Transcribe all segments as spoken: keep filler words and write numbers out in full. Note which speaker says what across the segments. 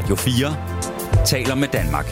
Speaker 1: Radio fire taler med Danmark.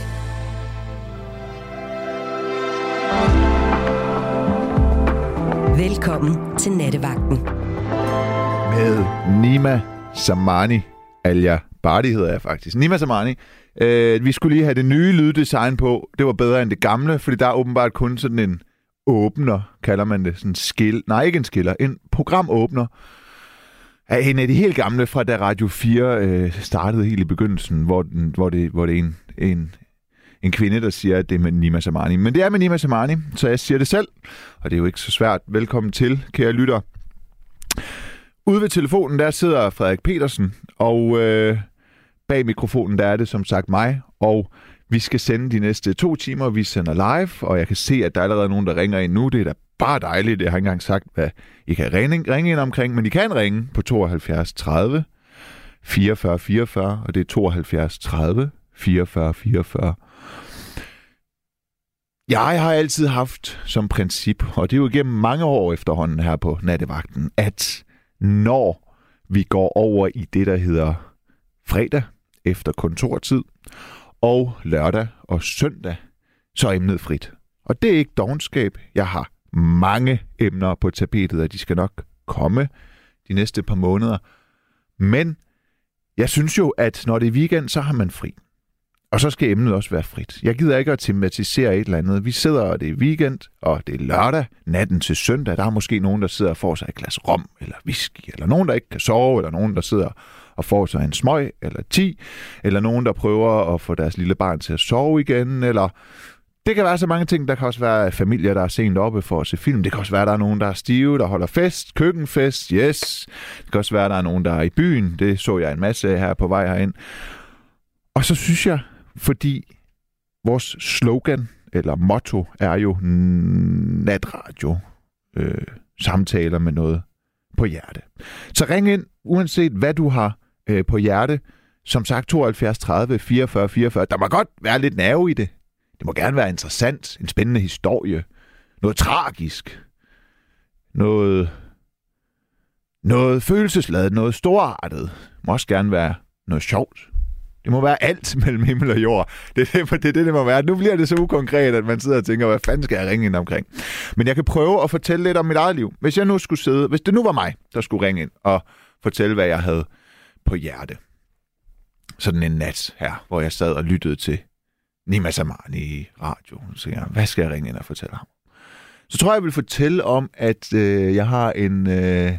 Speaker 2: Velkommen til Nattevagten.
Speaker 3: Med Nima Samani, Alia Bardi hedder jeg faktisk. Nima Samani. Øh, vi skulle lige have det nye lyddesign på. Det var bedre end det gamle, fordi der er åbenbart kun sådan en åbner, kalder man det. Sådan en skill. Nej, ikke en skiller. En programåbner. Af en af de helt gamle fra da Radio fire øh, startede helt i begyndelsen, hvor, den, hvor, det, hvor det er en, en, en kvinde, der siger, at det er med Nima Samani. Men det er med Nima Samani, så jeg siger det selv. Og det er jo ikke så svært. Velkommen til, kære lytter. Ude ved telefonen, der sidder Frederik Petersen, og øh, bag mikrofonen, der er det som sagt mig. Og vi skal sende de næste to timer, vi sender live, og jeg kan se, at der er allerede nogen, der ringer ind nu. Det er da bare dejligt. Jeg har ikke engang sagt, hvad I kan ringe, ringe ind omkring, men I kan ringe på tooghalvfjerds tredive fireogfyrre fireogfyrre, og det er tooghalvfjerds tredive fireogfyrre fireogfyrre. Jeg har altid haft som princip, og det er jo igennem mange år efterhånden her på Nattevagten, at når vi går over i det, der hedder fredag efter kontortid, og lørdag og søndag, så er emnet frit. Og det er ikke dovenskab. Jeg har mange emner på tapetet, og de skal nok komme de næste par måneder. Men jeg synes jo, at når det er weekend, så har man fri. Og så skal emnet også være frit. Jeg gider ikke at tematisere et eller andet. Vi sidder, og det er weekend, og det er lørdag, natten til søndag. Der er måske nogen, der sidder og får sig et glas rom, eller whisky, eller nogen, der ikke kan sove, eller nogen, der sidder og får sig en smøg, eller ti, eller nogen, der prøver at få deres lille barn til at sove igen, eller det kan være så mange ting. Der kan også være familier, der er sent oppe for at se film. Det kan også være, der er nogen, der er stive, der holder fest, køkkenfest, yes. Det kan også være, der er nogen, der er i byen. Det så jeg en masse her på vej herind. Og så synes jeg, fordi vores slogan, eller motto, er jo natradio, øh, samtaler med noget på hjerte. Så ring ind, uanset hvad du har øh, på hjerte. Som sagt, tooghalvfjerds tredive fireogfyrre fireogfyrre. Der må godt være lidt nerve i det. Det må gerne være interessant, en spændende historie, noget tragisk, noget, noget følelsesladet, noget storartet. Det må også gerne være noget sjovt. Det må være alt mellem himmel og jord. Det er det, det, det, det må være. Nu bliver det så ukonkret, at man sidder og tænker, hvad fanden skal jeg ringe ind omkring? Men jeg kan prøve at fortælle lidt om mit eget liv. Hvis jeg nu skulle sidde, hvis det nu var mig, der skulle ringe ind og fortælle, hvad jeg havde på hjerte. Sådan en nat her, hvor jeg sad og lyttede til Nima Samani i radio. Så jeg, hvad skal jeg ringe ind og fortælle ham? Så tror jeg, jeg vil fortælle om, at øh, jeg har en øh,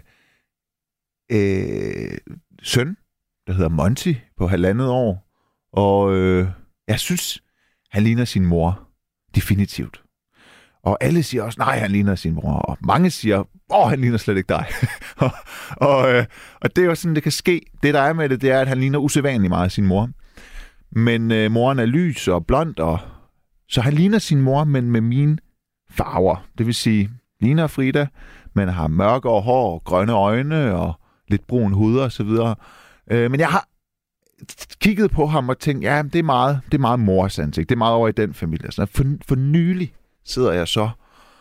Speaker 3: øh, søn, der hedder Monty, på halvandet år. Og øh, jeg synes, han ligner sin mor. Definitivt. Og alle siger også, nej, han ligner sin mor. Og mange siger, åh, han ligner slet ikke dig. og, og, øh, og det er jo sådan, det kan ske. Det, der er med det, det er, at han ligner usædvanligt meget sin mor. Men øh, moren er lys og blond, og så han ligner sin mor, men med mine farver. Det vil sige, ligner Frida, men har mørkere hår, grønne øjne og lidt brun hud og så videre. Øh, men jeg har kigget på ham og tænkt, ja, det er meget, det er meget mors ansigt. Det er meget over i den familie. Så for, for nylig sidder jeg så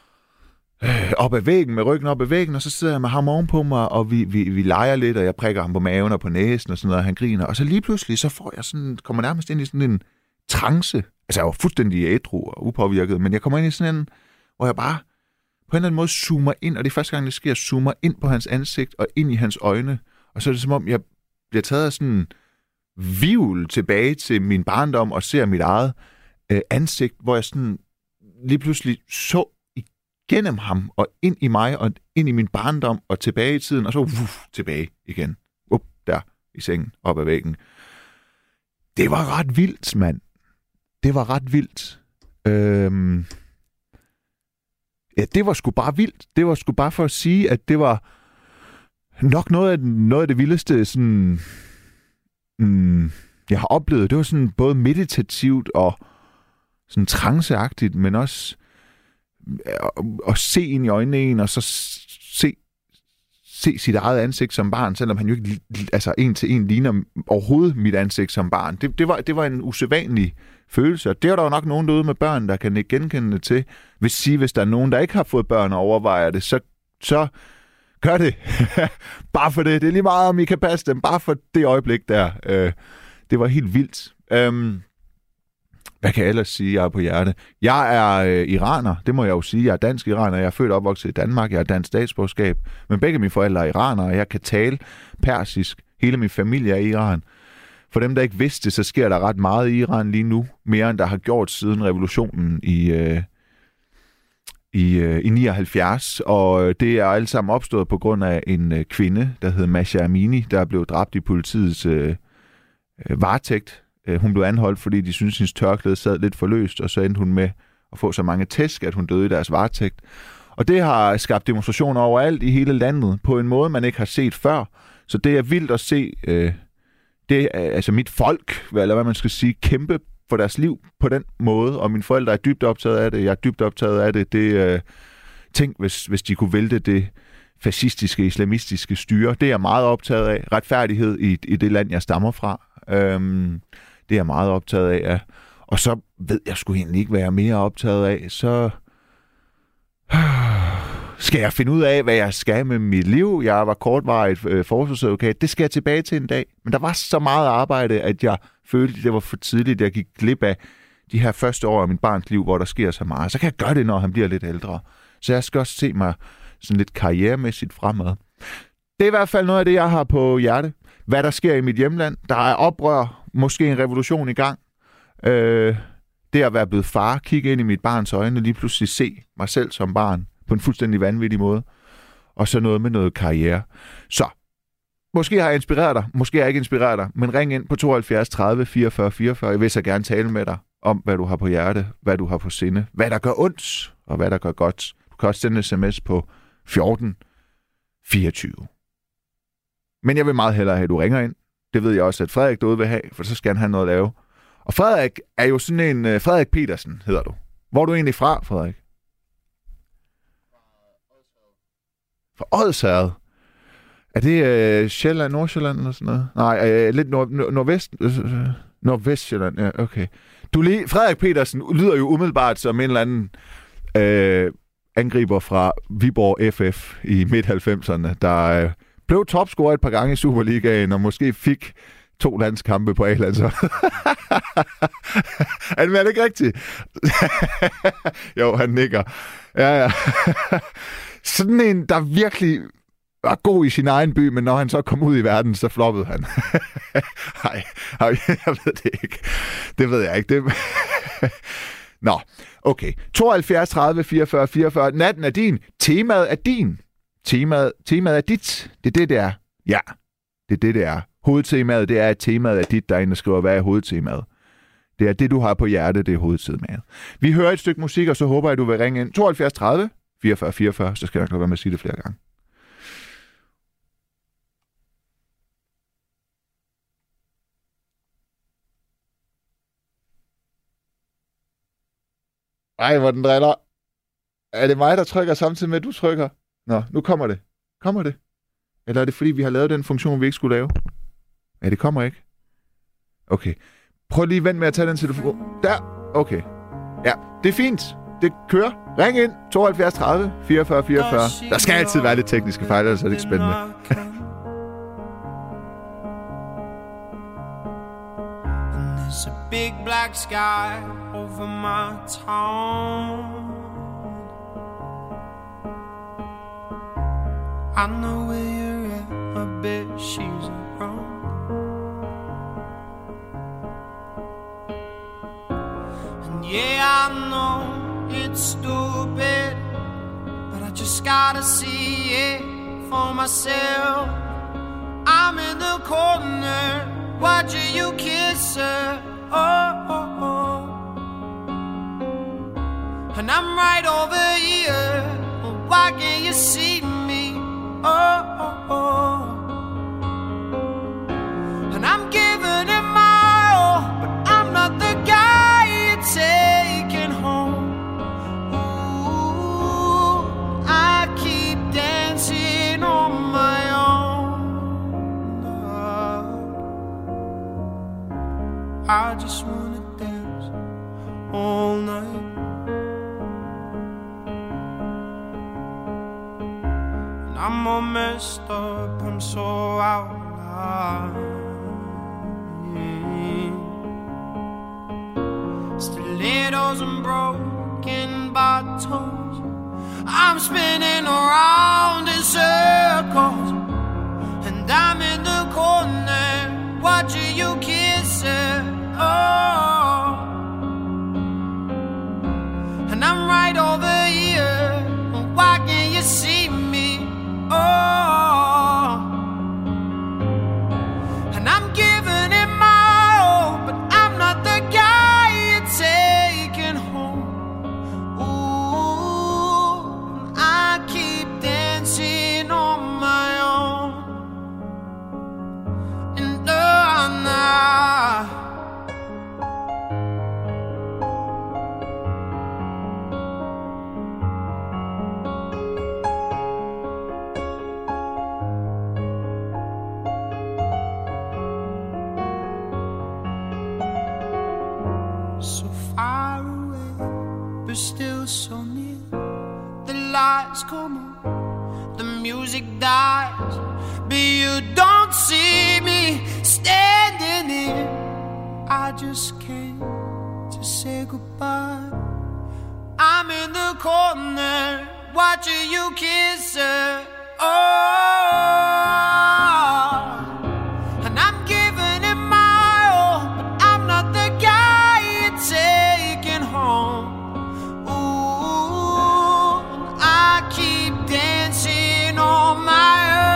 Speaker 3: øh, op ad væggen, med ryggen op ad væggen, og så sidder jeg med ham ovenpå mig, og vi, vi, vi leger lidt, og jeg prikker ham på maven og på næsen og sådan noget, og han griner. Og så lige pludselig, så får jeg sådan, kommer nærmest ind i sådan en trance. Altså, jeg var fuldstændig ædru og upåvirket, men jeg kommer ind i sådan en, hvor jeg bare på en eller anden måde zoomer ind, og det er første gang, det sker, zoomer ind på hans ansigt og ind i hans øjne. Og så er det som om, jeg bliver taget af sådan en vivl tilbage til min barndom og ser mit eget øh, ansigt, hvor jeg sådan lige pludselig så igennem ham og ind i mig og ind i min barndom og tilbage i tiden, og så uff, tilbage igen. Up, der i sengen, op ad væggen. Det var ret vildt, mand. Det var ret vildt. Øhm... Ja, det var sgu bare vildt. Det var sgu bare for at sige, at det var nok noget af, noget af det vildeste, sådan, mm, jeg har oplevet. Det var sådan både meditativt og sådan tranceagtigt, men også at, at se ind i øjnene en, og så se, se sit eget ansigt som barn, selvom han jo ikke altså en til en ligner overhovedet mit ansigt som barn. Det, det, var, det var en usædvanlig følelse, og det er der jo nok nogen derude med børn, der kan ikke genkende det til. Hvis sige, hvis der er nogen, der ikke har fået børn og overvejer det, så, så gør det. Bare for det. Det er lige meget, om I kan passe dem. Bare for det øjeblik der. Øh, det var helt vildt. Øhm, hvad kan jeg ellers sige, jeg er på hjerte? Jeg er øh, iraner, det må jeg jo sige. Jeg er dansk iraner, jeg er født og opvokset i Danmark, jeg har dansk statsborgerskab. Men begge mine forældre er iranere, og jeg kan tale persisk. Hele min familie er i Iran. For dem, der ikke vidste det, så sker der ret meget i Iran lige nu. Mere end der har gjort siden revolutionen i, øh, i, øh, i nioghalvfjerds. Og det er alt sammen opstået på grund af en øh, kvinde, der hed Masha Amini, der blev dræbt i politiets øh, øh, varetægt. Hun blev anholdt, fordi de syntes, at hendes tørklæde sad lidt for løst, og så endte hun med at få så mange tæsk, at hun døde i deres varetægt. Og det har skabt demonstrationer overalt i hele landet, på en måde, man ikke har set før. Så det er vildt at se øh, det, altså mit folk, eller hvad man skal sige, kæmpe for deres liv på den måde. Og mine forældre er dybt optaget af det, jeg er dybt optaget af det. det øh, tænk, hvis, hvis de kunne vælte det fascistiske, islamistiske styre. Det er jeg meget optaget af. Retfærdighed i, i det land, jeg stammer fra. Øhm, Det er jeg meget optaget af, ja. Og så ved jeg sgu egentlig ikke, hvad jeg er mere optaget af. Så skal jeg finde ud af, hvad jeg skal med mit liv. Jeg var kortvarigt øh, forsvarsadvokat. Det skal jeg tilbage til en dag. Men der var så meget arbejde, at jeg følte, at det var for tidligt. Jeg gik glip af de her første år af mit barns liv, hvor der sker så meget. Så kan jeg gøre det, når han bliver lidt ældre. Så jeg skal også se mig sådan lidt karrieremæssigt fremad. Det er i hvert fald noget af det, jeg har på hjerte. Hvad der sker i mit hjemland. Der er oprør, måske en revolution i gang. Øh, det at være blevet far, kigge ind i mit barns øjne, og lige pludselig se mig selv som barn på en fuldstændig vanvittig måde. Og så noget med noget karriere. Så, måske har jeg inspireret dig, måske har jeg ikke inspireret dig, men ring ind på tooghalvfjerds tredive fireogfyrre fireogfyrre. Jeg vil så gerne tale med dig om, hvad du har på hjerte, hvad du har på sinde, hvad der gør ondt, og hvad der gør godt. Du kan også sende en sms på fjorten fireogtyve. Men jeg vil meget hellere have, at du ringer ind. Det ved jeg også, at Frederik derude vil have, for så skal han have noget at lave. Og Frederik er jo sådan en... Uh, Frederik Petersen hedder du. Hvor er du egentlig fra, Frederik? Fra Odsherred. Er det uh, Sjælland, Nordsjælland eller sådan noget? Nej, uh, lidt nord, nord, nordvest... Uh, Nordvestjylland, ja, okay. Du lige, Frederik Petersen lyder jo umiddelbart som en eller anden uh, angriber fra Viborg F F i midt halvfemserne, der... Uh, blev topscorer et par gange i Superligaen, og måske fik to landskampe på A-landshold. Er det ikke rigtigt? Jo, han nikker. Ja, ja. Sådan en, der virkelig var god i sin egen by, men når han så kom ud i verden, så floppede han. Nej, jeg ved det ikke. Det ved jeg ikke. Det... Nå, okay. tooghalvfjerds tredive fireogfyrre fireogfyrre. Natten er din. Temaet er din. Temaet, temaet er dit. Det er det, det er. Ja, det er det, det er. Hovedtemaet, det er, at temaet er dit, der er inde og skriver, hvad er hovedtemaet. Det er det, du har på hjerte, det er hovedtemaet. Vi hører et stykke musik, og så håber jeg, at du vil ringe ind. tooghalvfjerds tredive fireogfyrre fireogfyrre, så skal jeg nok lade være med at sige det flere gange. Ej, hvor den driller. Er det mig, der trykker samtidig med, at du trykker? Nå, nu kommer det. Kommer det? Eller er det, fordi vi har lavet den funktion, vi ikke skulle lave? Ja, det kommer ikke. Okay. Prøv lige at vente med at tage den telefon. Der. Okay. Ja, det er fint. Det kører. Ring ind. tooghalvfjerds tredive fireogfyrre fireogfyrre. Der skal altid være lidt tekniske fejl, ellers er det ikke spændende.
Speaker 2: There's a big black sky over my town. I know where you're at, I bet she's around. And yeah, I know it's stupid, but I just gotta see it for myself. I'm in the corner, watching you kiss her, oh, oh, oh. And I'm right over here, why can't you see me? Oh, oh, oh. And I'm giving it my all, but I'm not the guy you're taking home. Ooh, I keep dancing on my own. Oh, I just wanna dance all night. I'm all messed up, I'm so out of line. wheels and broken bottles. I'm spinning around in circles, and I'm in the corner watching you kiss her. Oh, and I'm right over here. Why can't you see me? Oh, and I'm giving it my all, but I'm not the guy you're taking home. Ooh, I keep dancing on my own. And oh, nah. So far away, but still so near. The lights come on, the music dies, but you don't see me standing here. I just came to say goodbye. I'm in the corner watching you kiss her. Oh, and I'm giving it my all, but I'm not the guy you're taking home. Ooh, I keep dancing on my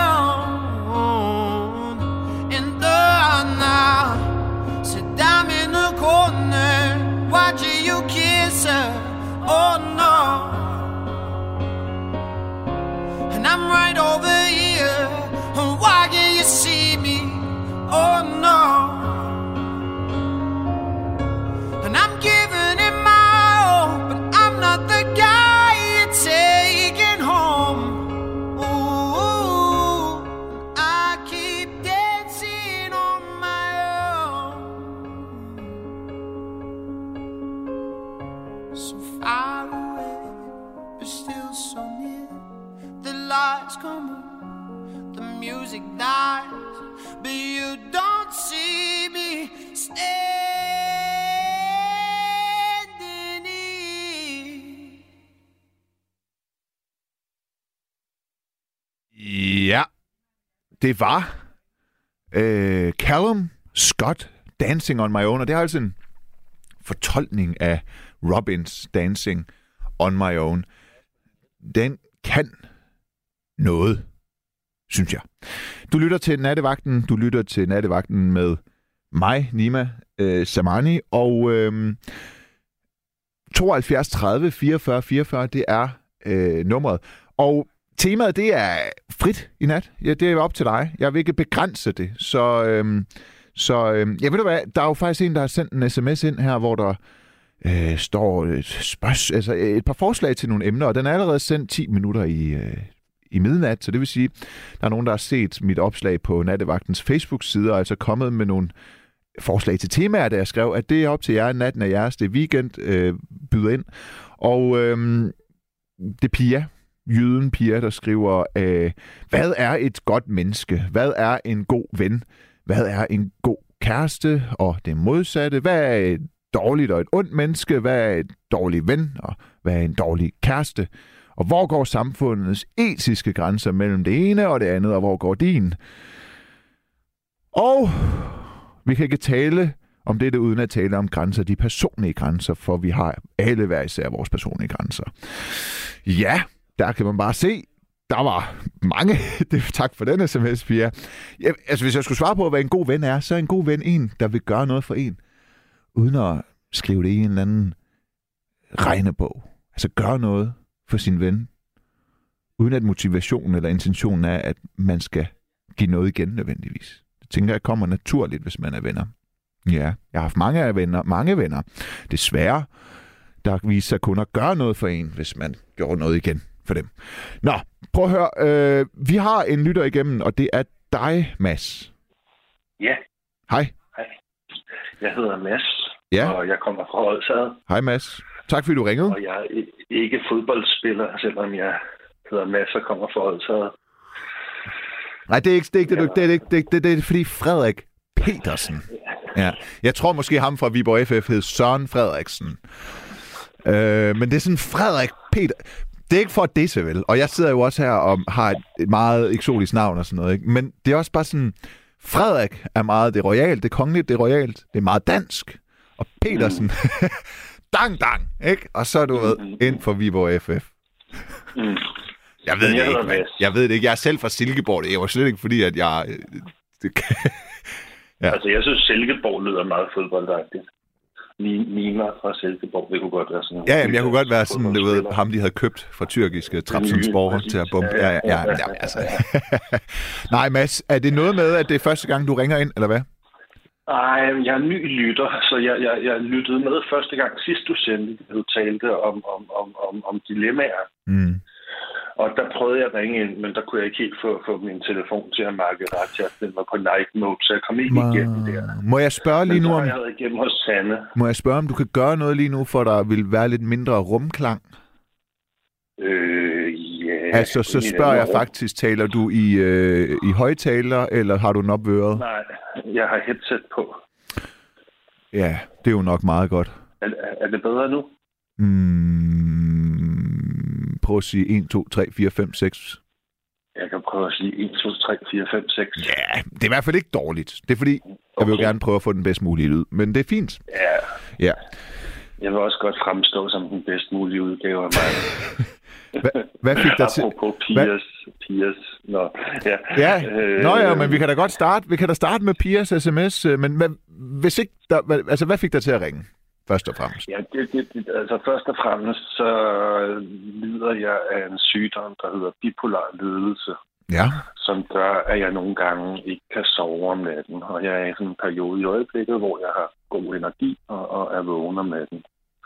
Speaker 2: own. And the now, said I'm in the corner watching you kiss her. Oh no, and I'm right over here. Why can't you see me? Oh no, and I'm giving it my all, but I'm not the guy you're taking home. Ooh, I keep dancing on my own. So far away, but still so near. The lights come on, the music dies, but you don't see me standing here.
Speaker 3: Ja, det var øh, Callum Scott, Dancing on My Own, og det er altså en fortolkning af Robins Dancing on My Own. Den kan noget, synes jeg. Du lytter til Nattevagten, du lytter til Nattevagten med mig, Nima øh, Samani, og øh, tooghalvfjerds tredive fireogfyrre fireogfyrre, det er øh, nummeret. Og temaet, det er frit i nat. Ja, det er op til dig. Jeg vil ikke begrænse det. Så, øhm, så øhm, jeg ved du hvad, der er jo faktisk en, der har sendt en sms ind her, hvor der øh, står et, spørg- altså et par forslag til nogle emner, og den er allerede sendt ti minutter i, øh, i midnat, så det vil sige, der er nogen, der har set mit opslag på Nattevagtens Facebook-side, og altså kommet med nogle forslag til temaer, der jeg skrev, at det er op til jer, natten af jeres, det er weekend, øh, byder ind. Og øh, det er Pia, jyden Pia, der skriver, øh, hvad er et godt menneske? Hvad er en god ven? Hvad er en god kæreste? Og det modsatte. Hvad er et dårligt og et ondt menneske? Hvad er et dårlig ven? Og hvad er en dårlig kæreste? Og hvor går samfundets etiske grænser mellem det ene og det andet, og hvor går din? Og vi kan ikke tale om dette uden at tale om grænser, de personlige grænser, for vi har alle hver især vores personlige grænser. Ja, der kan man bare se, der var mange. Tak for den sms, Pia. Ja, altså, hvis jeg skulle svare på, hvad en god ven er, så er en god ven en, der vil gøre noget for en, uden at skrive det i en eller anden regnebog. Altså gøre noget for sin ven, uden at motivationen eller intentionen er, at man skal give noget igen nødvendigvis. Det tænker jeg kommer naturligt, hvis man er venner. Ja, jeg har haft mange af venner, mange venner. Desværre, der viser sig kun at gøre noget for en, hvis man gjorde noget igen for dem. Nå, prøv at høre. Øh, vi har en lytter igennem, og det er dig, Mads.
Speaker 4: Ja.
Speaker 3: Hej.
Speaker 4: Hej. Jeg hedder Mads,
Speaker 3: ja.
Speaker 4: Og jeg kommer fra Odsherred.
Speaker 3: Hej, Mads. Tak fordi du ringede.
Speaker 4: Og jeg er ikke fodboldspiller, selvom jeg hedder Mads og kommer fra Odsherred.
Speaker 3: Nej, det er ikke det, er ikke, det, du, det, er ikke, det, det, det er fordi Frederik Petersen. Ja. Jeg tror måske ham fra Viborg F F hed Søren Frederiksen. Øh, men det er sådan Frederik Peter... Det er ikke for at disse, vel? Og jeg sidder jo også her og har et, et meget eksotisk navn og sådan noget, ikke? Men det er også bare sådan... Frederik er meget det royalt, det er kongeligt, det er royalt, det er meget dansk. Og Petersen... Mm. dang, dang, ikke? Og så er du ved, mm. ind for Viborg F F. Mm. Jeg ved det jeg ikke, man. Jeg ved det ikke. Jeg er selv fra Silkeborg. Det er jo slet ikke fordi, at jeg... Det...
Speaker 4: ja. Altså, jeg synes, Silkeborg lyder meget fodboldagtigt. Nima fra Silkeborg, det kunne godt være sådan...
Speaker 3: Ja, jamen, jeg kunne godt være sådan, du ved, ham de havde købt fra tyrkiske Trabzonspor til at bombe. Ja, ja, ja, ja, ja altså. Nej, Mads, er det noget med, at det er første gang, du ringer ind, eller hvad?
Speaker 4: Nej, jeg er ny lytter, så jeg, jeg, jeg lyttede med første gang sidst, du sendte, du talte om, om, om, om, om dilemmaer. Mm. Og der prøvede jeg at ringe ind, men der kunne jeg ikke helt få, få min telefon til at markere ret. Den var på night mode, så jeg kom ikke Må... igennem der.
Speaker 3: Må jeg spørge lige nu om...
Speaker 4: Men så har jeg været igennem hos Sanne.
Speaker 3: Må jeg spørge, om du kan gøre noget lige nu, for der vil være lidt mindre rumklang?
Speaker 4: Øh, ja...
Speaker 3: Altså, så spørger jeg faktisk, taler du i, øh, i højtaler, eller har du den op ved øret?
Speaker 4: Nej, jeg har headset på.
Speaker 3: Ja, det er jo nok meget godt.
Speaker 4: Er, er det bedre nu?
Speaker 3: Mm, prøv at sige en, to, tre, fire, fem, seks.
Speaker 4: Jeg kan prøve at sige en, to, tre, fire, fem, seks.
Speaker 3: Ja, det er i hvert fald ikke dårligt. Det er fordi, okay. Jeg vil jo gerne prøve at få den bedst mulige lyd. Men det er fint.
Speaker 4: Ja.
Speaker 3: Ja.
Speaker 4: Jeg vil også godt fremstå som den bedst mulige udgave af mig.
Speaker 3: Hva, hvad fik dig til...
Speaker 4: Apropos Piers. Piers. Nå, ja.
Speaker 3: Ja. Øh, Nå ja, men vi kan da godt starte. Vi kan da starte med Piers sms. Men hvad, hvis ikke der, hvad, altså, hvad fik dig til at ringe? Først og fremmest.
Speaker 4: Ja, det, det, det, altså først og fremmest, så lider jeg af en sygdom, der hedder bipolar lidelse.
Speaker 3: Ja.
Speaker 4: Som gør, at jeg nogle gange ikke kan sove om natten. Og jeg er i sådan en periode i øjeblikket, hvor jeg har god energi og, og er vågen om natten.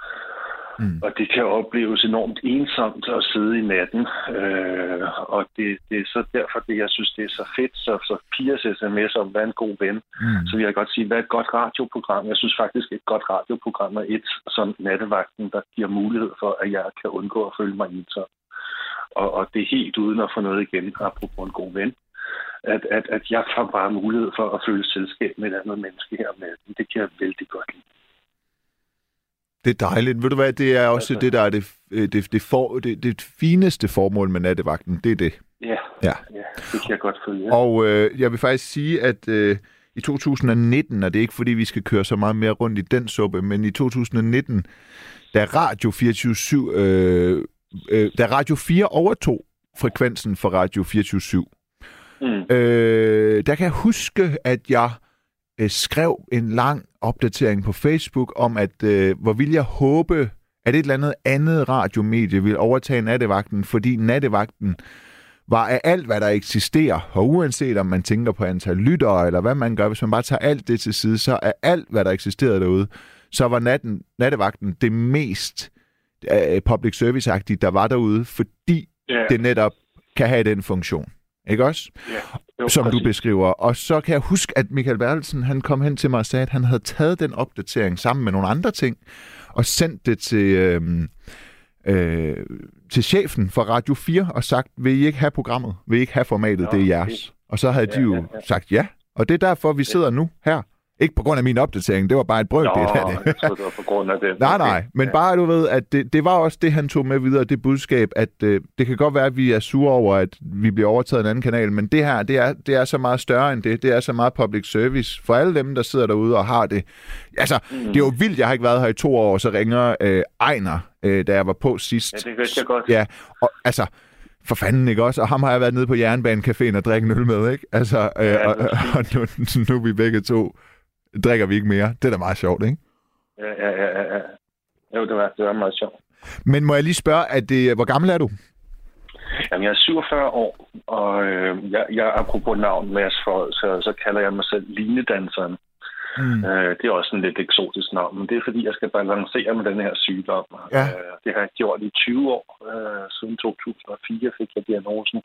Speaker 4: Mm. Og det kan opleves enormt ensomt at sidde i natten. Øh, og det, det er så derfor, det jeg synes, det er så fedt. Så, så Piers sms om, hvad er en god ven. Mm. Så vil jeg godt sige, hvad er et godt radioprogram? Jeg synes faktisk, et godt radioprogram er et som nattevagten, der giver mulighed for, at jeg kan undgå at føle mig ensom. Og, og det er helt uden at få noget igen, apropos en god ven. At, at, at jeg får bare mulighed for at føle selskab med et andet menneske her med. Det kan jeg vældig godt lide.
Speaker 3: Det er dejligt. Ved du hvad, det er også altså, det, der er det, det, det, for, det, det fineste formål med nattevagten. Det er det.
Speaker 4: Ja, ja. ja det kan jeg godt følge.
Speaker 3: Og øh, jeg vil faktisk sige, at øh, i to tusind nitten, og det er ikke fordi, vi skal køre så meget mere rundt i den suppe, men i to tusind nitten, da Radio fireogtyve syv, øh, øh, da Radio fire overtog frekvensen for Radio fireogtyve syv, mm. øh, der kan jeg huske, at jeg øh, skrev en lang opdatering på Facebook om, at øh, hvor ville jeg håbe, at et eller andet andet radiomedie ville overtage nattevagten, fordi nattevagten var af alt, hvad der eksisterer, og uanset om man tænker på antal lyttere, eller hvad man gør, hvis man bare tager alt det til side, så er alt, hvad der eksisterede derude, så var natten, nattevagten det mest øh, public service-agtige, der var derude, fordi yeah. det netop kan have den funktion. Ikke også? Yeah. Jo, som præcis. Du beskriver. Og så kan jeg huske, at Michael Bertelsen, han kom hen til mig og sagde, at han havde taget den opdatering sammen med nogle andre ting, og sendt det til, øh, øh, til chefen for Radio fire, og sagt, vil I ikke have programmet? Vil I ikke have formatet? Nå, det er jeres. Og så havde ja, de jo ja, ja. sagt ja. Og det er derfor, vi sidder nu her. Ikke på grund af min opdatering, det var bare et brøkdel af det.
Speaker 4: jeg tror, det var på grund af det.
Speaker 3: nej, nej, men ja. bare du ved, at det, det var også det, han tog med videre, det budskab, at øh, det kan godt være, at vi er sure over, at vi bliver overtaget af en anden kanal, men det her, det er, det er så meget større end det. Det er så meget public service for alle dem, der sidder derude og har det. Altså, mm. det er jo vildt, jeg har ikke været her i to år, så ringer øh, Ejner, øh, da jeg var på sidst.
Speaker 4: Ja, det vidste jeg godt.
Speaker 3: Ja, og altså... For fanden, ikke også? Og ham har jeg været nede på Jernbanecaféen og drikke en øl med, ikke? Altså, øh, ja, og, og nu, nu er vi begge to... drikker vi ikke mere. Det er da meget sjovt, ikke?
Speaker 4: Ja, ja, ja. ja. Jo, det var, det var meget sjovt.
Speaker 3: Men må jeg lige spørge, at det, hvor gammel er du?
Speaker 4: Jamen, jeg er syvogfyrre år, og øh, jeg, jeg apropos navn, Mads, for, så, så kalder jeg mig selv linedanseren. Mm. Øh, det er også en lidt eksotisk navn, men det er fordi, jeg skal balancere med den her sygdom.
Speaker 3: Ja.
Speaker 4: Øh, det har jeg gjort i tyve år. Øh, siden to tusind og fire fik jeg diagnosen.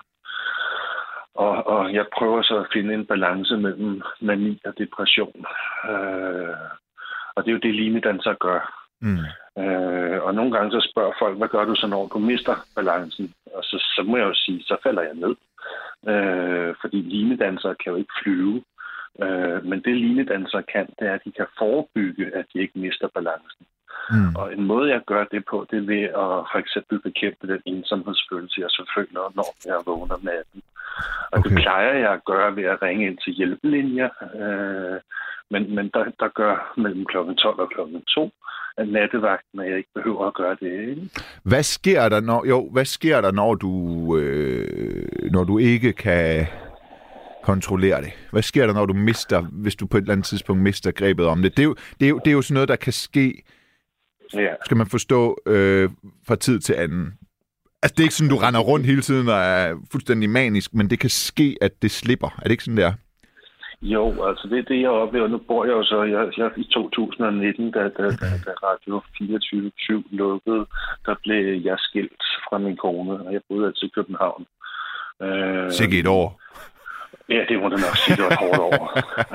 Speaker 4: Og, og jeg prøver så at finde en balance mellem mani og depression. Øh, og det er jo det, linedanser gør. Mm. Øh, og nogle gange så spørger folk, hvad gør du så, når du mister balancen? Og så, så må jeg jo sige, så falder jeg ned. Øh, fordi linedansere kan jo ikke flyve. Øh, men det linedansere kan, det er, at de kan forebygge, at de ikke mister balancen. Mm. Og en måde, jeg gør det på, det er ved at for eksempel bekæmpe den ensomhedsfølelse, jeg selvfølgelig når jeg vågner om natten. Og okay. Det plejer jeg at gøre ved at ringe ind til hjælpelinjer. Øh, men men der, der gør mellem klokken tolv og klokken to af nattevagten, at jeg ikke behøver at gøre det. Ikke?
Speaker 3: Hvad sker der, når, jo, hvad sker der, når du, øh, når du ikke kan kontrollere det? Hvad sker der, når du mister, hvis du på et eller andet tidspunkt mister grebet om det? Det er jo, det er jo, det er jo sådan noget, der kan ske, ja. Skal man forstå, øh, fra tid til anden. Altså, det er ikke sådan, du render rundt hele tiden og er fuldstændig manisk, men det kan ske, at det slipper. Er det ikke sådan, det er?
Speaker 4: Jo, altså det er det, jeg oplever. Nu bor jeg jo så jeg, jeg, i to tusind og nitten, da, da, da, da Radio fireogtyve syv lukkede, der blev jeg skilt fra min kone, og jeg boede til København. Øh,
Speaker 3: Sikke et år.
Speaker 4: Ja, det må du nok sige, det var et hårdt år.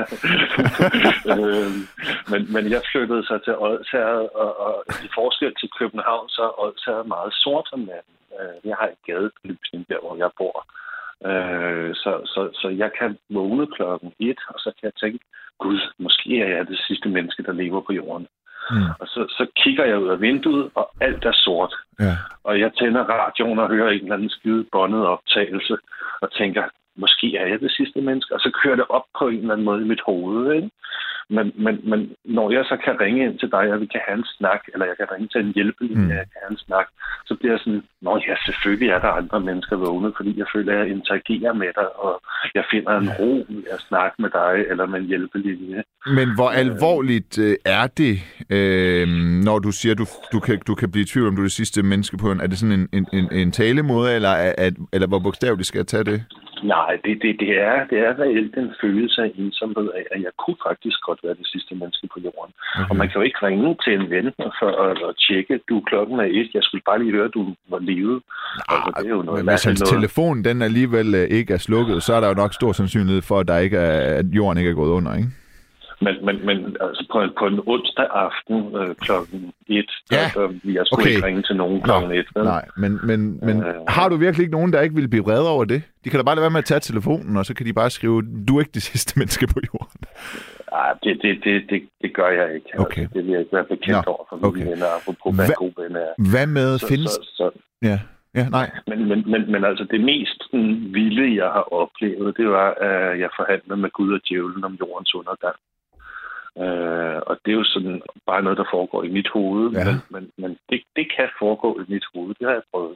Speaker 4: øh, men, men jeg flyttede så til Odsherred, og, og i forskel til København, så er Odsherred meget sort om natten. Jeg har ikke gadebelysning der, hvor jeg bor. Øh, så, så, så jeg kan vågne klokken et, og så kan jeg tænke, gud, måske er jeg det sidste menneske, der lever på jorden. Mm. Og så, så kigger jeg ud af vinduet, og alt er sort. Ja. Og jeg tænder radioen og hører en eller anden skide båndet optagelse, og tænker, måske er jeg det sidste menneske, og så kører det op på en eller anden måde i mit hoved, ikke? Men, men, men når jeg så kan ringe ind til dig, og vi kan have en snak, eller jeg kan ringe til en hjælpelinje, mm. jeg kan have en snak, så bliver jeg sådan, nå ja, selvfølgelig er der andre mennesker vågne, fordi jeg føler, at jeg interagerer med dig, og jeg finder en ro ved at snakke med dig, eller med en hjælpelinje. Men
Speaker 3: hvor alvorligt øh, er det, øh, når du siger, at du, du, kan, du kan blive i tvivl, om du er det sidste menneske på en? Er det sådan en, en, en, en talemåde, eller, er, eller hvor bogstaveligt skal jeg tage det?
Speaker 4: Nej, det, det, det, er, det er reelt en følelse af ensomhed af, at jeg kunne faktisk godt være det sidste menneske på jorden. Okay. Og man kan jo ikke ringe til en ven for at, at tjekke, du klokken er et. Jeg skulle bare lige høre, at du var levet. Altså, det er jo noget,
Speaker 3: men hvis hans telefon den alligevel ikke er slukket, så er der jo nok stor sandsynlighed for, at, der ikke er, at jorden ikke er gået under, ikke?
Speaker 4: Men, men, men altså på, en, på en onsdag aften øh, klokken et,
Speaker 3: ja.
Speaker 4: der, der jeg skulle okay. ikke ringe til nogen klokken et. Vel?
Speaker 3: Nej, men, men, men øh, har du virkelig ikke nogen, der ikke vil blive vrede over det? De kan da bare lade være med at tage telefonen, og så kan de bare skrive, du er ikke det sidste menneske på jorden.
Speaker 4: Nej, det, det, det, det, det gør jeg ikke.
Speaker 3: Okay.
Speaker 4: Altså, det vil jeg ikke være bekendt over for mine okay. venner, apropos hvad gode venner er.
Speaker 3: Hvad med
Speaker 4: så,
Speaker 3: findes...
Speaker 4: Så, så,
Speaker 3: ja. Ja, nej.
Speaker 4: Men, men, men, men altså det mest sådan, vilde, jeg har oplevet, det var, at jeg forhandlede med Gud og djævlen om jordens undergang. Uh, og det er jo sådan bare noget, der foregår i mit hoved, ja. men, men, men det, det kan foregå i mit hoved. Det har jeg prøvet.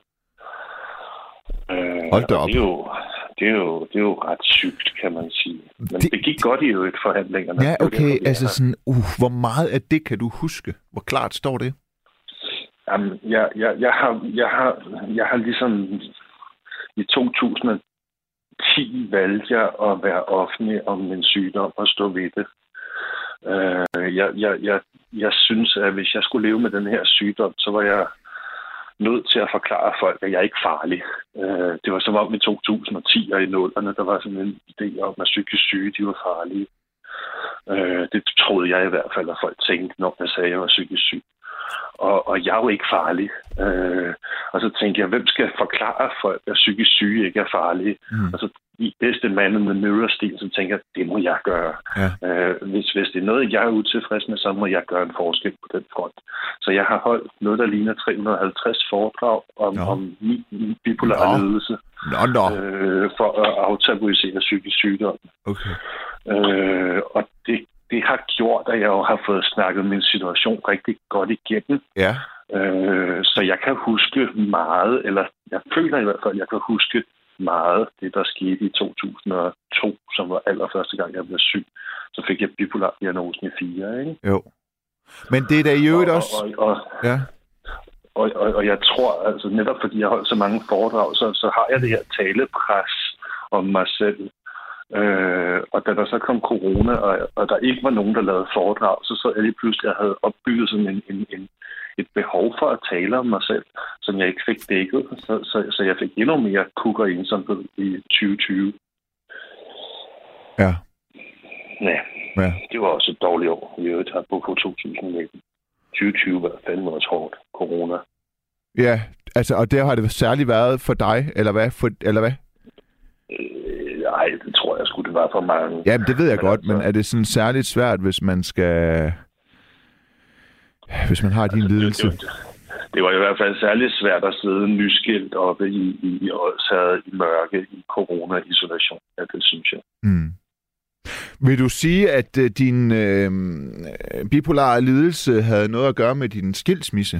Speaker 4: Uh,
Speaker 3: Hold da op.
Speaker 4: Det er, jo, det, er jo, det er jo ret sygt, kan man sige. Men det, det gik godt i øvrigt forhandlingerne.
Speaker 3: Ja, okay. Det, altså sådan, uh, hvor meget af det kan du huske? Hvor klart står det?
Speaker 4: Jamen, jeg, jeg, jeg, har, jeg, har, jeg har ligesom i to tusind og ti valgt jeg at være offentlig om min sygdom og stå ved det. Uh, jeg, jeg, jeg, jeg synes, at hvis jeg skulle leve med den her sygdom, så var jeg nødt til at forklare folk, at jeg er ikke farlig. Uh, det var som om i to tusind og ti og i nullerne, der var sådan en idé om, at psykisk syge, de var farlige. Uh, det troede jeg i hvert fald, at folk tænkte, når jeg sagde, at jeg var psykisk syg. Og, og jeg er jo ikke farlig. Uh, og så tænkte jeg, hvem skal forklare folk, at psykisk syge ikke er farlige? Mm. Og så i bedste mand med mirror-stil, så tænker jeg, det må jeg gøre. Ja. Uh, hvis, hvis det er noget, jeg er utilfreds med, så må jeg gøre en forskel på den front. Så jeg har holdt noget, der ligner tre hundrede og halvtreds foredrag om, om min bipolar ledelse.
Speaker 3: Nå, nå.
Speaker 4: Uh, for at aftabuisere psykisk sygdom.
Speaker 3: Okay.
Speaker 4: Uh, og det Det har gjort, at jeg jo har fået snakket min situation rigtig godt igennem.
Speaker 3: Ja.
Speaker 4: Øh, så jeg kan huske meget, eller jeg føler i hvert fald, at jeg kan huske meget det, der skete i to tusind og to, som var allerførste gang, jeg blev syg. Så fik jeg bipolar-diagnosen i fire, ikke?
Speaker 3: Jo. Men det er da i øvrigt også...
Speaker 4: Og, og, og, ja. og, og, og jeg tror, altså netop fordi jeg holdt så mange foredrag, så, så har jeg det her talepres om mig selv. Øh, og da der så kom corona, og, og der ikke var nogen, der lavede foredrag, så så jeg lige pludselig, at jeg havde opbygget sådan en, en, en, et behov for at tale om mig selv, som jeg ikke fik dækket. Så, så, så jeg fik endnu mere kuk og ensomhed i tyve tyve.
Speaker 3: Ja.
Speaker 4: Ja.
Speaker 3: Ja.
Speaker 4: Det var også et dårligt år. I øvrigt har på to tusind nitten. tyve tyve var fandme også hårdt. Corona.
Speaker 3: Ja, altså, og det har det særligt været for dig, eller hvad? For, eller hvad?
Speaker 4: Nej, det tror tror jeg skulle det var for mange.
Speaker 3: Jamen, det ved jeg
Speaker 4: men
Speaker 3: godt,
Speaker 4: altså,
Speaker 3: men er det sådan særligt svært, hvis man skal... Hvis man har din
Speaker 4: altså,
Speaker 3: lidelse?
Speaker 4: Det, det, det var i hvert fald særligt svært at sidde nyskilt oppe i, i, i Odsherred i mørke i corona-isolation. Ja, det synes jeg.
Speaker 3: Mm. Vil du sige, at uh, din øh, bipolare lidelse havde noget at gøre med din skilsmisse?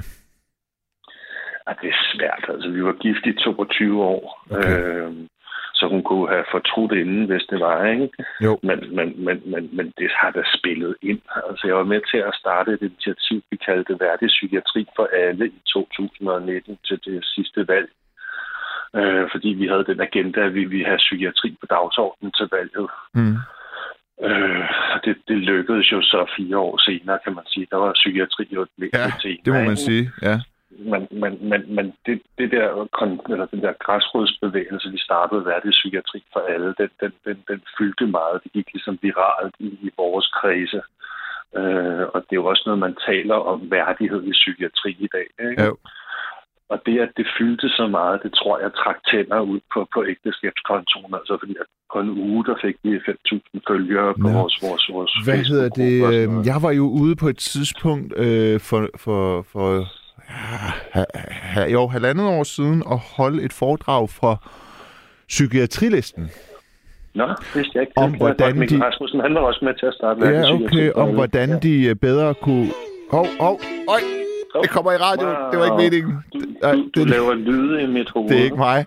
Speaker 4: Ja, det er svært. Altså, vi var gift i toogtyve år.
Speaker 3: Okay.
Speaker 4: Øh, så hun kunne have fortrudt inden, hvis det var, ikke?
Speaker 3: Jo.
Speaker 4: Men, men, men, men, men det har da spillet ind. Altså, jeg var med til at starte et initiativ, vi kaldte Værdig Psykiatri for alle i to tusind nitten til det sidste valg. Øh, fordi vi havde den agenda, at vi ville have psykiatri på dagsordenen til valget. Mm. Øh, det, det lykkedes jo så fire år senere, kan man sige. Der var psykiatri jo et vigtigt tema.
Speaker 3: Ja, det må man sige, ja.
Speaker 4: Men, men, men, men det, det der, eller den der græsrodsbevægelse, vi startede Værdig Psykiatri for alle, den, den, den, den fyldte meget. Det gik ligesom viralt i, i vores kredse. Øh, og det er jo også noget, man taler om værdighed i psykiatri i dag, ikke? Ja. Og det, at det fyldte så meget, det tror jeg trak tænder ud på, på ægteskabskontoen. Altså, fordi på en uge, der fik vi fem tusind følgere på ja. vores, vores, vores
Speaker 3: Hvad hedder det? Jeg var jo ude på et tidspunkt øh, for, for, for ja, ha, jo, halvandet år siden og holde et foredrag fra Psykiatrilisten.
Speaker 4: Nå, vidste jeg ikke.
Speaker 3: Om
Speaker 4: det,
Speaker 3: hvordan
Speaker 4: Mikkel
Speaker 3: de...
Speaker 4: Rasmussen, han var også med til at starte.
Speaker 3: Ja, okay. Om hvordan ja. de bedre kunne... Hov, hov, øj! Det kommer i radio. Wow. Det var ikke meningen.
Speaker 4: Du, du, du det, laver lyde i mit hoved.
Speaker 3: Det er ikke mig.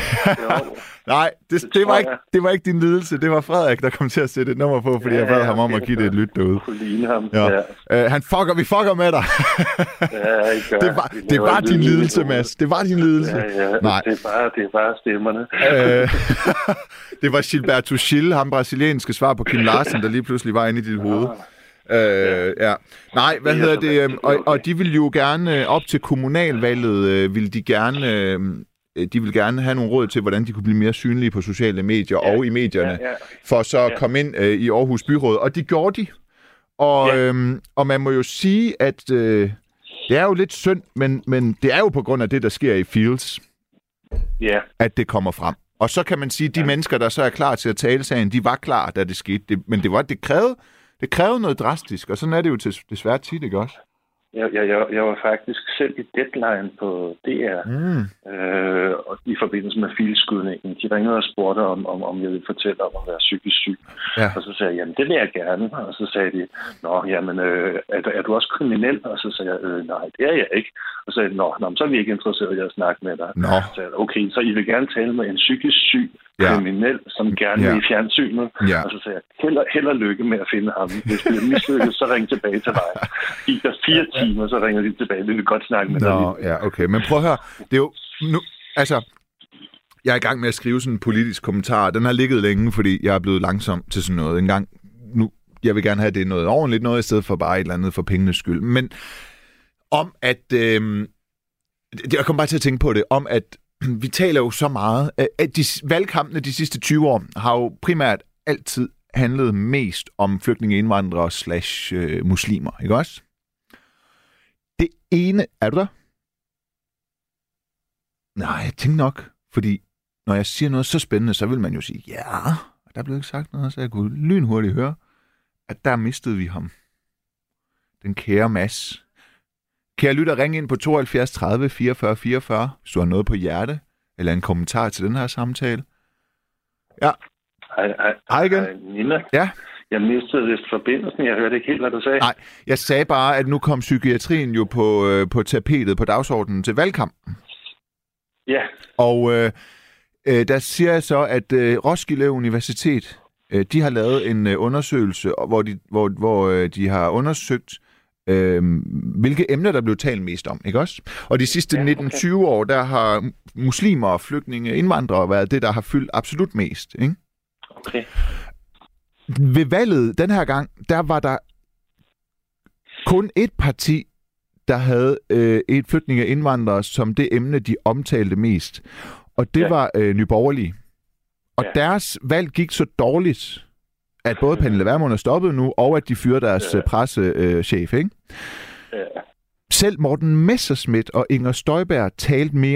Speaker 3: Nej, det, det, det, var ikke, det var ikke din lidelse. Det var Frederik, der kom til at sætte et nummer på, fordi ja, jeg bad ham om at give det et lyt derude.
Speaker 4: Ham.
Speaker 3: Ja. Ja. Uh, han fucker, vi fucker med dig.
Speaker 4: Ja, I gør.
Speaker 3: Det var, det var din lidelse, Mads. Det var din lidelse.
Speaker 4: Ja, ja.
Speaker 3: Nej.
Speaker 4: Det, er bare, det er bare stemmerne.
Speaker 3: Uh, det var Gilberto Gil, ham brasilianske svar på Kim Larsen, der lige pludselig var inde i dit hoved. Øh, ja. Nej, hvad hedder det? Øh, og, og de vil jo gerne op til kommunalvalget, øh, vil de gerne, øh, de vil gerne have nogle råd til, hvordan de kunne blive mere synlige på sociale medier ja. og i medierne, ja, ja. for så at ja. komme ind øh, i Aarhus Byråd. Og det gjorde de. Og, ja. øh, og man må jo sige, at øh, det er jo lidt synd, men, men det er jo på grund af det, der sker i Fields,
Speaker 4: ja.
Speaker 3: at det kommer frem. Og så kan man sige, at de ja. mennesker, der så er klar til at tale sagen, de var klar, da det skete. Det, men det var det krævede Det krævede noget drastisk, og sådan er det jo til, desværre tit, ikke også?
Speaker 4: Jeg, jeg, jeg var faktisk selv i Deadline på D R, mm. øh, og i forbindelse med filskydningen. De ringede og spurgte, om, om, om jeg ville fortælle om at være psykisk syg. Ja. Og så sagde jeg, jamen det vil jeg gerne. Og så sagde de, nå, jamen, øh, er, er du også kriminel? Og så sagde jeg, øh, nej, det er jeg ikke. Og så sagde de, nå, nå så er vi ikke interesseret i at snakke med dig.
Speaker 3: Nå.
Speaker 4: Så sagde jeg, okay, så I vil gerne tale med en psykisk syg kriminel, ja. som gerne ja. vil i fjernsynet. Ja. Og så sagde jeg, held, held og lykke med at finde ham. Hvis det er mislykket, så ring tilbage til dig. I der fire timer, så ringer de tilbage. Det vil godt snakke med
Speaker 3: Nå, dig. Ja, okay. Men prøv at høre. Det er jo... Nu, altså, jeg er i gang med at skrive sådan en politisk kommentar. Den har ligget længe, fordi jeg er blevet langsom til sådan noget. En gang, nu, jeg vil gerne have det noget ordentligt noget, i stedet for bare et eller andet for pengenes skyld. Men om at... Øh, jeg kommer bare til at tænke på det. Om at vi taler jo så meget, at de valgkampene de sidste tyve år har jo primært altid handlet mest om flygtninge, indvandrere slash øh, muslimer, ikke også? Det ene... Er du der? Nej, jeg tænker nok, fordi når jeg siger noget så spændende, så vil man jo sige, ja, der blev ikke sagt noget, så jeg kunne lynhurtigt høre, at der mistede vi ham. Den kære Mads. Kan jeg lytte og ringe ind på tooghalvfjerds tredive fireogfyrre fireogfyrre, hvis du har noget på hjerte, eller en kommentar til den her samtale? Ja.
Speaker 4: Hej, hej.
Speaker 3: Hej igen.
Speaker 4: Hej, Nina.
Speaker 3: Ja.
Speaker 4: Jeg mistede vist forbindelsen. Jeg hørte ikke helt, hvad du sagde.
Speaker 3: Nej, jeg sagde bare, at nu kom psykiatrien jo på, øh, på tapetet på dagsordenen til valgkampen.
Speaker 4: Ja.
Speaker 3: Og øh, øh, der siger jeg så, at øh, Roskilde Universitet, øh, de har lavet en øh, undersøgelse, hvor de, hvor, hvor øh, de har undersøgt, øh, hvilke emner, der blev talt mest om, ikke også? Og de sidste ja, okay. nitten til tyve år, der har muslimer, flygtninge, indvandrere været det, der har fyldt absolut mest, ikke?
Speaker 4: Okay.
Speaker 3: Ved valget den her gang, der var der kun et parti, der havde øh, et flygtninge og indvandrere som det emne, de omtalte mest. Og det ja. var øh, Nye Borgerlige. Og ja. deres valg gik så dårligt, at både Pernille Vermund er stoppet nu, og at de fyrer deres ja. pressechef, øh, ikke?
Speaker 4: Ja.
Speaker 3: Selv Morten Messerschmidt og Inger Støjberg talte mere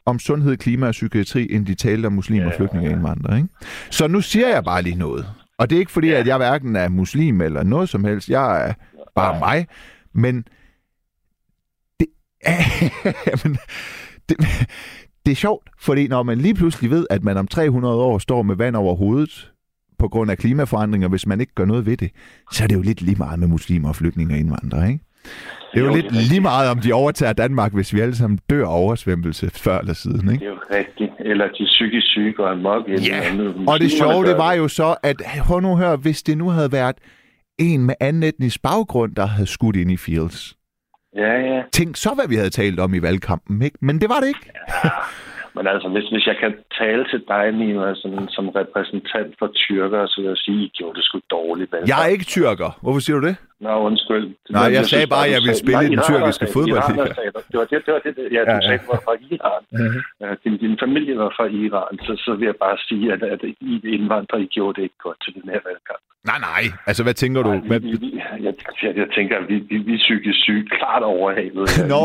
Speaker 3: om sundhed, klima og psykiatri, end de talte om muslimer, yeah. flygtninge og indvandrere. Ikke? Så nu siger jeg bare lige noget. Og det er ikke fordi, yeah. at jeg hverken er muslim eller noget som helst. Jeg er bare mig. Men det, men det, det er sjovt, fordi når man lige pludselig ved, at man om tre hundrede år står med vand over hovedet på grund af klimaforandringer, hvis man ikke gør noget ved det, så er det jo lidt lige meget med muslimer og flygtninge og indvandrere, ikke? Det er jo, jo lidt lige meget, om de overtager Danmark, hvis vi alle sammen dør oversvømmelse før eller siden, ikke?
Speaker 4: Det er jo rigtigt. Eller de psykisk syge går amok.
Speaker 3: Ja, og det sjove, det var jo så, at hør nu hør, hvis det nu havde været en med anden etnisk baggrund, der havde skudt ind i Fields.
Speaker 4: Ja, ja.
Speaker 3: Tænk så, hvad vi havde talt om i valgkampen, ikke? Men det var det ikke.
Speaker 4: Ja. Men altså, hvis, hvis jeg kan tale til dig, Nina, som, som repræsentant for tyrker, så vil jeg sige, at I gjorde det sgu dårligt. Valgkamp.
Speaker 3: Jeg er ikke tyrker. Hvorfor siger du det?
Speaker 4: Nå, undskyld. Det
Speaker 3: Nej, jeg, jeg sagde bare, at jeg ville spille i den tyrkiske fodboldliga.
Speaker 4: Det var det, det, var det, ja, du ja, ja. sagde, du var fra Iran. Uh-huh. Din, din familie var fra Iran, så, så vil jeg bare sige, at, at I indvandrere, I gjorde det ikke godt til den her valgkamp.
Speaker 3: Nej, nej. Altså, hvad tænker du?
Speaker 4: Nej, vi, vi, jeg, jeg, jeg tænker, at vi, vi, vi er psykisk syge, klart overhalet.
Speaker 3: Nå!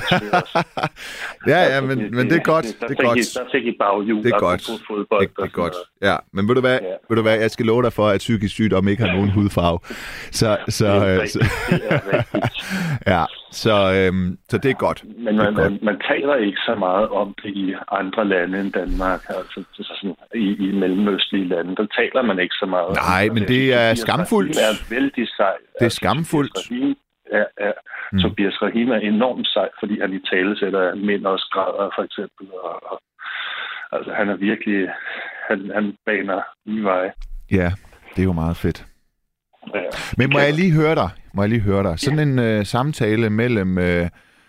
Speaker 3: ja, ja, men, det, men det er godt. Det, det er godt.
Speaker 4: I, der fik I baghjul.
Speaker 3: Det er godt.
Speaker 4: Fodbold,
Speaker 3: det, det er godt. Ja, men ved du hvad? Ja. Ved du hvad? Jeg skal love dig for, at psykisk sygdom ikke har nogen hudfarve. Så, så, det er rigtigt. Det er rigtigt. Ja, så, øhm, så det er godt.
Speaker 4: Men man, man, man taler ikke så meget om det i andre lande end Danmark. Altså sådan, i, i mellemøstlige lande, der taler man ikke så meget.
Speaker 3: Nej, om men det, det er skamfuldt.
Speaker 4: Det er vældig sej.
Speaker 3: Det er skamfuldt.
Speaker 4: Ja, ja. Mm. Tobias Rahim er enormt sej, fordi han i tale sætter mænd også græder, for eksempel. Og, og, altså, han er virkelig... Han, han baner nye veje.
Speaker 3: Ja, det er jo meget fedt.
Speaker 4: Ja,
Speaker 3: men må jeg lige høre dig? Må jeg lige høre dig? Sådan ja. en øh, samtale mellem øh,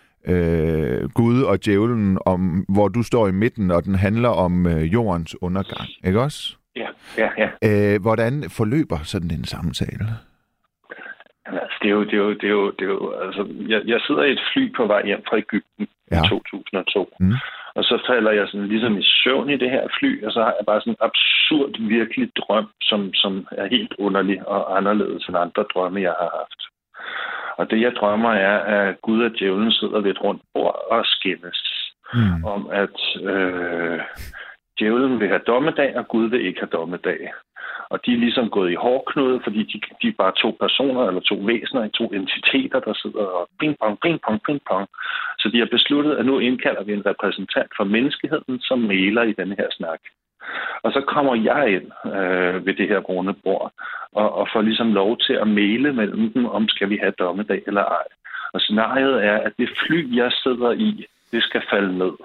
Speaker 3: øh, Gud og djævlen, om, hvor du står i midten, og den handler om øh, jordens undergang, ikke også?
Speaker 4: Ja, ja, ja.
Speaker 3: Øh, hvordan forløber sådan en samtale?
Speaker 4: Altså, det er jo, det er jo, det er jo, det er jo altså, jeg, jeg sidder i et fly på vej hjem fra Egypten ja. i to tusind og to. Mm. Og så falder jeg sådan ligesom i søvn i det her fly, og så har jeg bare sådan en absurd, virkelig drøm, som, som er helt underlig og anderledes end andre drømme, jeg har haft. Og det, jeg drømmer, er, at Gud og djævlen sidder ved et rundt bord og skændes mm. om, at øh, djævlen vil have dommedag, og Gud vil ikke have dommedag. Og de er ligesom gået i hårdknude, fordi de, de er bare to personer, eller to væsener, to entiteter, der sidder og ping-pong, ping-pong, ping-pong. Så de har besluttet, at nu indkalder vi en repræsentant for menneskeheden, som mæler i denne her snak. Og så kommer jeg ind øh, ved det her runde bord, og, og får ligesom lov til at mæle mellem dem, om skal vi have dommedag eller ej. Og scenariet er, at det fly, jeg sidder i, det skal falde ned.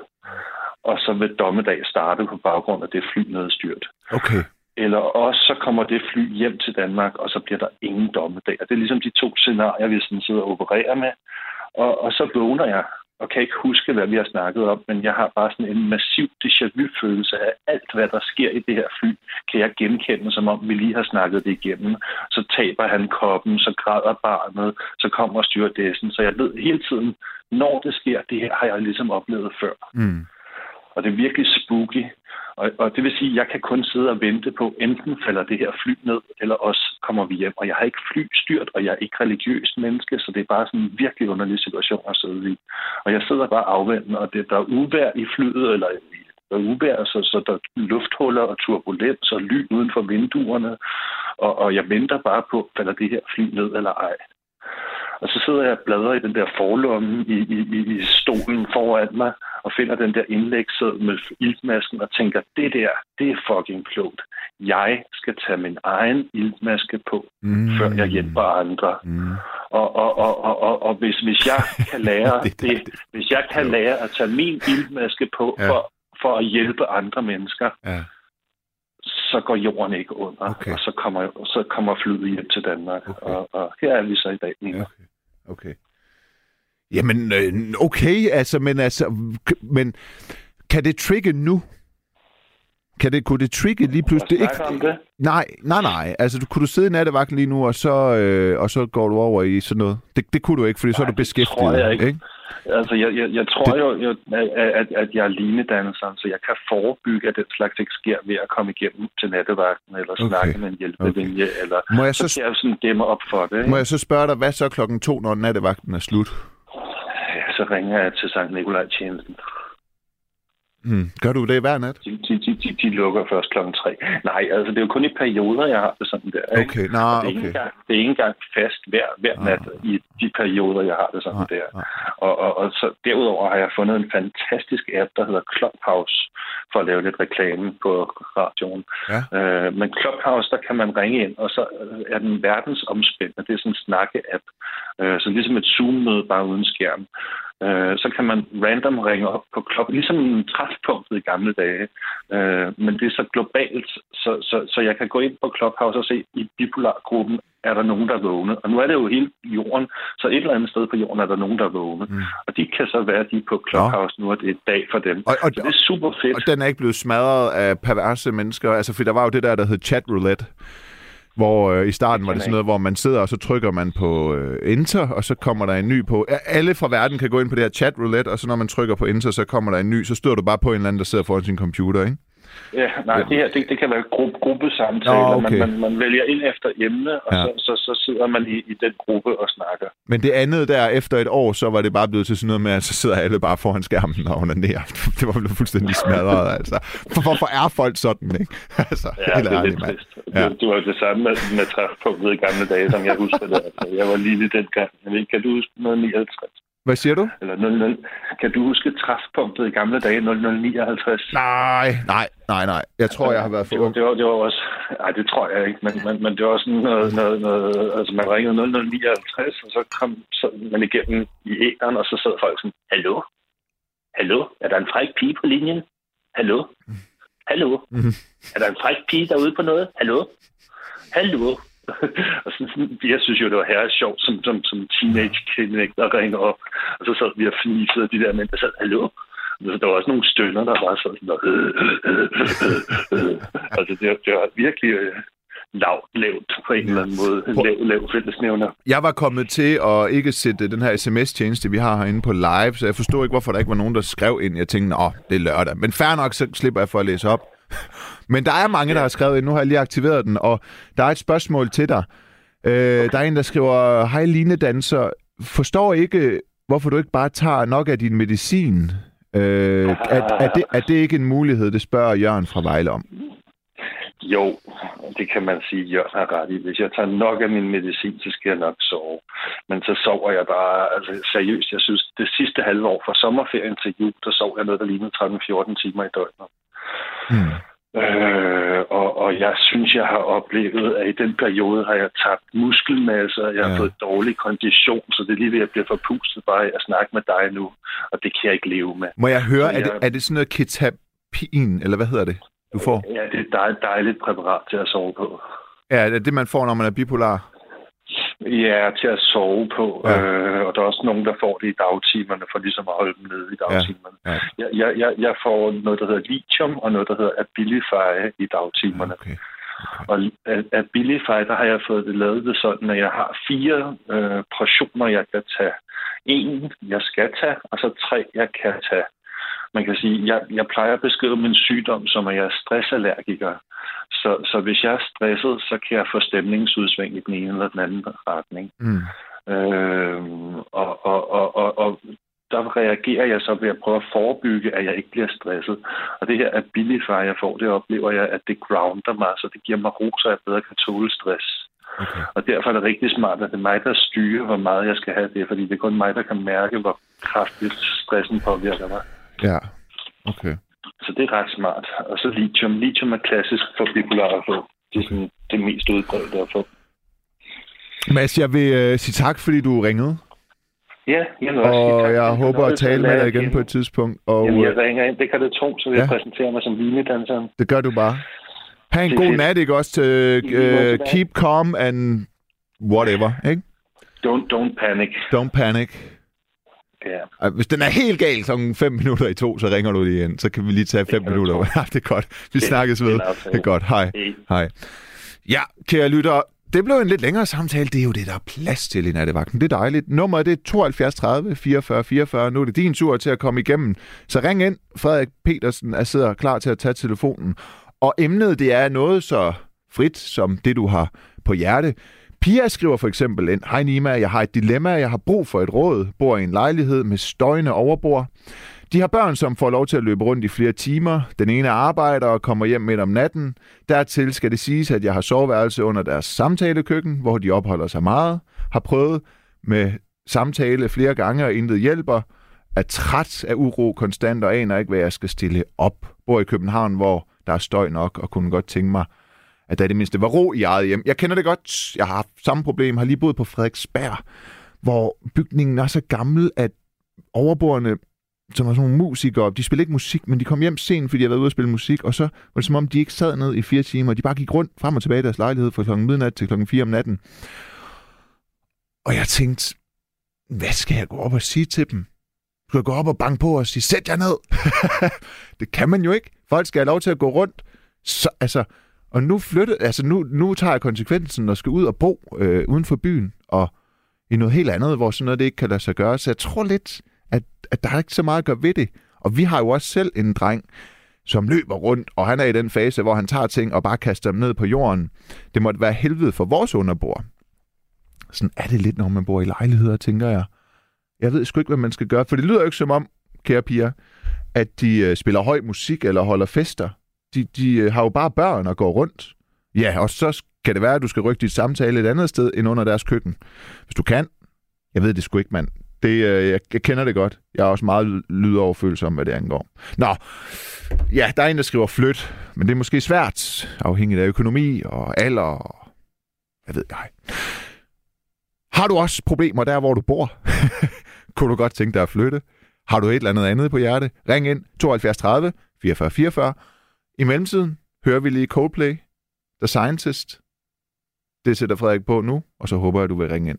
Speaker 4: Og så vil dommedag starte på baggrund af det fly nedstyrt.
Speaker 3: Okay.
Speaker 4: Eller også så kommer det fly hjem til Danmark, og så bliver der ingen dommedag. Og det er ligesom de to scenarier, vi sådan sidder og opererer med. Og, og så vågner jeg, og kan ikke huske, hvad vi har snakket om, men jeg har bare sådan en massiv déjà vu-følelse af alt, hvad der sker i det her fly, kan jeg genkende, som om vi lige har snakket det igennem. Så taber han koppen, så græder barnet, så kommer styredessen. Så jeg ved hele tiden, når det sker, det her har jeg ligesom oplevet før. Mm. Og det er virkelig spooky. Og, og det vil sige, at jeg kan kun sidde og vente på, enten falder det her fly ned, eller også kommer vi hjem. Og jeg har ikke flystyrt, og jeg er ikke religiøst menneske, så det er bare sådan en virkelig underlig situation at sidde i. Og jeg sidder bare afventende, og det, der er uvejr i flyet, eller der er uvejr, så, så der er lufthuller og turbulens og lyn uden for vinduerne. Og, og jeg venter bare på, falder det her fly ned eller ej. Og så sidder jeg og bladrer i den der forlomme i, i, i stolen foran mig, og finder den der indlægsseddel med iltmasken og tænker, det der, det er fucking klogt. Jeg skal tage min egen iltmaske på, mm. før jeg hjælper andre. Mm. Og, og, og, og, og, og hvis, hvis jeg kan lære det, det, det, hvis jeg kan lære at tage min iltmaske på ja. for, for at hjælpe andre mennesker, ja. så går jorden ikke under, okay. og så kommer, så kommer flyet hjem til Danmark. Okay. Og, og her er vi så i dag, Nina.
Speaker 3: Okay. okay. Jamen, okay, altså, men altså, men kan det trigge nu? Kan det, kunne det trigge lige pludselig? Ikke, det? Nej, nej, nej. Altså, kunne du sidde i nattevagten lige nu, og så, øh, og så går du over i sådan noget? Det, det kunne du ikke, fordi nej, så er du beskæftiget,
Speaker 4: jeg ikke?
Speaker 3: ikke?
Speaker 4: Altså, jeg, jeg, jeg tror det... jo, jo at, at jeg er linedannelsen, så jeg kan forebygge, at den slags ikke sker ved at komme igennem til nattevagten, eller okay. snakke med en hjælpelinje, okay. eller må jeg så, så kan jeg sådan dæmme op for det. Ikke?
Speaker 3: Må jeg så spørge dig, hvad så klokken to, når nattevagten er slut?
Speaker 4: Ja, så ringer jeg til Sankt Nikolaj-tjenesten.
Speaker 3: Mm. Gør du det hver nat?
Speaker 4: De, de, de, de lukker først klokken tre. Nej, altså det er jo kun i perioder, jeg har det sådan der. Ikke?
Speaker 3: Okay, nej,
Speaker 4: det, er
Speaker 3: okay.
Speaker 4: Engang, det er ikke engang fast hver, hver
Speaker 3: ah.
Speaker 4: nat i de perioder, jeg har det sådan ah. der.
Speaker 3: Ah.
Speaker 4: Og, og, og så derudover har jeg fundet en fantastisk app, der hedder Clubhouse, for at lave lidt reklame på radioen.
Speaker 3: Ja.
Speaker 4: Øh, men Clubhouse, der kan man ringe ind, og så er den verdensomspændende. Det er sådan en snakke-app. Øh, så ligesom et Zoom-møde, bare uden skærm. Øh, så kan man random ringe op på Club, ligesom en træfpunktet i gamle dage. Øh, men det er så globalt, så, så, så jeg kan gå ind på Clubhouse og se, i bipolargruppen er der nogen, der er vågne. Og nu er det jo hele jorden, så et eller andet sted på jorden er der nogen, der er vågne. Mm. Og de kan så være de på Clubhouse ja. Nu, er det et dag for dem.
Speaker 3: Og, og,
Speaker 4: det er super fedt.
Speaker 3: Og den er ikke blevet smadret af perverse mennesker. Altså, for der var jo det der, der hed chat roulette. Hvor øh, i starten var det sådan noget, hvor man sidder, og så trykker man på øh, enter, og så kommer der en ny på. Alle fra verden kan gå ind på det her chat roulette, og så når man trykker på enter, så kommer der en ny. Så støder du bare på en eller anden, der sidder foran sin computer, ikke?
Speaker 4: Ja, nej, det her, det, det kan være gruppe, gruppesamtaler.
Speaker 3: Nå, okay.
Speaker 4: man, man, man vælger ind efter emne, og
Speaker 3: ja.
Speaker 4: så, så, så sidder man i, i den gruppe og snakker.
Speaker 3: Men det andet der, efter et år, så var det bare blevet til sådan noget med, at så sidder alle bare foran skærmen og onanerer. Det var blevet fuldstændig smadret, altså. For, hvorfor er folk sådan, ikke? Altså,
Speaker 4: ja,
Speaker 3: helt
Speaker 4: det er
Speaker 3: ærligt,
Speaker 4: lidt trist.
Speaker 3: Ja.
Speaker 4: Det, det var det samme med, med træfpunktet i gamle dage, som jeg husker det. Altså, jeg var lille dengang. Jeg ved, kan du huske nul nioghalvtreds?
Speaker 3: Hvad siger du?
Speaker 4: Eller nul nul. Kan du huske træfpunktet i gamle dage, nul nul nioghalvtreds?
Speaker 3: Nej, nej, nej, nej. Jeg tror, jeg har været for ung.
Speaker 4: Det var, det var også... Nej, det tror jeg ikke, men, men, men det var sådan noget, noget, noget... Altså, man ringede nul nul nioghalvtreds, og så kom så man igennem i æteren, og så sad folk sådan, hallo? Hallo? Er der en fræk pige på linjen? Hallo? Hallo? Mm-hmm. Er der en fræk pige derude på noget? Hallo? Hallo? Og sådan, jeg synes jo, det var herre sjovt som, som, som teenage-kvinde, der ringer op. Og så sad vi og fnisede de der mænd, der sad, hallo? Så der var også nogle stønner, der var sådan noget. Altså, det, det var virkelig lavt, lavt på en eller anden måde. Lav, lav fællesnævner. Jeg
Speaker 3: var kommet til at ikke sætte den her sms-tjeneste, vi har herinde på live, så jeg forstod ikke, hvorfor der ikke var nogen, der skrev ind. Jeg tænkte, åh, det er lørdag. Men fair nok, så slipper jeg for at læse op. Men der er mange, der har skrevet ind. Nu har jeg lige aktiveret den, og der er et spørgsmål til dig. Øh, okay. Der er en, der skriver, hej Line Danser, forstår ikke, hvorfor du ikke bare tager nok af din medicin? Øh, er, er, det, er det ikke en mulighed? Det spørger Jørgen fra Vejle om.
Speaker 4: Jo, det kan man sige, Jørgen har ret i. Hvis jeg tager nok af min medicin, så skal jeg nok sove. Men så sover jeg bare, altså seriøst, jeg synes, det sidste halve år fra sommerferien til jul, der sov jeg noget, der lignede tretten til fjorten timer i døgnet. Hmm. Øh, og, og jeg synes, jeg har oplevet, at i den periode har jeg tabt muskelmasse, jeg har ja. fået dårlig kondition, så det er lige ved at blive forpustet bare at snakke med dig nu, og det kan jeg ikke leve med.
Speaker 3: Må jeg høre, jeg... Er, det, er det sådan noget ketapin, eller hvad hedder det, du får?
Speaker 4: Ja, det er et dejligt præparat til at sove på.
Speaker 3: Ja, det er det, man får, når man er bipolar?
Speaker 4: Ja, til at sove på, ja. øh, og der er også nogen, der får det i dagtimerne, for ligesom at holde dem nede i dagtimerne. Ja. Ja. Jeg, jeg, jeg får noget, der hedder lithium, og noget, der hedder Abilify i dagtimerne. Okay. Okay. Og Abilify, der har jeg fået det lavet det sådan, at jeg har fire øh, portioner, jeg kan tage. En, jeg skal tage, og så tre, jeg kan tage. Man kan sige, jeg, jeg plejer at beskrive min sygdom som, at jeg er stressallergiker. Så, så hvis jeg er stresset, så kan jeg få stemningsudsving i den ene eller den anden retning. Mm. Øhm, og, og, og, og, og der reagerer jeg så ved at prøve at forebygge, at jeg ikke bliver stresset. Og det her Abilify, jeg får, det oplever jeg, at det grounder mig, så det giver mig ro, så jeg bedre kan tåle stress. Okay. Og derfor er det rigtig smart, at det er mig, der styrer, hvor meget jeg skal have det, fordi det er kun mig, der kan mærke, hvor kraftigt stressen påvirker mig.
Speaker 3: Ja, okay.
Speaker 4: Så det er ret smart. Og så lithium. Lithium er klassisk for bipolar at få. Det er sådan det mest udbredte at få.
Speaker 3: Mads, jeg vil uh, sige tak, fordi du ringede.
Speaker 4: Ja, jeg vil også
Speaker 3: og
Speaker 4: sige tak.
Speaker 3: jeg håber at tale med dig igen, igen på et tidspunkt. Og,
Speaker 4: Jamen, jeg ringer ind. Det kan det tro, så vil ja. jeg præsentere mig som linedanseren.
Speaker 3: Det gør du bare. Ha' en god fedt. Nat, ikke også? Til, uh, keep calm and whatever, ikke?
Speaker 4: Don't, don't panic.
Speaker 3: Don't panic.
Speaker 4: Ja.
Speaker 3: Hvis den er helt galt sådan fem minutter i to, så ringer du lige ind. Så kan vi lige tage fem minutter. Ja, det er godt. Vi det, snakkes ved. Det er godt. Hej. Hey. Hej. Ja, kære lytter. Det blev en lidt længere samtale. Det er jo det, der er plads til i nattevagten. Det er dejligt. Nummeret det er tooghalvfjerds tredive fireogfyrre fireogfyrre. Nu er det din tur til at komme igennem. Så ring ind. Frederik Petersen er sidder klar til at tage telefonen. Og emnet, det er noget så frit som det, du har på hjerte. Pia skriver for eksempel ind, hej Nima, jeg har et dilemma, jeg har brug for et råd, bor i en lejlighed med støjende overbord. De har børn, som får lov til at løbe rundt i flere timer. Den ene arbejder og kommer hjem midt om natten. Dertil skal det siges, at jeg har soveværelse under deres samtalekøkken, hvor de opholder sig meget. Har prøvet med samtale flere gange og intet hjælper. Er træt af uro konstant og aner ikke, hvad jeg skal stille op. Bor i København, hvor der er støj nok, og kunne godt tænke mig, at der i det mindste var ro i eget hjem. Jeg kender det godt. Jeg har haft samme problem. Har lige boet på Frederiksberg, hvor bygningen er så gammel, at overboerne, som er sådan nogle musikere, de spiller ikke musik, men de kom hjem sent, fordi de havde været ude at spille musik, og så var det som om, de ikke sad ned i fire timer. De bare gik rundt frem og tilbage i deres lejlighed fra klokken midnat til klokken fire om natten. Og jeg tænkte, hvad skal jeg gå op og sige til dem? Skal jeg gå op og banke på og sige, sæt jer ned? Det kan man jo ikke. Folk skal have lov til at gå rundt. Så, altså, og nu flytte, altså nu, nu tager jeg konsekvensen og skal ud og bo øh, uden for byen, og i noget helt andet, hvor sådan noget det ikke kan lade sig gøre. Så jeg tror lidt, at, at der er ikke så meget at gøre ved det. Og vi har jo også selv en dreng, som løber rundt, og han er i den fase, hvor han tager ting og bare kaster dem ned på jorden. Det måtte være helvede for vores underbord. Sådan er det lidt, når man bor i lejligheder, tænker jeg. Jeg ved sgu ikke, hvad man skal gøre, for det lyder jo ikke som om, kære piger, at de øh, spiller høj musik eller holder fester. De, de øh, har jo bare børn og går rundt. Ja, og så kan det være, at du skal rykke dit samtale et andet sted end under deres køkken. Hvis du kan. Jeg ved det sgu ikke, mand. Det, øh, jeg, jeg kender det godt. Jeg er også meget lydoverfølsom, hvad det angår. Nå, ja, der er en, der skriver flyt, men det er måske svært, afhængigt af økonomi og alder og jeg ved jeg. Har du også problemer der, hvor du bor? Kunne du godt tænke dig at flytte? Har du et eller andet andet på hjerte? Ring ind tooghalvfjerds tredive fireogfyrre fireogfyrre. I mellemtiden hører vi lige Coldplay, The Scientist. Det sætter Frederik på nu, og så håber jeg, at du vil ringe ind.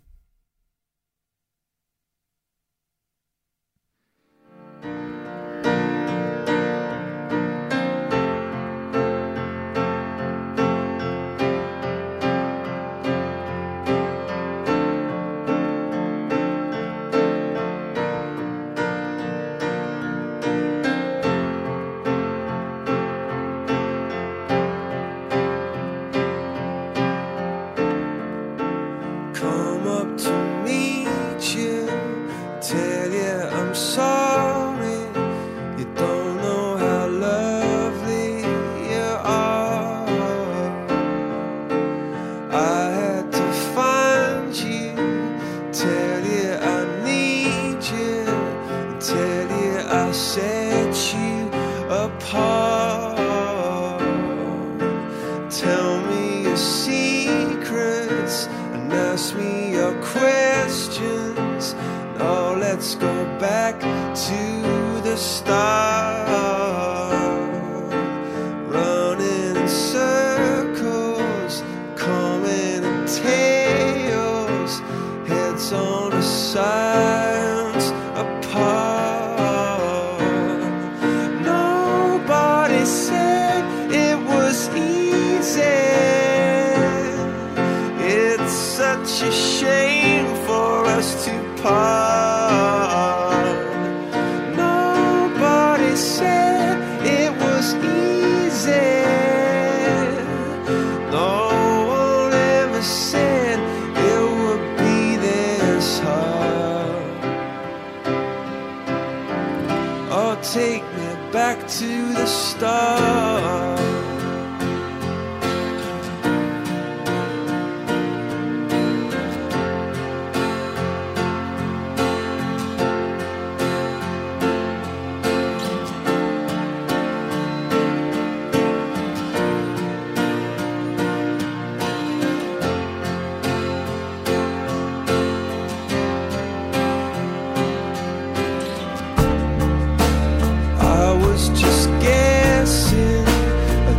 Speaker 2: Just guessing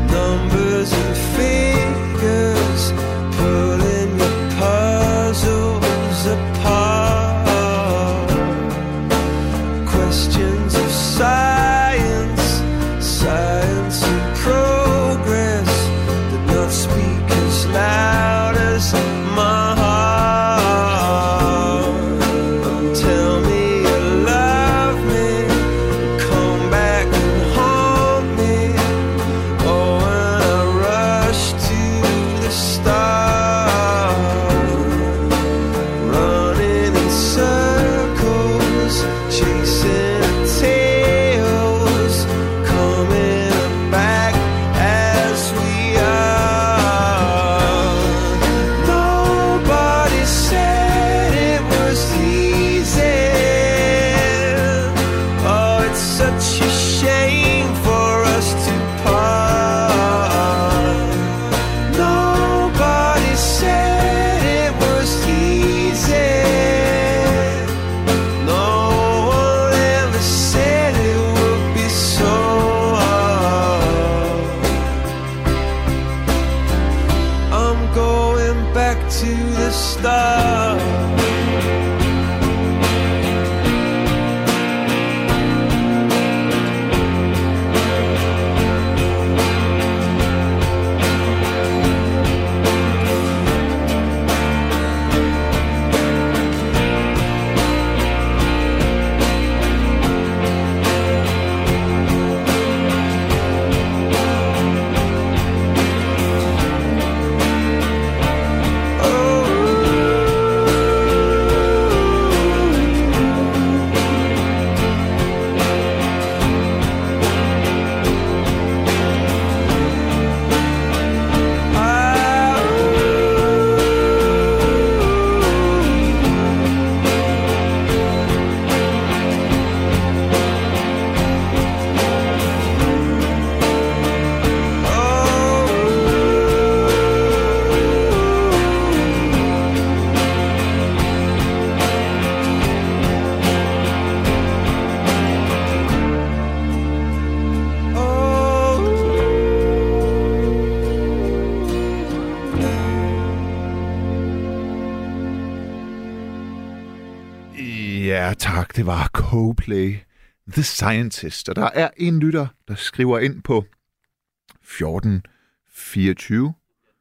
Speaker 3: Ja, tak. Det var Coldplay, The Scientist. Og der er en lytter, der skriver ind på fjorten fireogtyve.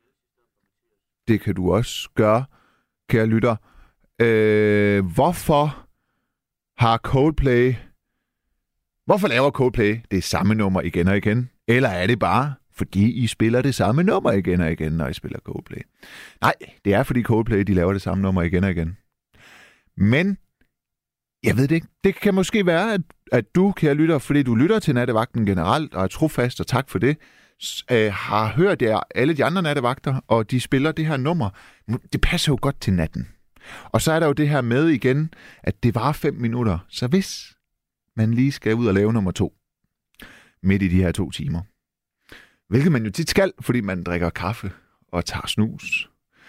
Speaker 3: Det kan du også gøre, kære lytter. Øh, hvorfor har Coldplay... Hvorfor laver Coldplay det samme nummer igen og igen? Eller er det bare, fordi I spiller det samme nummer igen og igen, når I spiller Coldplay? Nej, det er, fordi Coldplay de laver det samme nummer igen og igen. Men jeg ved det ikke. Det kan måske være, at, at du, kære lytter, fordi du lytter til Nattevagten generelt, og er trofast, og tak for det, øh, har hørt jer, alle de andre nattevagter, og de spiller det her nummer. Det passer jo godt til natten. Og så er der jo det her med igen, at det var fem minutter. Så hvis man lige skal ud og lave nummer to, midt i de her to timer, hvilket man jo tit skal, fordi man drikker kaffe og tager snus,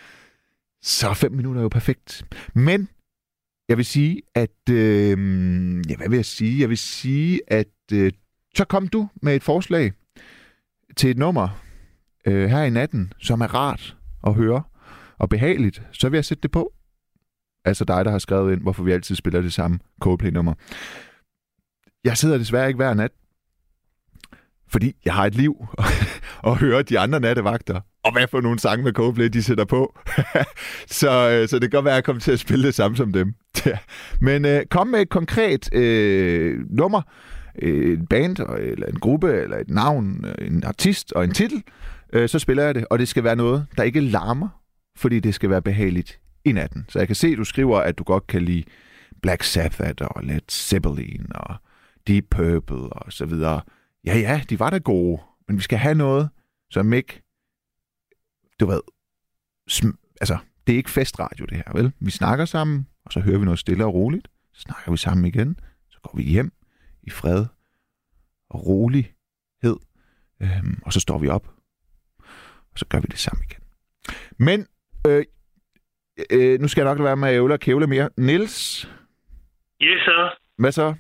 Speaker 3: så fem minutter er jo perfekt. Men jeg vil sige, at... Øh, ja, hvad vil jeg sige? Jeg vil sige, at... Øh, så kom du med et forslag til et nummer øh, her i natten, som er rart at høre og behageligt. Så vil jeg sætte det på. Altså dig, der har skrevet ind, hvorfor vi altid spiller det samme Coldplay-nummer. Jeg sidder desværre ikke hver nat, fordi jeg har et liv og hører de andre nattevagter. Og hvad for nogle sange med Coldplay, de sætter på. så, så det kan godt være, at jeg kommer til at spille det samme som dem. Men øh, kom med et konkret øh, nummer, øh, en band, eller en gruppe, eller et navn, en artist og en titel. Øh, så spiller jeg det, og det skal være noget, der ikke larmer, fordi det skal være behageligt i natten. Så jeg kan se, at du skriver, at du godt kan lide Black Sabbath og Led Zeppelin og Deep Purple og så videre. Ja, ja, de var da gode, men vi skal have noget, som ikke, du ved, sm- altså, det er ikke festradio det her, vel? Vi snakker sammen, og så hører vi noget stille og roligt. Så snakker vi sammen igen, så går vi hjem i fred og rolighed, øhm, og så står vi op, og så gør vi det sammen igen. Men, øh, øh, nu skal jeg nok lade være med at ævle og kævle mere. Niels?
Speaker 5: Yes, sir.
Speaker 3: Hvad så?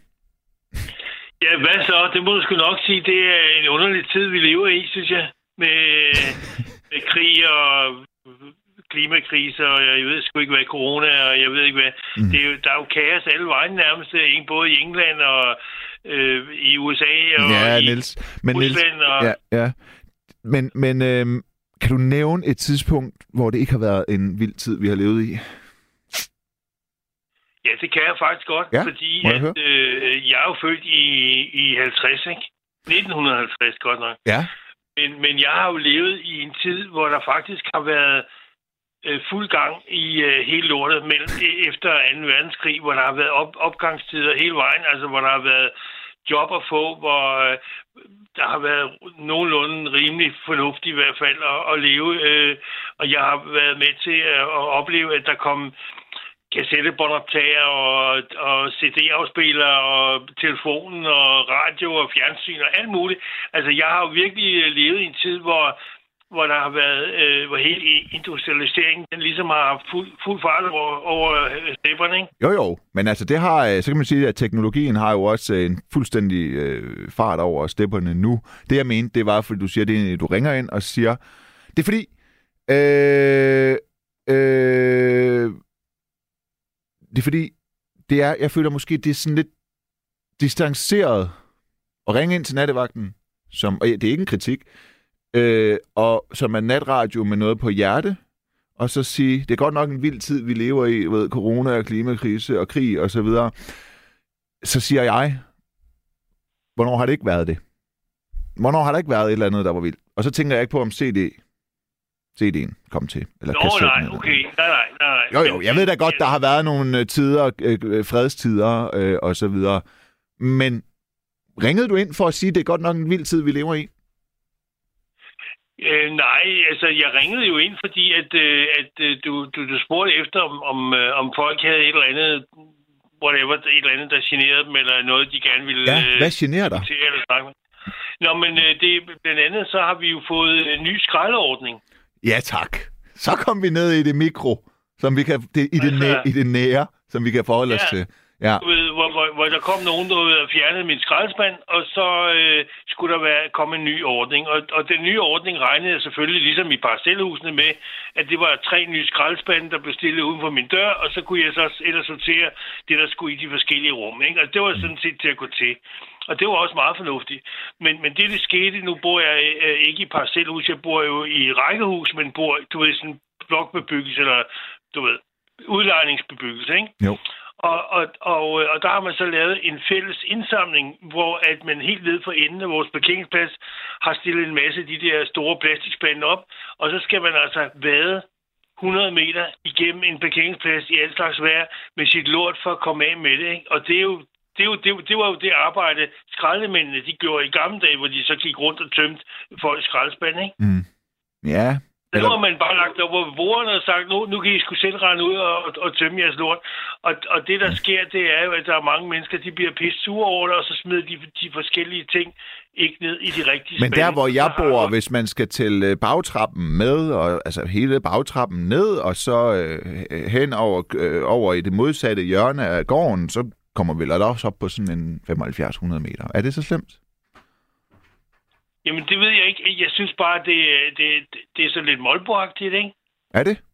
Speaker 5: Ja, hvad så? Det må du sgu nok sige. Det er en underlig tid, vi lever i, synes jeg. Med, med krig og klimakriser, og jeg ved sgu ikke, hvad corona er, og jeg ved ikke, hvad... Mm. Det er jo, der er jo kaos alle vejen nærmest, både i England og øh, i U S A og
Speaker 3: ja,
Speaker 5: i
Speaker 3: Niels. Men
Speaker 5: Rusland.
Speaker 3: Niels,
Speaker 5: og...
Speaker 3: ja, ja. Men, men øh, kan du nævne et tidspunkt, hvor det ikke har været en vild tid, vi har levet i?
Speaker 5: Ja, det kan jeg faktisk godt,
Speaker 3: ja,
Speaker 5: fordi at, jeg, øh, jeg er jo født i, i halvtreds, ikke? nitten halvtreds godt nok.
Speaker 3: Ja.
Speaker 5: Men, men jeg har jo levet i en tid, hvor der faktisk har været øh, fuld gang i øh, hele lortet mellem, efter anden verdenskrig, hvor der har været op, opgangstider hele vejen, altså hvor der har været job at få, hvor øh, der har været nogenlunde rimelig fornuftigt i hvert fald at, at leve. Øh, og jeg har været med til at, at opleve, at der kom kassettebåndoptager og, og C D-afspillere og telefonen og radio og fjernsyn og alt muligt. Altså, jeg har jo virkelig levet i en tid, hvor, hvor der har været, øh, hvor hele industrialiseringen, den ligesom har haft fuld, fuld fart over, over stepperne, ikke?
Speaker 3: Jo, jo. Men altså, det har, så kan man sige, at teknologien har jo også en fuldstændig øh, fart over stepperne nu. Det, jeg mente, det var, fordi du siger, det du ringer ind og siger, det er fordi, øh, øh, det er fordi, det er, jeg føler måske, det er sådan lidt distanceret at ringe ind til nattevagten, som, og det er ikke en kritik, øh, og som er natradio med noget på hjerte, og så sige, det er godt nok en vild tid, vi lever i, ved corona og klimakrise og krig og så videre. Så siger jeg, hvornår har det ikke været det? Hvornår har der ikke været et eller andet, der var vildt? Og så tænker jeg ikke på, om C D C D'en kom til. Eller
Speaker 5: Nå, nej, okay. Nej, nej, nej.
Speaker 3: Jo, jo, jeg ved da godt, der har været nogle tider, øh, fredstider øh, og så videre. Men ringede du ind for at sige, at det er godt nok en vild tid, vi lever i?
Speaker 5: Øh, nej, altså jeg ringede jo ind, fordi at, øh, at øh, du, du, du spurgte efter, om, om, øh, om folk havde et eller andet, whatever, et eller andet, der generede dem, eller noget, de gerne ville...
Speaker 3: Ja, hvad generer dig?
Speaker 5: Nå, men øh, det, blandt andet, så har vi jo fået en ny skraldeordning.
Speaker 3: Ja, tak. Så kom vi ned i det mikro, som vi kan, det, i, det næ, i det nære, som vi kan forholde os
Speaker 5: ja.
Speaker 3: til. Ja.
Speaker 5: Du ved, hvor, hvor, hvor der kom nogen, der havde fjernet min skraldespand, og så øh, skulle der være komme en ny ordning. Og, og den nye ordning regnede jeg selvfølgelig, ligesom i parcelhusene, med, at det var tre nye skraldespande, der blev stillet uden for min dør, og så kunne jeg så ellers sortere det, der skulle i de forskellige rum. Ikke? Og det var sådan set til at gå til. Og det var også meget fornuftigt. Men, men det, det skete, nu bor jeg øh, ikke i parcelhus, jeg bor jo i rækkehus, men bor, du ved, sådan blokbebyggelse, eller du ved, udlejningsbebyggelse, ikke?
Speaker 3: Jo.
Speaker 5: Og, og, og, og der har man så lavet en fælles indsamling, hvor at man helt ned for enden af vores parkeringsplads har stillet en masse af de der store plastikspande op, og så skal man altså vade hundrede meter igennem en parkeringsplads i alt slags vejr med sit lort for at komme af med det, ikke? Og det er jo Det, er jo, det, det var jo det arbejde, skraldemændene, de gjorde i gamle dage, hvor de så gik rundt og tømte folks skraldespand, ikke?
Speaker 3: Mm. Ja.
Speaker 5: Så
Speaker 3: Eller...
Speaker 5: nu har man bare lagt op på bordene og sagt, nu, nu kan I sgu selv rende ud og, og, og tømme jeres lort. Og, og det, der sker, det er jo, at der er mange mennesker, de bliver pisse sure over det, og så smider de de forskellige ting ikke ned i de rigtige
Speaker 3: Men
Speaker 5: spande.
Speaker 3: der, hvor jeg bor, hvis man skal til bagtrappen med, og, altså hele bagtrappen ned, og så øh, hen over, øh, over i det modsatte hjørne af gården, så kommer vel også op på sådan en femoghalvfjerds hundrede meter. Er det så slemt?
Speaker 5: Jamen, det ved jeg ikke. Jeg synes bare, det, det, det er så lidt målboragtigt, ikke?
Speaker 3: Er det?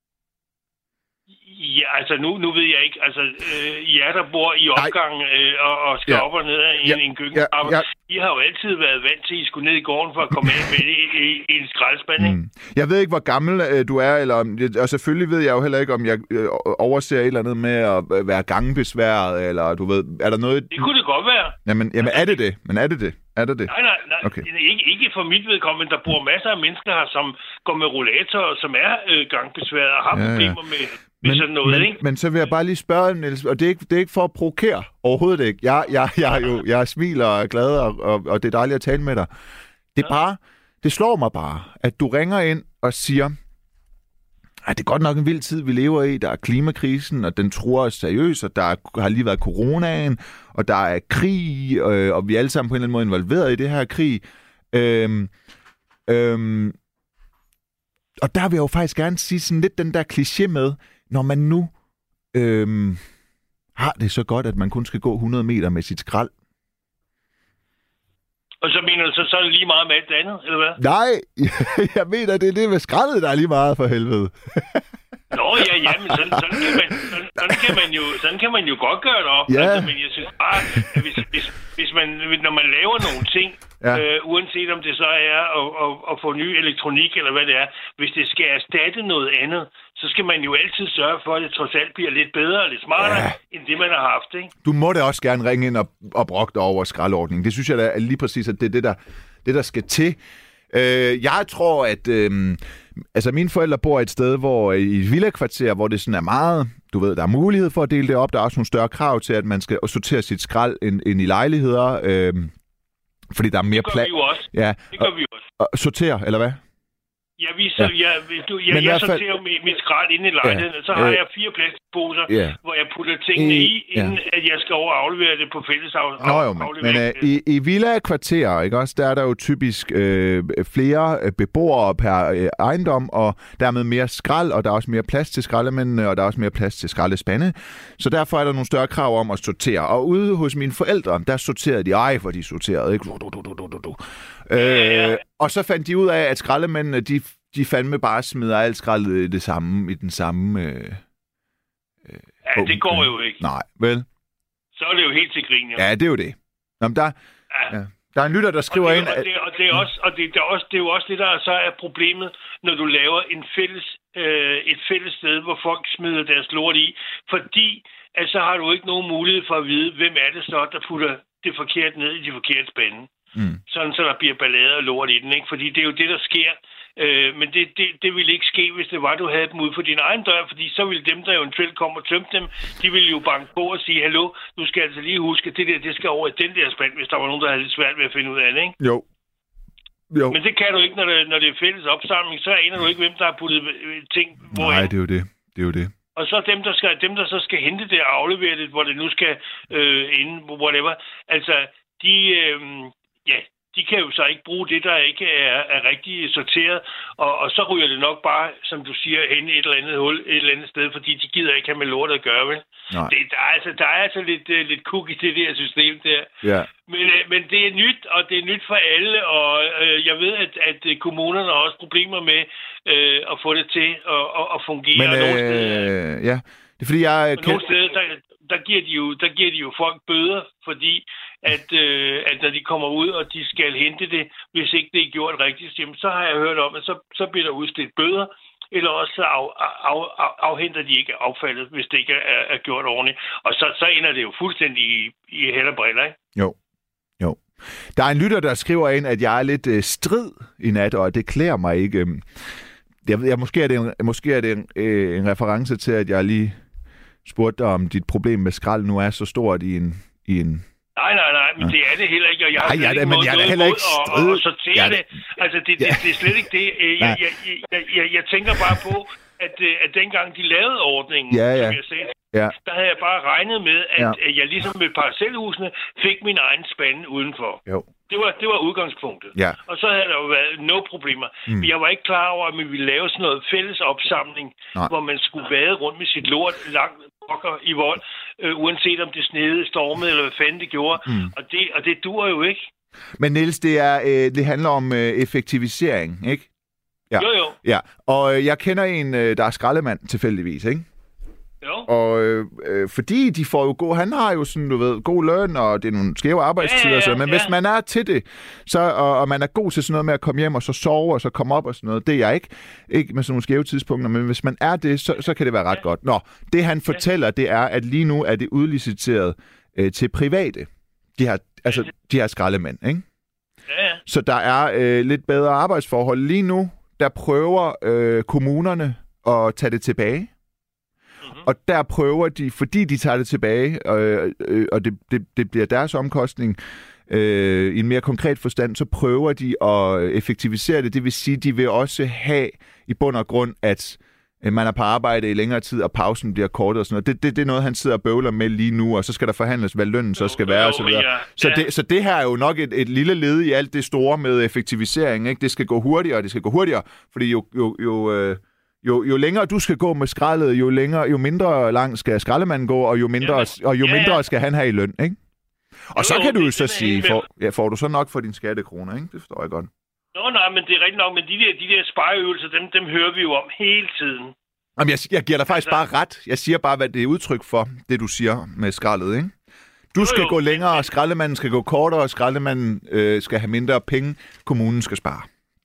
Speaker 5: Ja, altså nu, nu ved jeg ikke, altså øh, jer, der bor i opgangen øh, og, og skal ja. op og ned i ja. en, en køkkentrappe, ja. ja. I har jo altid været vant til, at I skulle ned i gården for at komme ind med i, i, i en skraldespand, ikke?
Speaker 3: Mm. Jeg ved ikke, hvor gammel øh, du er, eller, og selvfølgelig ved jeg jo heller ikke, om jeg øh, overser et eller andet med at øh, være gangbesværet, eller du ved, er der noget...
Speaker 5: Det kunne det godt være.
Speaker 3: Jamen, jamen er det det? Men er det det? Er det det?
Speaker 5: Nej, nej, nej. Okay. Ikke, ikke for mit vedkommende. Der bor masser af mennesker her, som går med rollator, og som er øh, gangbesværet og har ja, problemer ja. med...
Speaker 3: Men,
Speaker 5: sådan noget,
Speaker 3: men,
Speaker 5: ikke?
Speaker 3: men så vil jeg bare lige spørge, Niels, og det er ikke, det er ikke for at provokere, overhovedet ikke. Jeg, jeg, jeg, er jo, jeg smiler og er glad, og, og, og det er dejligt at tale med dig. Det er ja. bare, det slår mig bare, at du ringer ind og siger, at det er godt nok en vild tid, vi lever i. Der er klimakrisen, og den truer os seriøst, og der er, har lige været coronaen, og der er krig, øh, og vi er alle sammen på en eller anden måde involveret i det her krig. Øhm, øhm, og der vil jeg jo faktisk gerne sige sådan lidt den der kliché med, når man nu øhm, har det så godt, at man kun skal gå hundrede meter med sit skrald.
Speaker 5: Og så mener du, så, så er det lige meget med alt andet, eller hvad?
Speaker 3: Nej, jeg mener, det er det med skraldet, der er lige meget for helvede.
Speaker 5: Nå, ja, ja, men sådan, sådan, kan man, sådan, sådan, kan man jo, sådan kan man jo godt gøre det op.
Speaker 3: Ja.
Speaker 5: Altså, men jeg synes bare, at hvis, hvis, hvis man, når man laver nogle ting, ja. øh, uanset om det så er at, at, at få ny elektronik, eller hvad det er, hvis det skal erstatte noget andet, så skal man jo altid sørge for, at det trods alt bliver lidt bedre og lidt smartere, ja. end det, man har haft, ikke?
Speaker 3: Du må da også gerne ringe ind og, og brokke dig over skraldordningen. Det synes jeg da er lige præcis, at det er det, der, det, der skal til. Øh, jeg tror, at øh, altså mine forældre bor et sted, hvor i et villakvarter, hvor det sådan er meget, du ved, der er mulighed for at dele det op. Der er også nogle større krav til, at man skal sortere sit skrald ind, ind i lejligheder, øh, fordi der er mere plads.
Speaker 5: Det gør vi jo også.
Speaker 3: Ja,
Speaker 5: det gør vi jo også.
Speaker 3: Og, og sortere, eller hvad?
Speaker 5: Ja, vi, så, ja. jeg, du, jeg, jeg sorterer jo mit, mit skrald inde i lejligheden, ja. og så har øh, jeg fire plastikposer, ja. hvor jeg putter tingene I, i, inden ja. at jeg skal over aflevere det på fælles af,
Speaker 3: Nå jo, men, men øh, i, i villa-kvarterer, ikke også, der er der jo typisk øh, flere beboere per øh, ejendom, og dermed mere skrald, og der er også mere plads til skraldemændene, og der er også mere plads til skraldespande. Så derfor er der nogle større krav om at sortere. Og ude hos mine forældre, der sorterede de, ej, hvor de sorterede, ikke? Du, du, du, du, du, du. Øh, ja, ja. Og så fandt de ud af, at skraldemændene, de, de fandme bare smider alt skraldet i det samme, i den samme... Øh,
Speaker 5: øh, ja, det går jo ikke.
Speaker 3: Nej, vel?
Speaker 5: Så er det jo helt til grin, jo.
Speaker 3: Ja, det er jo det. Nå, men der, ja. Ja, der er en lytter, der skriver
Speaker 5: og det,
Speaker 3: ind...
Speaker 5: Og det, og det er også, og det, det er også, det er jo også det, der så er problemet, når du laver en fælles, øh, et fælles sted, hvor folk smider deres lort i. Fordi, altså, så har du ikke nogen mulighed for at vide, hvem er det så, der putter det forkert ned i de forkerte spande. Mm. Sådan, så der bliver ballade og lort i den, ikke? Fordi det er jo det, der sker. Øh, men det, det, det ville ikke ske, hvis det var, du havde dem ude for din egen dør, fordi så ville dem, der eventuelt komme og tømte dem, de ville jo banke på og sige, hallo, du skal altså lige huske, at det der, det skal over i den der spand, hvis der var nogen, der havde lidt svært ved at finde ud af det, ikke?
Speaker 3: Jo. Jo.
Speaker 5: Men det kan du ikke, når det, når det er fælles opsamling, så aner du ikke, hvem der har puttet ting hvor.
Speaker 3: Nej, det er jo det. Det er jo det.
Speaker 5: Og så dem, der, skal, dem, der så skal hente det og aflevere det, hvor det nu skal øh, inde, whatever, altså, de... Øh, Ja, de kan jo så ikke bruge det, der ikke er, er rigtig sorteret, og, og så ryger det nok bare, som du siger, hen et eller andet hul, et eller andet sted, fordi de gider ikke have med lort at gøre, vel? Det, der, er altså, der er altså lidt, uh, lidt kuk i det der system der.
Speaker 3: Ja.
Speaker 5: Men, uh, men det er nyt, og det er nyt for alle, og uh, jeg ved, at, at kommunerne har også problemer med uh, at få det til at, at, at fungere.
Speaker 3: Men,
Speaker 5: nogle
Speaker 3: øh,
Speaker 5: steder,
Speaker 3: ja, det er fordi, jeg...
Speaker 5: Kan... Nogle steder, der, der, giver de jo, der giver de jo folk bøder, fordi at, øh, at når de kommer ud, og de skal hente det, hvis ikke det er gjort rigtigt, jamen, så har jeg hørt om, at så, så bliver der udstedt bøder, eller også af, af, af, afhenter de ikke affaldet, hvis det ikke er, er gjort ordentligt. Og så, så ender det jo fuldstændig i, i held og briller, ikke?
Speaker 3: Jo, jo. Der er en lytter, der skriver ind, at jeg er lidt øh, strid i nat, og det klæder mig ikke. Jeg, jeg, måske er det, en, måske er det en, øh, en reference til, at jeg lige spurgte dig, om dit problem med skrald nu er så stort i en... I en
Speaker 5: Nej, nej, nej, men ja. Det er det heller ikke, og jeg har
Speaker 3: nej, ja, men jeg er heller ikke
Speaker 5: og, og, og sortere ja, det. Altså, det, det,
Speaker 3: ja.
Speaker 5: det er slet ikke det. Jeg, jeg, jeg, jeg, jeg tænker bare på, at, at dengang de lavede ordningen,
Speaker 3: ja, ja.
Speaker 5: som jeg sagde,
Speaker 3: ja.
Speaker 5: der havde jeg bare regnet med, at
Speaker 3: ja.
Speaker 5: jeg ligesom med parcelhusene fik min egen spande udenfor.
Speaker 3: Jo.
Speaker 5: Det var, det var udgangspunktet.
Speaker 3: Ja.
Speaker 5: Og så havde der jo været no problemer. Mm. Men jeg var ikke klar over, at vi ville lave sådan noget fælles opsamling, nej. Hvor man skulle vade rundt med sit lort langt i vold, øh, uanset om det snede, stormede eller hvad fanden det gjorde. Mm. Og, det, og det dur jo ikke. Men
Speaker 3: Niels, det, er, øh, det handler om øh, effektivisering, ikke? Ja.
Speaker 5: Jo, jo.
Speaker 3: Ja. Og øh, jeg kender en, øh, der er skraldemand tilfældigvis, ikke?
Speaker 5: Jo.
Speaker 3: Og øh, øh, fordi de får jo god, han har jo sådan, du ved, god løn, og det er nogle skæve arbejdstider, ja, ja, ja, så, men ja. Hvis man er til det, så, og, og man er god til sådan noget med at komme hjem og så sove og så komme op og sådan noget, det er jeg ikke, ikke med sådan nogle skæve tidspunkter, men hvis man er det, så, så kan det være ret ja. Godt. Nå, det han fortæller, det er, at lige nu er det udliciteret øh, til private, de her, altså de her skraldemænd, ikke?
Speaker 5: Ja, ja.
Speaker 3: Så der er øh, lidt bedre arbejdsforhold. Lige nu, der prøver øh, kommunerne at tage det tilbage. Og der prøver de, fordi de tager det tilbage, øh, øh, og det, det, det bliver deres omkostning øh, i en mere konkret forstand, så prøver de at effektivisere det. Det vil sige, de vil også have i bund og grund, at øh, man er på arbejde i længere tid, og pausen bliver kortet og sådan noget. Det, det, det er noget, han sidder og bøvler med lige nu, og så skal der forhandles, hvad lønnen så skal være, og så videre. Så det, så det her er jo nok et, et lille led i alt det store med effektivisering, ikke? Det skal gå hurtigere, og det skal gå hurtigere, fordi jo... jo, jo øh, Jo, jo længere du skal gå med skraldet, jo længere, jo mindre lang skal skraldemanden gå, og jo mindre, ja, og jo mindre ja. Skal han have i løn, ikke? Og jo, så kan jo, du jo så sige, får, ja, får du så nok for din skattekroner, ikke? Det forstår jeg godt.
Speaker 5: Nå, nej, men det er rigtigt nok, men de der, de der spareøvelser, dem, dem hører vi jo om hele tiden.
Speaker 3: Jamen, jeg, jeg giver dig faktisk altså... bare ret. Jeg siger bare, hvad det er udtryk for, det du siger med skraldet, ikke? Du skal jo, jo. gå længere, og skraldemanden skal gå kortere, og skraldemanden øh, skal have mindre penge, kommunen skal spare.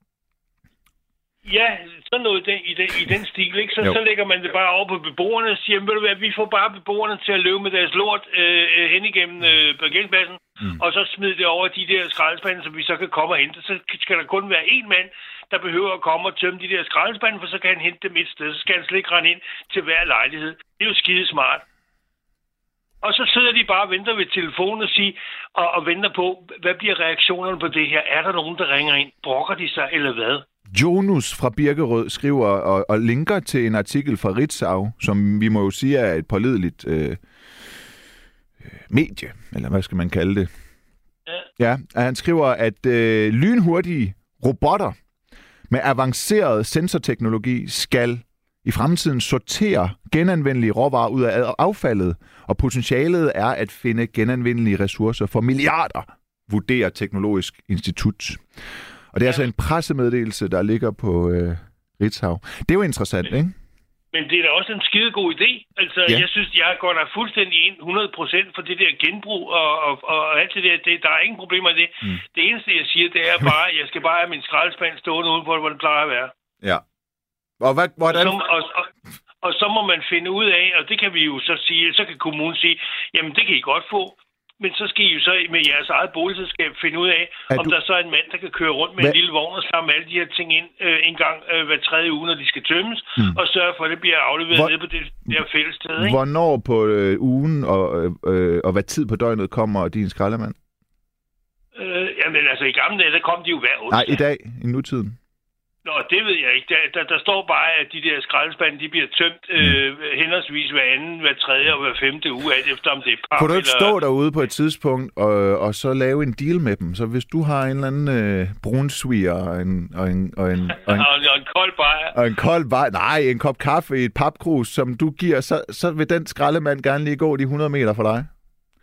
Speaker 5: Ja, sådan noget i den, i den, i den stil, ikke? Så, så lægger man det bare over på beboerne og siger, ved du hvad, vi får bare beboerne til at løbe med deres lort øh, hen igennem øh, parkeringspladsen, mm. og så smide det over de der skraldespande, som vi så kan komme og hente. Så skal der kun være én mand, der behøver at komme og tømme de der skraldespande, for så kan han hente dem et sted. Så skal han slet ikke rende ind til hver lejlighed. Det er jo skide smart. Og så sidder de bare og venter ved telefonen og, siger, og, og venter på, hvad bliver reaktionerne på det her? Er der nogen, der ringer ind? Brokker de sig, eller hvad?
Speaker 3: Jonas fra Birkerød skriver og, og linker til en artikel fra Ritzau, som vi må jo sige er et pålideligt øh, medie, eller hvad skal man kalde det? Ja, ja han skriver, at øh, lynhurtige robotter med avanceret sensorteknologi skal i fremtiden sortere genanvendelige råvarer ud af affaldet, og potentialet er at finde genanvendelige ressourcer for milliarder, vurderer Teknologisk Institut. Og det er ja. Altså en pressemeddelelse, der ligger på øh, Ritzau. Det er jo interessant, ikke?
Speaker 5: Men det er da også en skidegod idé. Altså, ja. Jeg synes, jeg går der fuldstændig ind hundrede procent for det der genbrug og, og, og alt det der. Det, der er ingen problemer i det. Mm. Det eneste, jeg siger, det er bare, at jeg skal bare have min skraldespand stående udenfor, hvor den plejer at være.
Speaker 3: Ja. Og hvad, hvordan...
Speaker 5: Og så, og, og, og så må man finde ud af, og det kan vi jo så sige, så kan kommunen sige, jamen det kan I godt få. Men så skal I jo så med jeres eget boligselskab finde ud af, er om du... der så er en mand, der kan køre rundt med Hva... en lille vogn og samle alle de her ting ind øh, en gang øh, hver tredje uge, når de skal tømmes, mm. og sørge for, at det bliver afleveret Hvor... ned på det der fælles sted. Ikke?
Speaker 3: Hvornår på øh, ugen og, øh, og hvad tid på døgnet kommer din skraldemand?
Speaker 5: Øh, jamen altså i gamle dage, der kom de jo hver onsdag.
Speaker 3: Nej, i dag, i nutiden.
Speaker 5: Nå, det ved jeg ikke. Der, der, der står bare, at de der skraldespande, de bliver tømt øh, henholdsvis hver anden, hver tredje og hver femte uge, alt efter om det er par.
Speaker 3: Kunne du ikke
Speaker 5: eller...
Speaker 3: stå derude på et tidspunkt og, og så lave en deal med dem? Så hvis du har en eller anden øh, brunsviger og en... Og en, og en, og en,
Speaker 5: og en kold bajer.
Speaker 3: Og en kold bajer. Nej, en kop kaffe i et papkrus, som du giver, så, så vil den skraldemand gerne lige gå de hundrede meter for dig.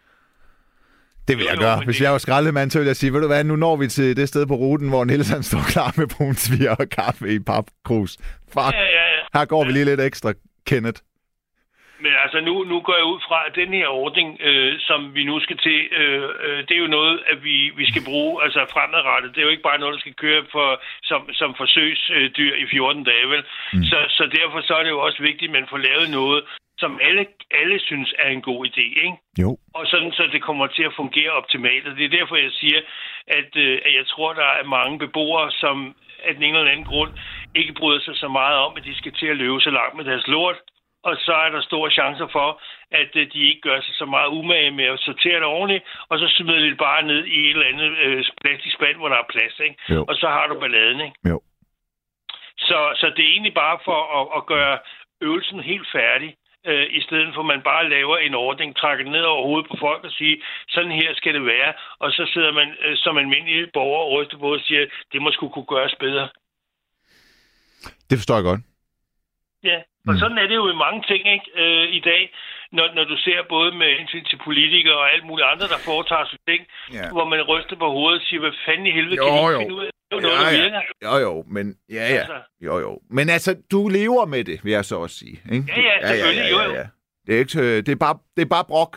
Speaker 3: Det vil jo, jeg gøre. Hvis det... jeg var skraldemand, så vil jeg sige, ved du hvad, nu når vi til det sted på ruten, hvor Niels han står klar med brunsviger og kaffe i papkrus. Fuck. Ja, ja, ja. Her går vi lige lidt ekstra, Kenneth.
Speaker 5: Men altså, nu, nu går jeg ud fra, at den her ordning, øh, som vi nu skal til, øh, øh, det er jo noget, at vi, vi skal bruge altså fremadrettet. Det er jo ikke bare noget, der skal køre for, som, som forsøgsdyr i fjorten dage, vel? Mm. Så, så derfor så er det jo også vigtigt, at man får lavet noget, som alle, alle synes er en god idé, ikke?
Speaker 3: Jo.
Speaker 5: Og sådan, så det kommer til at fungere optimalt. Og det er derfor, jeg siger, at, øh, at jeg tror, der er mange beboere, som af den ene eller anden grund ikke bryder sig så meget om, at de skal til at løbe så langt med deres lort. Og så er der store chancer for, at øh, de ikke gør sig så meget umage med at sortere det ordentligt, og så smider de det bare ned i et eller andet øh, plastikspand, hvor der er plads, ikke?
Speaker 3: Jo.
Speaker 5: Og så har du balladen, ikke?
Speaker 3: Jo.
Speaker 5: Så, så det er egentlig bare for at, at gøre øvelsen helt færdig. Øh, I stedet for, at man bare laver en ordning, trækker den ned over hovedet på folk og siger, sådan her skal det være. Og så sidder man øh, som almindelig borger og ryster på og siger, det må sgu kunne gøres bedre.
Speaker 3: Det forstår jeg godt.
Speaker 5: Ja, og mm. sådan er det jo i mange ting, ikke? Øh, i dag, når, når du ser både med hensyn til politikere og alt muligt andre, der foretager sig ting, yeah. hvor man ryster på hovedet og siger, hvad fanden i helvede
Speaker 3: jo,
Speaker 5: kan I
Speaker 3: jo.
Speaker 5: ikke finde ud af? Det er jo noget,
Speaker 3: ja,
Speaker 5: der
Speaker 3: ja.
Speaker 5: virker.
Speaker 3: Jo, jo, men ja, ja. Altså. Jo, jo. Men altså, du lever med det, vil jeg så også sige. Ikke?
Speaker 5: Ja, ja, selvfølgelig. Ja, ja, ja, ja.
Speaker 3: Jo, jo. Det er, ikke, det, er bare, det er bare brok.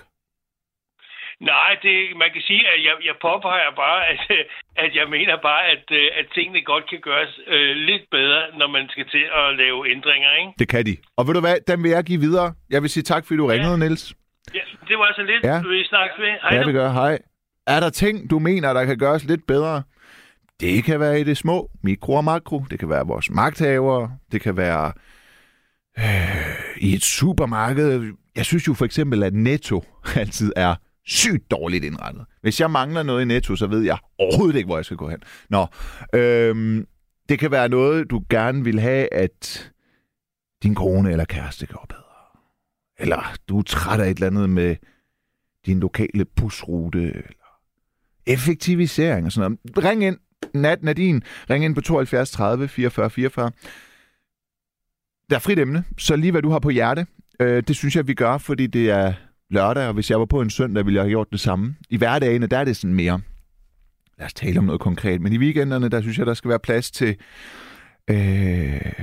Speaker 5: Nej, det, man kan sige, at jeg, jeg påpeger bare, at, at jeg mener bare, at, at tingene godt kan gøres øh, lidt bedre, når man skal til at lave ændringer, ikke?
Speaker 3: Det kan de. Og ved du hvad, den vil jeg give videre. Jeg vil sige tak, fordi du ja. ringede, Niels.
Speaker 5: Ja, det var altså lidt,
Speaker 3: ja.
Speaker 5: du vil snakke ved. Hej
Speaker 3: ja,
Speaker 5: nu.
Speaker 3: det gør. Hej. Er der ting, du mener, der kan gøres lidt bedre? Det kan være i det små, mikro og makro. Det kan være vores magthavere. Det kan være øh, i et supermarked. Jeg synes jo for eksempel, at Netto altid er sygt dårligt indrettet. Hvis jeg mangler noget i Netto, så ved jeg overhovedet ikke, hvor jeg skal gå hen. Nå, øhm, det kan være noget, du gerne vil have, at din kone eller kæreste gør bedre. Eller du er træt af et eller andet med din lokale busrute, eller effektivisering og sådan noget. Ring ind, Nat Nadine. Ring ind på tooghalvfjerds tredive fireogfyrre fireogfyrre. Der er frit emne, så lige hvad du har på hjerte, øh, det synes jeg, vi gør, fordi det er lørdag, og hvis jeg var på en søndag, ville jeg have gjort det samme. I hverdagene, der er det sådan mere, lad os tale om noget konkret, men i weekenderne, der synes jeg, der skal være plads til, øh,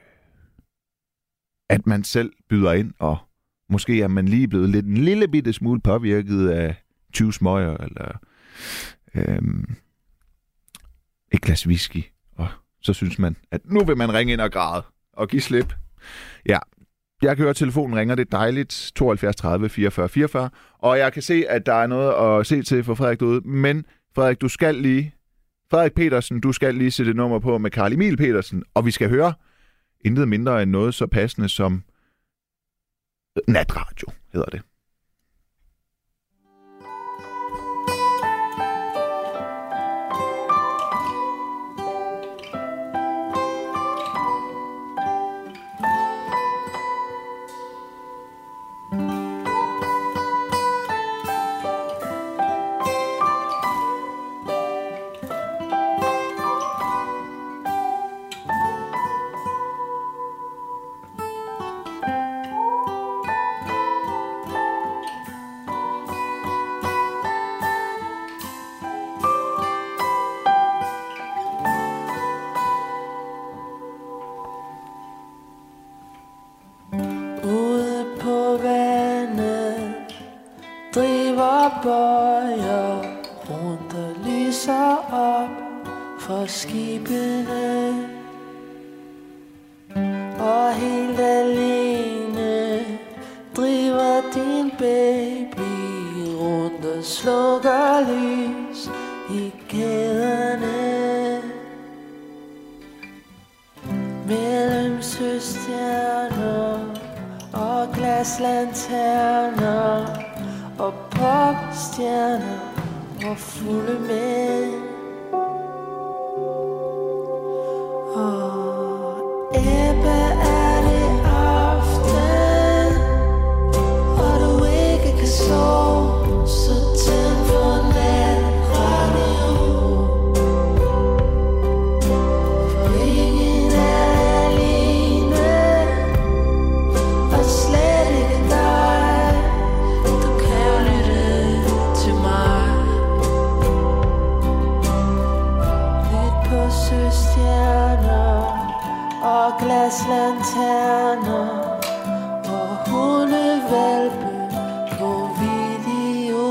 Speaker 3: at man selv byder ind, og måske er man lige blevet lidt en lille bitte smule påvirket af tyve smøger, eller øh, et glas whisky, og så synes man, at nu vil man ringe ind og græde, og give slip. Ja, jeg kan høre, at telefonen ringer, det er dejligt, tooghalvfjerds tredive fireogfyrre fireogfyrre, og jeg kan se, at der er noget at se til for Frederik derude, men Frederik, du skal lige, Frederik Petersen, du skal lige sætte et nummer på med Carl Emil Petersen, og vi skal høre intet mindre end noget så passende som natradio, hedder det.
Speaker 6: Oh
Speaker 2: Glaslanterner og hundehvalpe på video.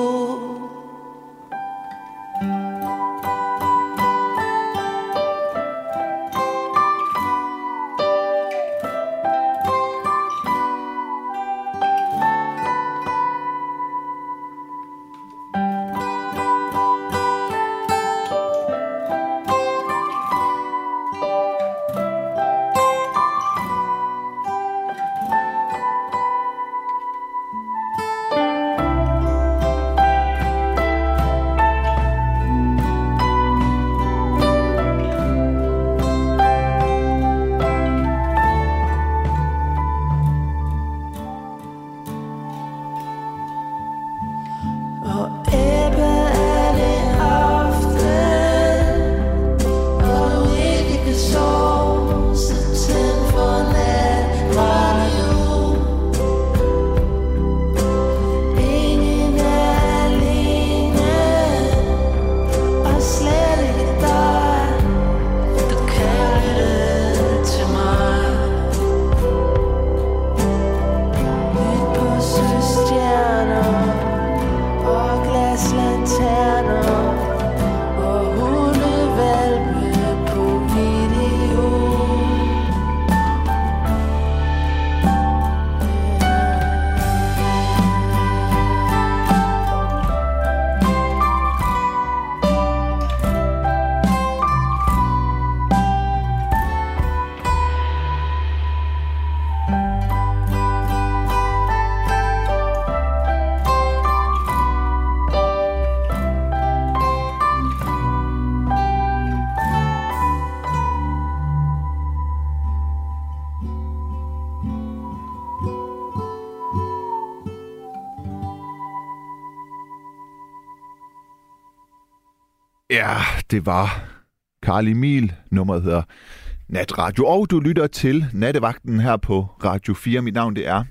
Speaker 3: Ja, det var Carl Emil. Nummeret hedder Natradio. Og du lytter til Nattevagten her på Radio fire. Mit navn det er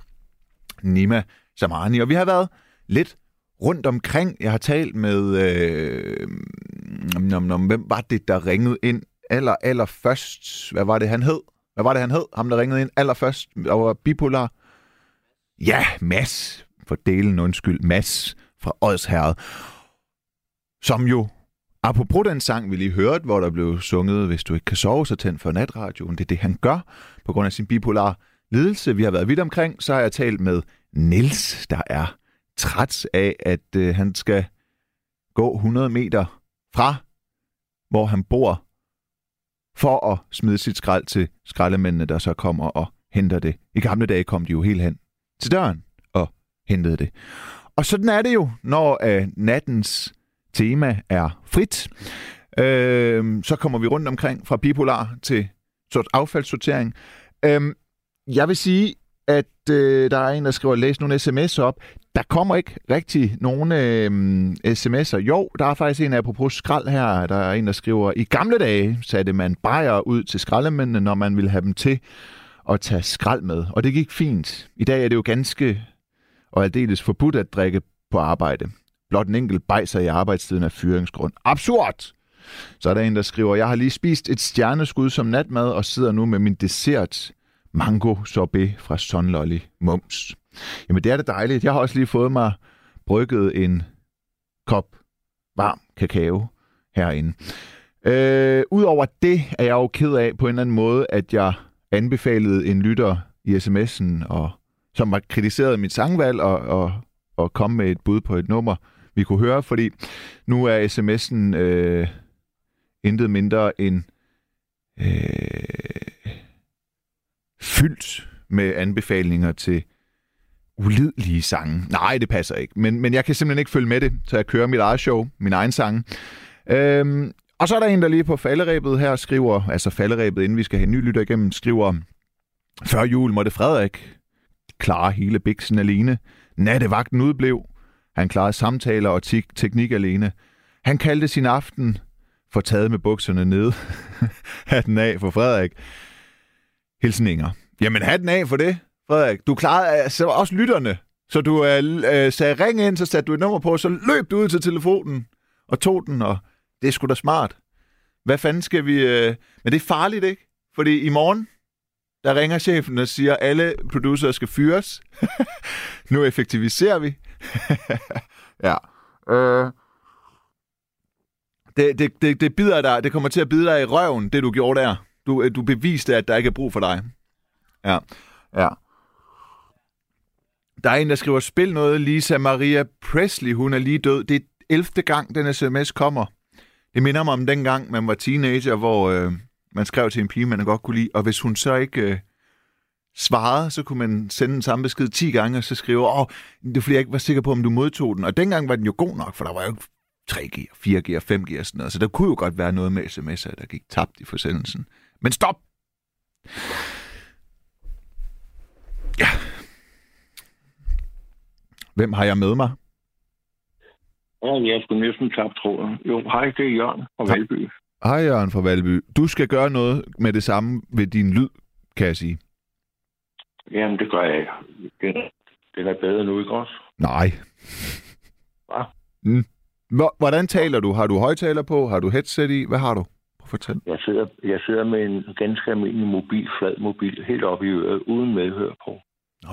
Speaker 3: Nima Samani. Og vi har været lidt rundt omkring. Jeg har talt med... Øh, nom, nom, hvem var det, der ringede ind aller, aller først? Hvad var det, han hed? Hvad var det, han hed? Ham, der ringede ind allerførst. Der var bipolar. Ja, Mads. For delen undskyld. Mads fra Odsherred. Som jo... Apropos den sang, vi lige hørte, hvor der blev sunget, hvis du ikke kan sove, så tænd for natradioen. Det er det, han gør på grund af sin bipolar lidelse. Vi har været vidt omkring, så har jeg talt med Niels, der er træt af, at øh, han skal gå hundrede meter fra, hvor han bor, for at smide sit skrald til skraldemændene, der så kommer og henter det. I gamle dage kom de jo helt hen til døren og hentede det. Og sådan er det jo, når øh, nattens tema er frit. Øh, så kommer vi rundt omkring fra bipolar til sort affaldssortering. Øh, jeg vil sige, at øh, der er en, der skriver, læs nogle sms'er op. Der kommer ikke rigtig nogen øh, sms'er. Jo, der er faktisk en apropos skrald her. Der er en, der skriver, i gamle dage satte man bajer ud til skraldemændene, når man ville have dem til at tage skrald med. Og det gik fint. I dag er det jo ganske og aldeles forbudt at drikke på arbejde. Blot en enkelt bajser i arbejdstiden af fyringsgrund. Absurd! Så er der en, der skriver, jeg har lige spist et stjerneskud som natmad og sidder nu med min dessert mango sorbet fra Sunlolly Mums. Jamen det er det dejligt. Jeg har også lige fået mig brygget en kop varm kakao herinde. Øh, Udover det er jeg jo ked af på en eller anden måde, at jeg anbefalede en lytter i sms'en, og, som har kritiseret mit sangvalg og, og, og kom med et bud på et nummer, vi kunne høre, fordi nu er sms'en øh, intet mindre end øh, fyldt med anbefalinger til ulidelige sange. Nej, det passer ikke, men, men jeg kan simpelthen ikke følge med det, så jeg kører mit eget show, min egen sang. Øhm, og så er der en, der lige på falderæbet her skriver, altså falderæbet, inden vi skal have en ny lytter igennem, skriver, før jul måtte Frederik klare hele biksen alene. Nattevagten udblev. Han klarede samtaler og te- teknik alene. Han kaldte sin aften for taget med bukserne nede. Hatten af for Frederik. Hilsen Inger. Jamen hatten af for det, Frederik. Du klarede altså også lytterne. Så du øh, sagde ring ind, så satte du et nummer på, så løb du ud til telefonen og tog den, og det er sgu da smart. Hvad fanden skal vi... Øh... Men det er farligt, ikke? Fordi i morgen, der ringer chefen og siger, at alle producer skal fyres. Nu effektiviserer vi. Ja. Øh... Det, det, det, det bider dig, det kommer til at bide dig i røven, det du gjorde der. Du, du beviste, at der ikke er brug for dig. Ja. Ja. Der er en, der skriver, spil noget, Lisa Maria Presley, hun er lige død. Det er ellevte gang, den sms kommer. Det minder mig om dengang, man var teenager, hvor øh, man skrev til en pige, man godt kunne lide, og hvis hun så ikke øh, svarede, så kunne man sende den samme besked ti gange, og så skrive, åh, det er fordi, jeg ikke var sikker på, om du modtog den. Og dengang var den jo god nok, for der var jo tre G, fire G og fem G og sådan noget, så der kunne jo godt være noget med sms'er, der gik tabt i forsendelsen. Men stop! Ja. Hvem har jeg med mig?
Speaker 6: Ja, jeg skulle næsten tabt tråden. Jo, hej, det er Jørgen fra Valby.
Speaker 3: Hej, Jørgen fra Valby. Du skal gøre noget med det samme ved din lyd, kan jeg sige.
Speaker 6: Jamen, det gør jeg ikke. Den, den er bedre nu, ikke også?
Speaker 3: Nej.
Speaker 6: Hvad?
Speaker 3: Mm. Hvordan taler du? Har du højtaler på? Har du headset i? Hvad har du? Fortæl.
Speaker 6: Jeg sidder, jeg sidder med en ganske almindelig mobil, flad mobil, helt oppe i øret, uden medhør på.
Speaker 3: Nå.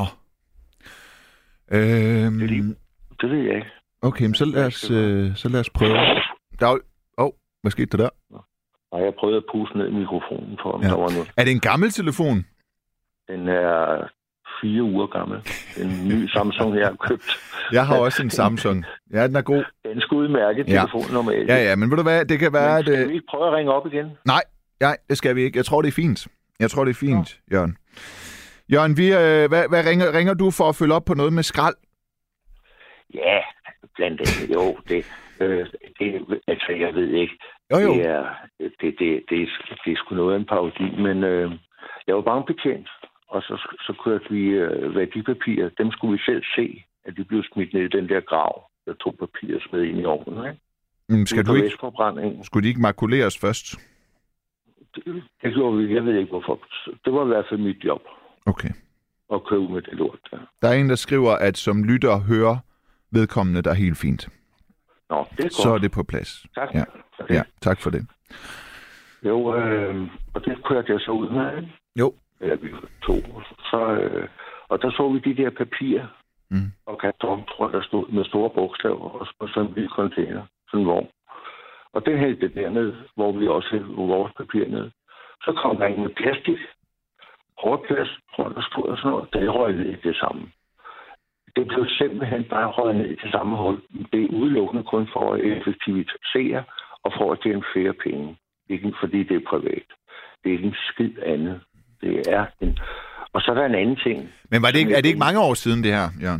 Speaker 3: Øhm...
Speaker 6: Det, lige, det ved jeg ikke.
Speaker 3: Okay, men så lad os, øh, så lad os prøve. Der er... oh, hvad skete der der?
Speaker 6: Nej, jeg prøvede at puste ned i mikrofonen for, om
Speaker 3: ja.
Speaker 6: der var noget.
Speaker 3: Er det en gammel telefon?
Speaker 6: Den er fire uger gammel. En ny Samsung, jeg har købt.
Speaker 3: Jeg har også en Samsung. Ja, den er god.
Speaker 6: Den skal udmærke telefon ja. normalt.
Speaker 3: Ja, ja, men ved du hvad, det kan være...
Speaker 6: Men skal
Speaker 3: det...
Speaker 6: vi ikke prøve at ringe op igen?
Speaker 3: Nej, nej, det skal vi ikke. Jeg tror, det er fint. Jeg tror, det er fint, ja. Jørgen. Jørgen, vi, øh, hvad, hvad ringer, ringer du for at følge op på noget med skrald?
Speaker 6: Ja, blandt andet. Jo, det, øh, det altså, jeg ved ikke.
Speaker 3: Jo, jo.
Speaker 6: Det er, det, det, det, det, er, det er sgu noget af en parodi, men øh, jeg var bankbetjent, og så, så kørte vi øh, værdipapirer. Dem skulle vi selv se, at de blev smidt ned i den der grav, der tog papirer med ind i ovnen, ikke?
Speaker 3: Mm, skal du ikke... Skulle de ikke makuleres først?
Speaker 6: Det, det gjorde vi. Jeg ved ikke, hvorfor. Det var i hvert fald mit job.
Speaker 3: Okay.
Speaker 6: At køre ud med det lort der.
Speaker 3: Der er en, der skriver, at som lytter hører vedkommende, der er helt fint.
Speaker 6: Nå, det er godt.
Speaker 3: Så er det på plads.
Speaker 6: Tak.
Speaker 3: Ja, ja tak for det.
Speaker 6: Jo, øh, og det kørte jeg så ud med, ikke?
Speaker 3: Jo.
Speaker 6: Ja, vi to. Så, øh, og der så vi de der papirer
Speaker 3: mm.
Speaker 6: og karton, tror der stod med store bogstaver og, og sådan en lille container, sådan en vogn. Og det hældte det derned, hvor vi også hældte vores papir ned. Så kom der en med plastik, hårdplast, tror der stod og sådan noget. Det røg ned i det samme. Det blev simpelthen bare røget ned i det samme hul. Det er udelukkende kun for at effektivisere og for at tjene flere penge. Ikke fordi det er privat. Det er ikke en skid andet. Det er en... Og så er der en anden ting.
Speaker 3: Men var det ikke, er det ikke mange år siden, det her, Jørgen?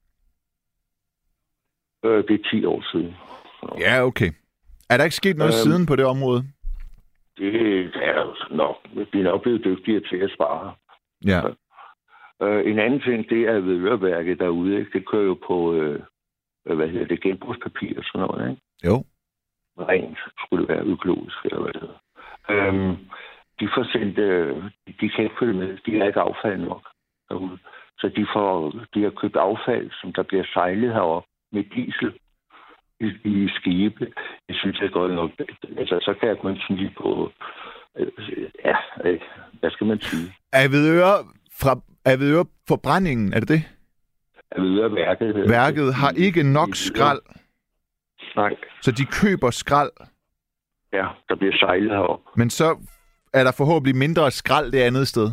Speaker 6: Øh, det er ti år siden.
Speaker 3: Ja, okay. Er der ikke sket noget øhm, siden på det område?
Speaker 6: Det er nok. Vi er nok blevet dygtigere til at spare.
Speaker 3: Ja.
Speaker 6: Øh, en anden ting, det er ved øreværket derude. Ikke? Det kører jo på, øh, hvad hedder det, genbrugspapir og sådan noget, ikke?
Speaker 3: Jo.
Speaker 6: Rent skulle det være økologisk, eller hvad det hedder. Øhm, de får sendt, øh, de kan ikke følge med. De har ikke affald nok derude. Så de, får, de har købt affald, som der bliver sejlet herop med diesel i, i skibe. Jeg synes, det er godt nok. Altså, så kan man sige på... Øh, ja, ikke? Hvad skal man sige?
Speaker 3: Er Vedøre fra er Vedøre forbrændingen, er det det?
Speaker 6: Er Vedøre værket?
Speaker 3: Værket har ikke nok skrald.
Speaker 6: Nej.
Speaker 3: Så de køber skrald.
Speaker 6: Ja, der bliver sejlet herop.
Speaker 3: Men så er der forhåbentlig mindre skrald det andet sted.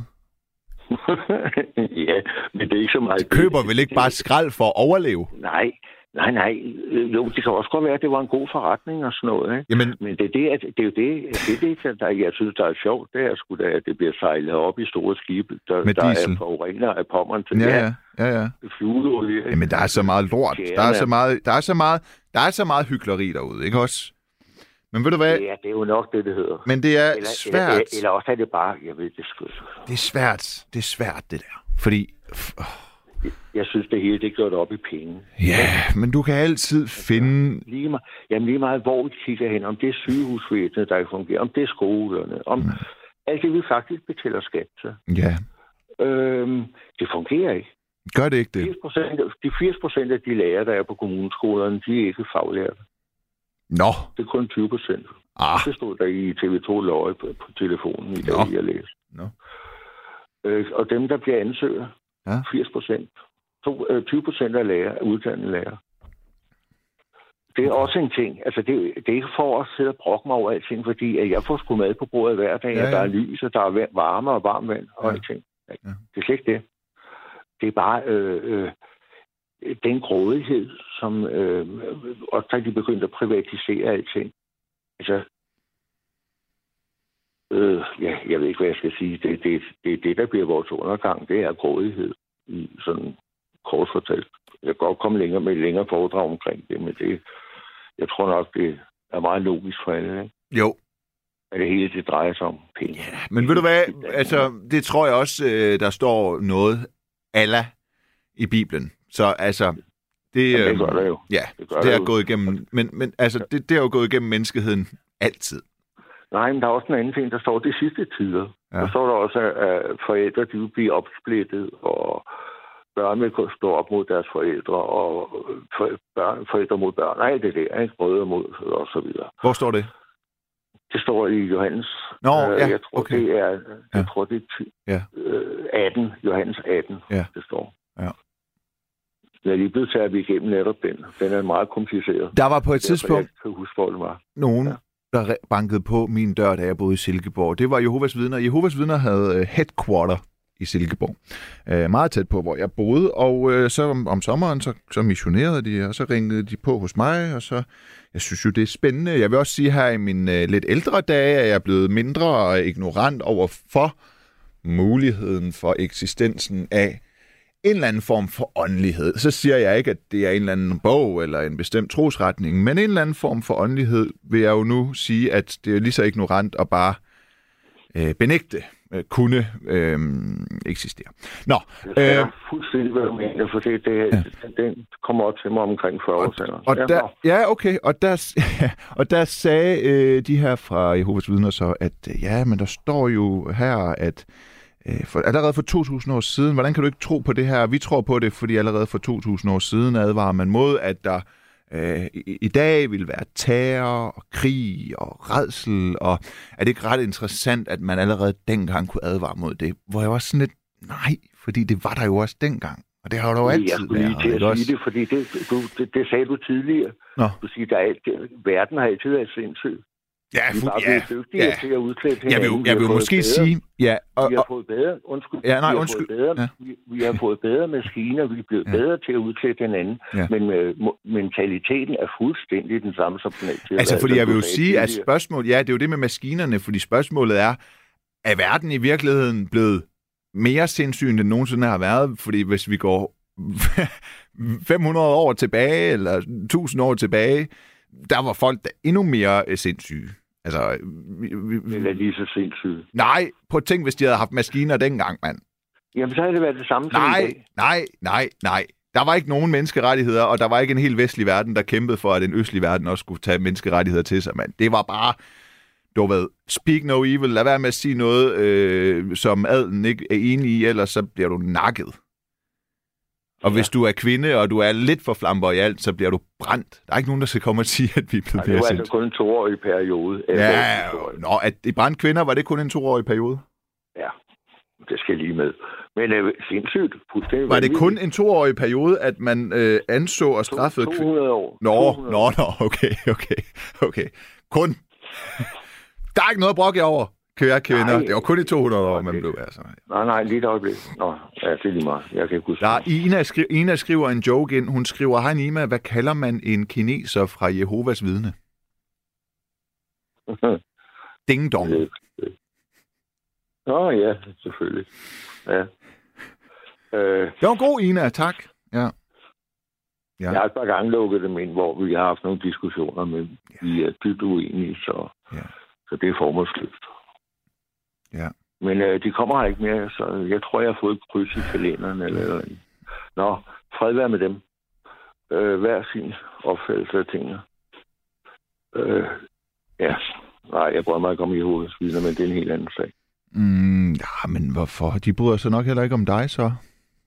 Speaker 6: Ja, men det er ikke så meget...
Speaker 3: De køber vel ikke bare skrald for at overleve?
Speaker 6: Nej, nej, nej. Jo, det kan også godt være, at det var en god forretning og sådan noget, ikke?
Speaker 3: Jamen...
Speaker 6: Men det er, det, det er jo det, det, det der, jeg synes, der er sjovt, det er sgu da, at det bliver sejlet op i store skibe, der, der er forurener af Pommern til
Speaker 3: ja, ja, ja, ja.
Speaker 6: flueolie.
Speaker 3: Jamen, der er så meget lort. Der er så meget, der er så meget, der er så meget hykleri derude, ikke også? Men ved du hvad?
Speaker 6: Ja, det er jo nok det, det hedder.
Speaker 3: Men det er
Speaker 6: eller,
Speaker 3: svært.
Speaker 6: Eller, eller, eller også er det bare, jeg ved det sgu.
Speaker 3: Det er svært. Det er svært, det der. Fordi...
Speaker 6: Jeg synes, det hele det er gjort op i penge.
Speaker 3: Ja, men du kan altid altså, finde...
Speaker 6: Lige meget, jamen lige meget, hvor vi kigger hen. Om det er sygehusvæsenet, der ikke fungerer. Om det er skolerne. Om mm. alt det, vi faktisk betaler skat til.
Speaker 3: Ja.
Speaker 6: Øhm, det fungerer ikke.
Speaker 3: Gør det ikke det?
Speaker 6: firs procent, de firs procent af de lærere, der er på kommuneskolerne, de er ikke faglærte.
Speaker 3: Nå.
Speaker 6: Det er kun tyve procent.
Speaker 3: Ah.
Speaker 6: Det stod der i T V to løje på, på telefonen i dag, jeg læste.
Speaker 3: Nå.
Speaker 6: Øh, og dem, der bliver ansøger,
Speaker 3: ja.
Speaker 6: firs procent. tyve procent af lærer er uddannede lærer. Det er også en ting. Altså, det, det er ikke for at sidde og brokke mig over alting, fordi at jeg får sgu mad på bordet hver dag, ja, ja. Og der er lys, og der er varme og varmt vand og ja. Alting. Ja. Det er slet ikke det. Det er bare øh, øh, den grådighed, som øh, også da de begyndte at privatisere alting. Altså, øh, ja, jeg ved ikke, hvad jeg skal sige. Det er det, det, det, der bliver vores undergang. Det er grådighed i sådan kort fortalt. Jeg kan godt komme længere med et længere foredrag omkring det, men det, jeg tror nok, det er meget logisk for alle. Ikke?
Speaker 3: Jo.
Speaker 6: At det hele, det drejer sig om penge.
Speaker 3: Ja, men ved du hvad, altså, det tror jeg også, der står noget Allah i Bibelen. Så altså, det,
Speaker 6: ja, det gør det jo.
Speaker 3: Ja, det, det er gået igennem, men, men altså, det, det er jo gået igennem menneskeheden altid.
Speaker 6: Nej, men der er også en anden ting, der står de sidste tider. Ja. Der står der også, at forældre, de vil blive opsplittet, og børn vil stå op mod deres forældre, og børn, forældre mod børn. Nej, det er det, ikke? Brødre mod, og så videre.
Speaker 3: Hvor står det?
Speaker 6: Det står i Johannes.
Speaker 3: Nå, ja,
Speaker 6: jeg tror,
Speaker 3: okay.
Speaker 6: det er, jeg
Speaker 3: ja.
Speaker 6: tror, det er
Speaker 3: ja.
Speaker 6: atten, Johannes atten,
Speaker 3: ja.
Speaker 6: Det står.
Speaker 3: Ja.
Speaker 6: Jeg er lige blevet taget igennem netop den. Den er meget kompliceret.
Speaker 3: Der var på et tidspunkt
Speaker 6: jeg kan huske, hvor det var.
Speaker 3: nogen,
Speaker 6: ja.
Speaker 3: der bankede på min dør, da jeg boede i Silkeborg. Det var Jehovas Vidner. Jehovas Vidner havde headquarter i Silkeborg. Øh, meget tæt på, hvor jeg boede. Og øh, så om, om sommeren, så, så missionerede de, og så ringede de på hos mig, og så... Jeg synes jo, det er spændende. Jeg vil også sige, her i mine øh, lidt ældre dage, er jeg blevet mindre ignorant over for muligheden for eksistensen af en eller anden form for åndelighed. Så siger jeg ikke, at det er en eller anden bog eller en bestemt trosretning, men en eller anden form for åndelighed vil jeg jo nu sige, at det er lige så ignorant at bare øh, benægte øh, kunne øh, eksistere. Nå.
Speaker 6: Det er øh, fuldstændig hvad for det, det ja. Den kommer også til mig omkring fyrre år siden.
Speaker 3: Og der, ja, okay. Og der, ja, og der sagde øh, de her fra Jehovas Vidner så, at øh, ja, men der står jo her, at For, allerede for to tusind år siden, hvordan kan du ikke tro på det her? Vi tror på det, fordi allerede for to tusind år siden advarer man mod, at der øh, i, i dag vil være terror og krig og rædsel, og er det ikke ret interessant, at man allerede dengang kunne advare mod det? Hvor jeg var sådan lidt, nej, fordi det var der jo også dengang, og det har der jo altid været.
Speaker 6: Jeg skulle lige til at sige det, fordi det, du, det, det sagde du tidligere.
Speaker 3: Nå.
Speaker 6: Du siger, der er, det, verden har altid været sindssyg.
Speaker 3: Ja,
Speaker 6: vi er bare
Speaker 3: ja,
Speaker 6: blevet dygtige
Speaker 3: ja.
Speaker 6: til at udklæde hinanden.
Speaker 3: Jeg vil, jeg vil måske
Speaker 6: bedre.
Speaker 3: sige... Ja, og,
Speaker 6: vi har fået bedre, undskyld,
Speaker 3: ja, nej,
Speaker 6: vi, har
Speaker 3: undskyld.
Speaker 6: Fået bedre,
Speaker 3: ja.
Speaker 6: vi, vi har fået bedre maskiner, vi er blevet ja. bedre til at udklæde hinanden,
Speaker 3: ja.
Speaker 6: men uh, mentaliteten er fuldstændig den samme som den altid.
Speaker 3: Altså, fordi jeg vil jo sige, at spørgsmålet... Ja, det er jo det med maskinerne, fordi spørgsmålet er, er verden i virkeligheden blevet mere sindssyg, end den nogensinde har været? Fordi hvis vi går fem hundrede år tilbage, eller tusind år tilbage, der var folk der endnu mere sindssyge. Altså, vi, vi,
Speaker 6: det er lige så sindssygt.
Speaker 3: Nej, prøv at tænke, hvis de havde haft maskiner dengang, mand.
Speaker 6: Jamen, så havde det været det samme som
Speaker 3: nej,
Speaker 6: i dag.
Speaker 3: Nej, nej, nej. Der var ikke nogen menneskerettigheder, og der var ikke en helt vestlig verden, der kæmpede for, at en østlig verden også skulle tage menneskerettigheder til sig, mand. Det var bare, du ved, speak no evil. Lad være med at sige noget, øh, som adelen ikke er enig i, ellers så bliver du nakket. Og ja. Hvis du er kvinde, og du er lidt for flamboyant, så bliver du brændt. Der er ikke nogen, der skal komme og sige, at vi er blevet mere sindssyge.
Speaker 6: Det var altså kun en toårig periode.
Speaker 3: Ja, nå, at i brændt kvinder, var det kun en toårig periode?
Speaker 6: Ja, det skal lige med. Men øh, sindssygt.
Speaker 3: Var det kun en toårig periode, at man øh, anså og straffede
Speaker 6: kvinder? to hundrede år.
Speaker 3: Nå,
Speaker 6: to hundrede
Speaker 3: nå, nå, okay, okay, okay. Kun. Der er ikke noget at brokke over. Kære kvinder. Nej, det var kun i to hundrede år, man blev altså.
Speaker 6: Nej, nej, lige et øjeblik. Nå, ja, det er lige meget. Jeg kan ikke huske.
Speaker 3: Der, Ina, skri- Ina skriver en joke ind. Hun skriver, hej Nima, hvad kalder man en kineser fra Jehovas Vidne? Ding dong.
Speaker 6: Nå ja, selvfølgelig. Ja. Øh,
Speaker 3: det var god, Ina. Tak. Ja.
Speaker 6: Ja. Jeg har et par gange lukket dem ind, hvor vi har haft nogle diskussioner, men ja. Vi er dybt uenige, så, ja. Så det er formålsløst.
Speaker 3: Ja.
Speaker 6: Men øh, de kommer her ikke mere, så jeg tror, jeg har fået et kryds i kalenderen. Eller, eller Nå, fred være med dem. Øh, hver sin opfattelse af tingene. Øh, ja, nej, jeg bryder mig ikke om Jehovas vidner, men det er en helt anden sag.
Speaker 3: Mm, ja, men hvorfor? De bryder sig nok heller ikke om dig, så.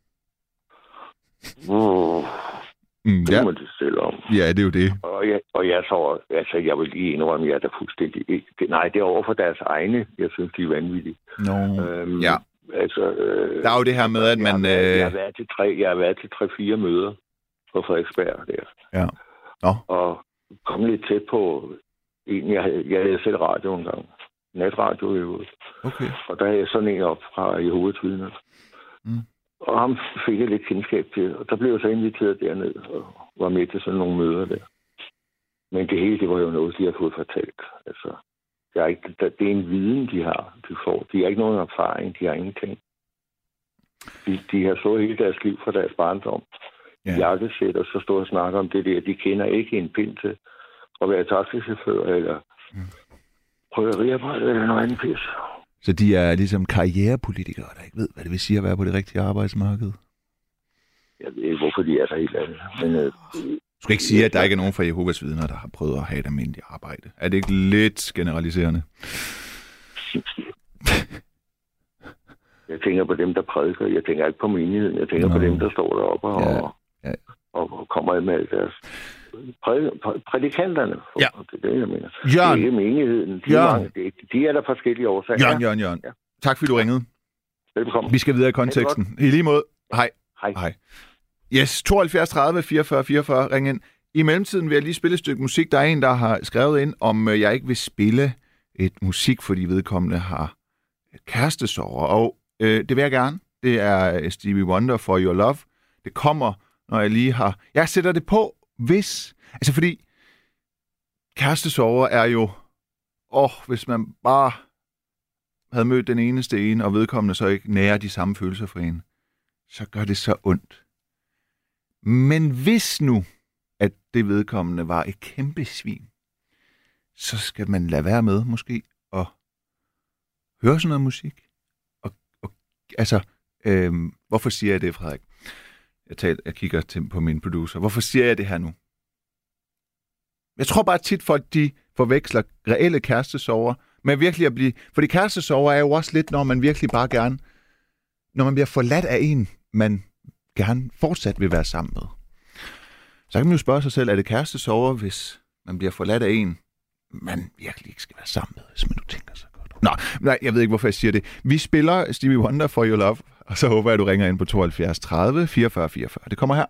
Speaker 6: Uh,
Speaker 3: mm,
Speaker 6: det
Speaker 3: ja.
Speaker 6: må det selv om.
Speaker 3: Ja, det er jo det.
Speaker 6: Og jeg, og jeg tror, altså, jeg vil lige indrømme, at jeg er der fuldstændig ikke. Det, nej, det er over for deres egne. Jeg synes, de er vanvittige.
Speaker 3: Nå,
Speaker 6: øhm,
Speaker 3: ja.
Speaker 6: Altså, øh,
Speaker 3: der er jo det her med, at man...
Speaker 6: Jeg har været,
Speaker 3: øh...
Speaker 6: jeg har været til tre, jeg har været til tre-fire møder på Frederiksberg der.
Speaker 3: Ja. Nå.
Speaker 6: Og kom lidt tæt på en, jeg havde, jeg havde selv radio en gang. Natradio i øvrigt.
Speaker 3: Okay.
Speaker 6: Og der havde jeg sådan en op fra Jehovas vidner.
Speaker 3: Mm.
Speaker 6: Og ham fik jeg lidt kendskab til. Og der blev jeg så inviteret derned og var med til sådan nogle møder der. Men det hele, det var jo noget, de har fået fortalt. Altså, det er, ikke, det er en viden, de har, de får. De har ikke nogen erfaring, de har ingenting. De, de har så hele deres liv fra deres barndom. Ja. Jakkesæt, og så står og snakker om det der. De kender ikke en pind til at være taxichauffør eller mm. prøveriarbejde eller noget andet pis.
Speaker 3: Så de er ligesom karrierepolitikere, der ikke ved, hvad det vil sige at være på det rigtige arbejdsmarked?
Speaker 6: Jeg ved ikke, hvorfor de er så helt andet. Men, øh,
Speaker 3: du skal ikke sige, at der ikke er nogen fra Jehovas vidner, der har prøvet at have et almindeligt arbejde. Er det ikke lidt generaliserende?
Speaker 6: Jeg tænker på dem, der prædiker. Jeg tænker ikke på menigheden. Jeg tænker Nå. på dem, der står deroppe og,
Speaker 3: ja. Ja.
Speaker 6: og, og kommer med alt deres... Prædikanterne.
Speaker 3: Ja.
Speaker 6: Det er det, jeg mener.
Speaker 3: Jørgen.
Speaker 6: Det er ikke menigheden. De,
Speaker 3: Jørgen.
Speaker 6: mange, de, de er der forskellige årsager.
Speaker 3: Jørgen, Jørgen, Jørgen. Ja. Tak fordi du ringede.
Speaker 6: Velkommen.
Speaker 3: Vi skal videre i konteksten. I lige måde. Hej.
Speaker 6: Hej.
Speaker 3: Hej. Yes, tooghalvfjerds tredive fireogfyrre fireogfyrre. Ring ind. I mellemtiden vil jeg lige spille et stykke musik. Der er en, der har skrevet ind, om jeg ikke vil spille et musik, fordi vedkommende har kærestesorger. Og øh, det vil jeg gerne. Det er Stevie Wonder, For Your Love. Det kommer, når jeg lige har... Jeg sætter det på, hvis... Altså fordi kærestesorger er jo... Åh, oh, hvis man bare havde mødt den eneste ene, og vedkommende så ikke nærer de samme følelser for en, så gør det så ondt. Men hvis nu, at det vedkommende var et kæmpe svin, så skal man lade være med måske at høre sådan noget musik. Og, og altså, øhm, hvorfor siger jeg det, Frederik? Jeg, taler, jeg kigger til, på min producer. Hvorfor siger jeg det her nu? Jeg tror bare tit, folk de forveksler reelle kærestesorger med virkelig at blive... Fordi kærestesorger er jo også lidt, når man virkelig bare gerne... Når man bliver forladt af en, man gerne fortsat vil være sammen med. Så kan man jo spørge sig selv, er det kærestesorger, hvis man bliver forladt af en, man virkelig ikke skal være sammen med, hvis man nu tænker sig godt. Nå, nej, jeg ved ikke, hvorfor jeg siger det. Vi spiller Stevie Wonder, For Your Love, og så håber jeg, at du ringer ind på tooghalvfjerds tredive fireogfyrre fireogfyrre. Det kommer her.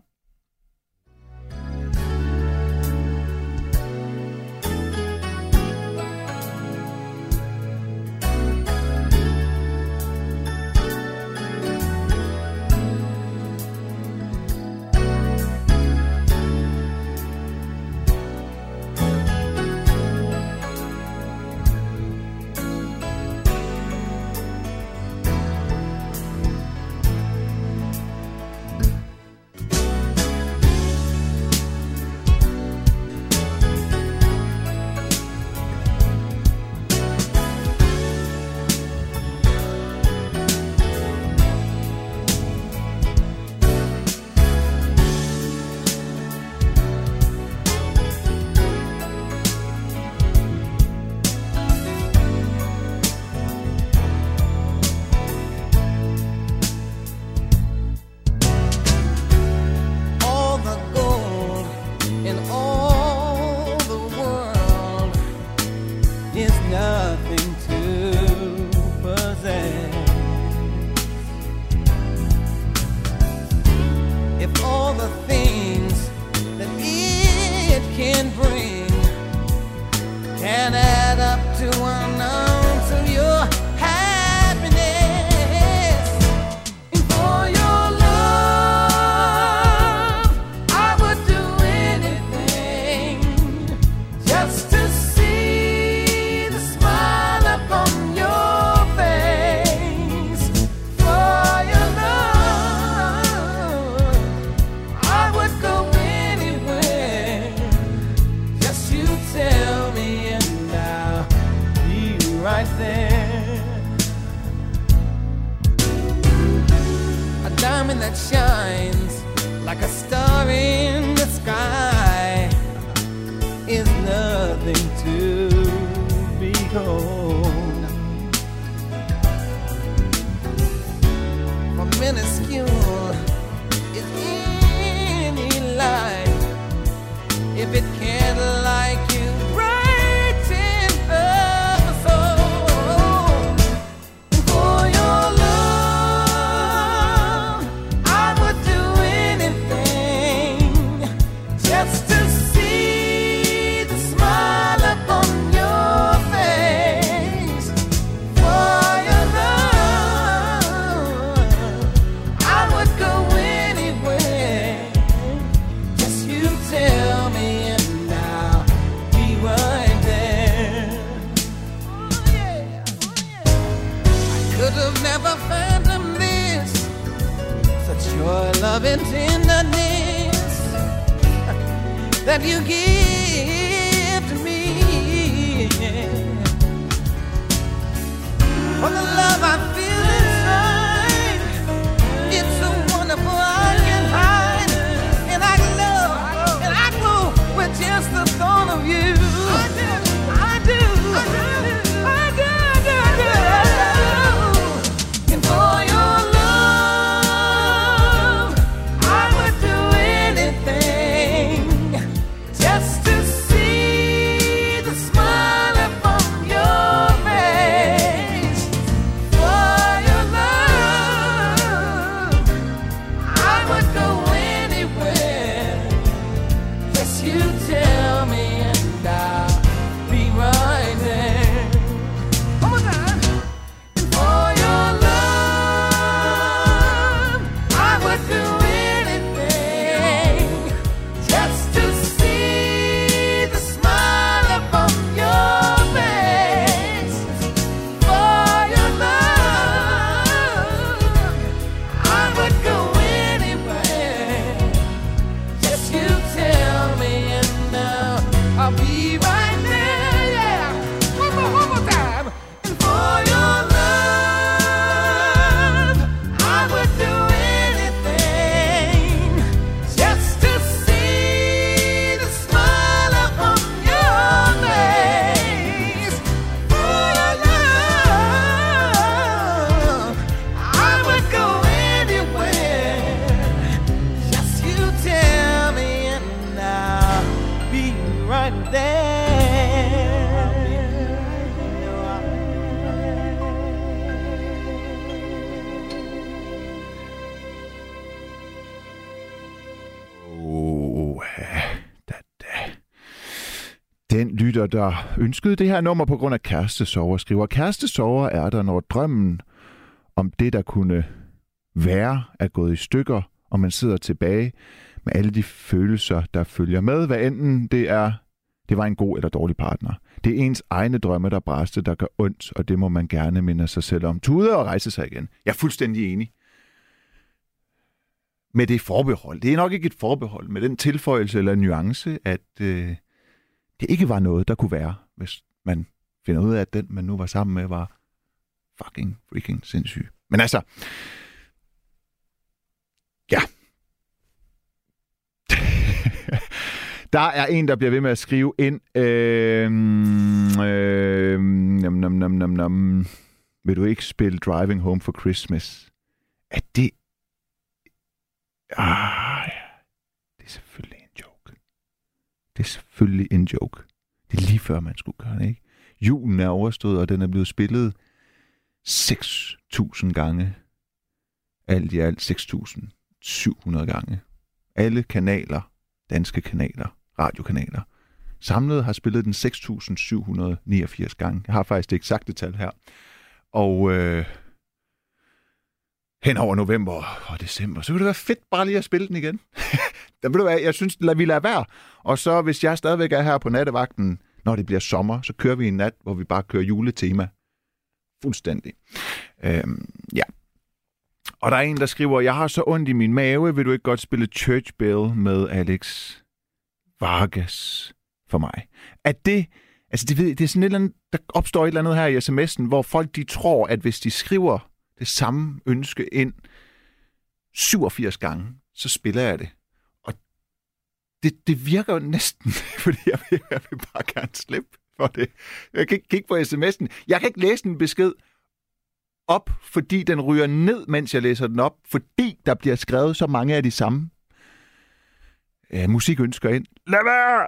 Speaker 2: just to see the smile upon your face. For your love, I would go anywhere. Just you tell me and I'll be right there. Oh yeah, oh yeah. I could have never fathomed this, such your love and tenderness that you give to me. For the love I feel inside, it's so wonderful I can hide. And I love, and I glow with just the thought of you. I do, I do, I do, I do, I do, I do. And for your love, I would do anything just to see the smile upon your face. For your love, I would go anywhere. Just you tell me and I'll be right there. One more time. And for your love, I would do anything just to see the smile upon your face. For your love, I would go anywhere. Just you tell me and now I'll be right there. Yeah, one more, one more time. And for your love, I would do anything just to see the smile upon your face. For your love, I would go anywhere. Just you tell me and I'll be right
Speaker 3: Oh, da, da. Den lytter, der ønskede det her nummer på grund af kærestesorger, skriver: kærestesorger er der, når drømmen om det, der kunne være, er gået i stykker, og man sidder tilbage med alle de følelser, der følger med, hvad enten det er, det var en god eller dårlig partner. Det er ens egne drømme, der bræste, der gør ondt, og det må man gerne minde sig selv om. Tude og rejse sig igen. Jeg er fuldstændig enig med det forbehold. Det er nok ikke et forbehold, med den tilføjelse eller nuance, at øh, det ikke var noget, der kunne være, hvis man finder ud af, at den, man nu var sammen med, var fucking freaking sindssyg. Men altså, ja. Der er en, der bliver ved med at skrive ind. Øh, øh, nam, nam, nam, nam, nam. Vil du ikke spille Driving Home for Christmas? Er det... Ah, ja. Det er selvfølgelig en joke. Det er selvfølgelig en joke. Det er lige før, man skulle gøre det, ikke? Julen er overstået, og den er blevet spillet seks tusind gange. Alt i alt seks tusind syv hundrede gange. Alle kanaler, danske kanaler, radiokanaler, samlet har spillet den seks tusind syv hundrede niogfirs gange. Jeg har faktisk det eksakte tal her. Og øh, hen over november og december, så kunne det være fedt bare lige at spille den igen. Der vil du være, jeg synes, lad vi lade være. Og så hvis jeg stadigvæk er her på nattevagten, når det bliver sommer, så kører vi en nat, hvor vi bare kører juletema. Fuldstændig. Øhm, ja. Og der er en, der skriver: jeg har så ondt i min mave, vil du ikke godt spille Church Bell med Alex Vargas for mig? At det, altså det, ved, det er sådan et eller andet, der opstår et eller andet her i sms'en, hvor folk de tror, at hvis de skriver det samme ønske ind syvogfirs gange, så spiller jeg det. Og det, det virker jo næsten, fordi jeg vil, jeg vil bare gerne slippe for det. Jeg kan ikke kigge på sms'en. Jeg kan ikke læse en besked op, fordi den ryger ned, mens jeg læser den op, fordi der bliver skrevet så mange af de samme øh, musikønsker ind. Lad være!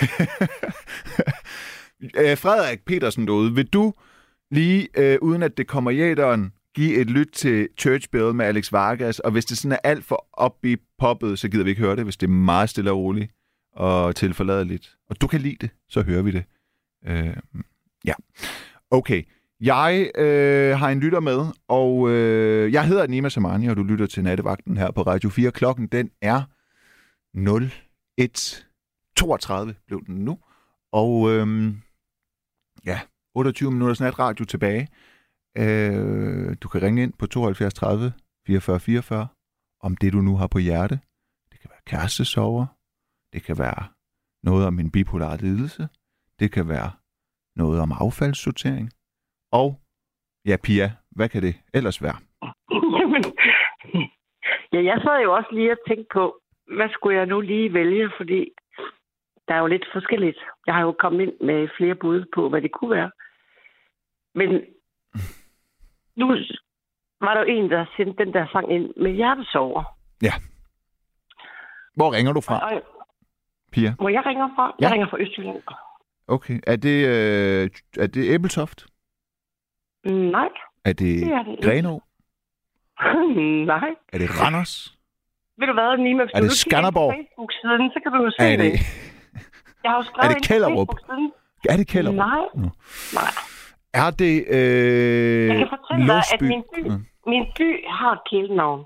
Speaker 3: øh, Frederik Petersen derude, vil du lige, øh, uden at det kommer i æteren, give et lyt til Church Bell med Alex Vargas, og hvis det sådan er alt for op i poppet, så gider vi ikke høre det, hvis det er meget stille og roligt. og tilforladeligt, og du kan lide det, så hører vi det. Øh, ja. Okay. Jeg øh, har en lytter med, og øh, jeg hedder Nima Samani, og du lytter til Nattevagten her på Radio fire. Klokken, den er nul et toogtredive blev den nu. Og øh, ja, otteogtyve minutters natradio tilbage. Øh, du kan ringe ind på tooghalvfjerds tredive fireogfyrre fireogfyrre om det, du nu har på hjerte. Det kan være kærestesorger. Det kan være noget om en bipolar lidelse. Det kan være noget om affaldssortering. Og ja, Pia, hvad kan det ellers være?
Speaker 7: Jamen, ja, jeg sad jo også lige og tænkte på, hvad skulle jeg nu lige vælge, fordi der er jo lidt forskelligt. Jeg har jo kommet ind med flere bud på, hvad det kunne være. Men nu var der jo en, der sendte den der sang ind med hjertesorger.
Speaker 3: Ja. Hvor ringer du fra,
Speaker 7: og,
Speaker 3: Pia?
Speaker 7: Hvor jeg ringer fra?
Speaker 3: Ja.
Speaker 7: Jeg ringer fra Østjylland.
Speaker 3: Okay. Er det, øh, er det Ebeltoft?
Speaker 7: Nej.
Speaker 3: Er det,
Speaker 7: det, er det
Speaker 3: Grenaa?
Speaker 7: Nej.
Speaker 3: Er det Randers?
Speaker 7: Ved du hvad, Nima?
Speaker 3: Er det Skanderborg?
Speaker 7: Facebook-siden, så kan du jo se
Speaker 3: er det...
Speaker 7: det. Jeg har jo skrevet
Speaker 3: er det Kjellerup? Er det Kjellerup?
Speaker 7: Nej.
Speaker 3: Nå.
Speaker 7: Nej.
Speaker 3: Er det øh,
Speaker 7: Jeg kan fortælle dig, at min by,
Speaker 3: ja.
Speaker 7: min by har et kælenavn.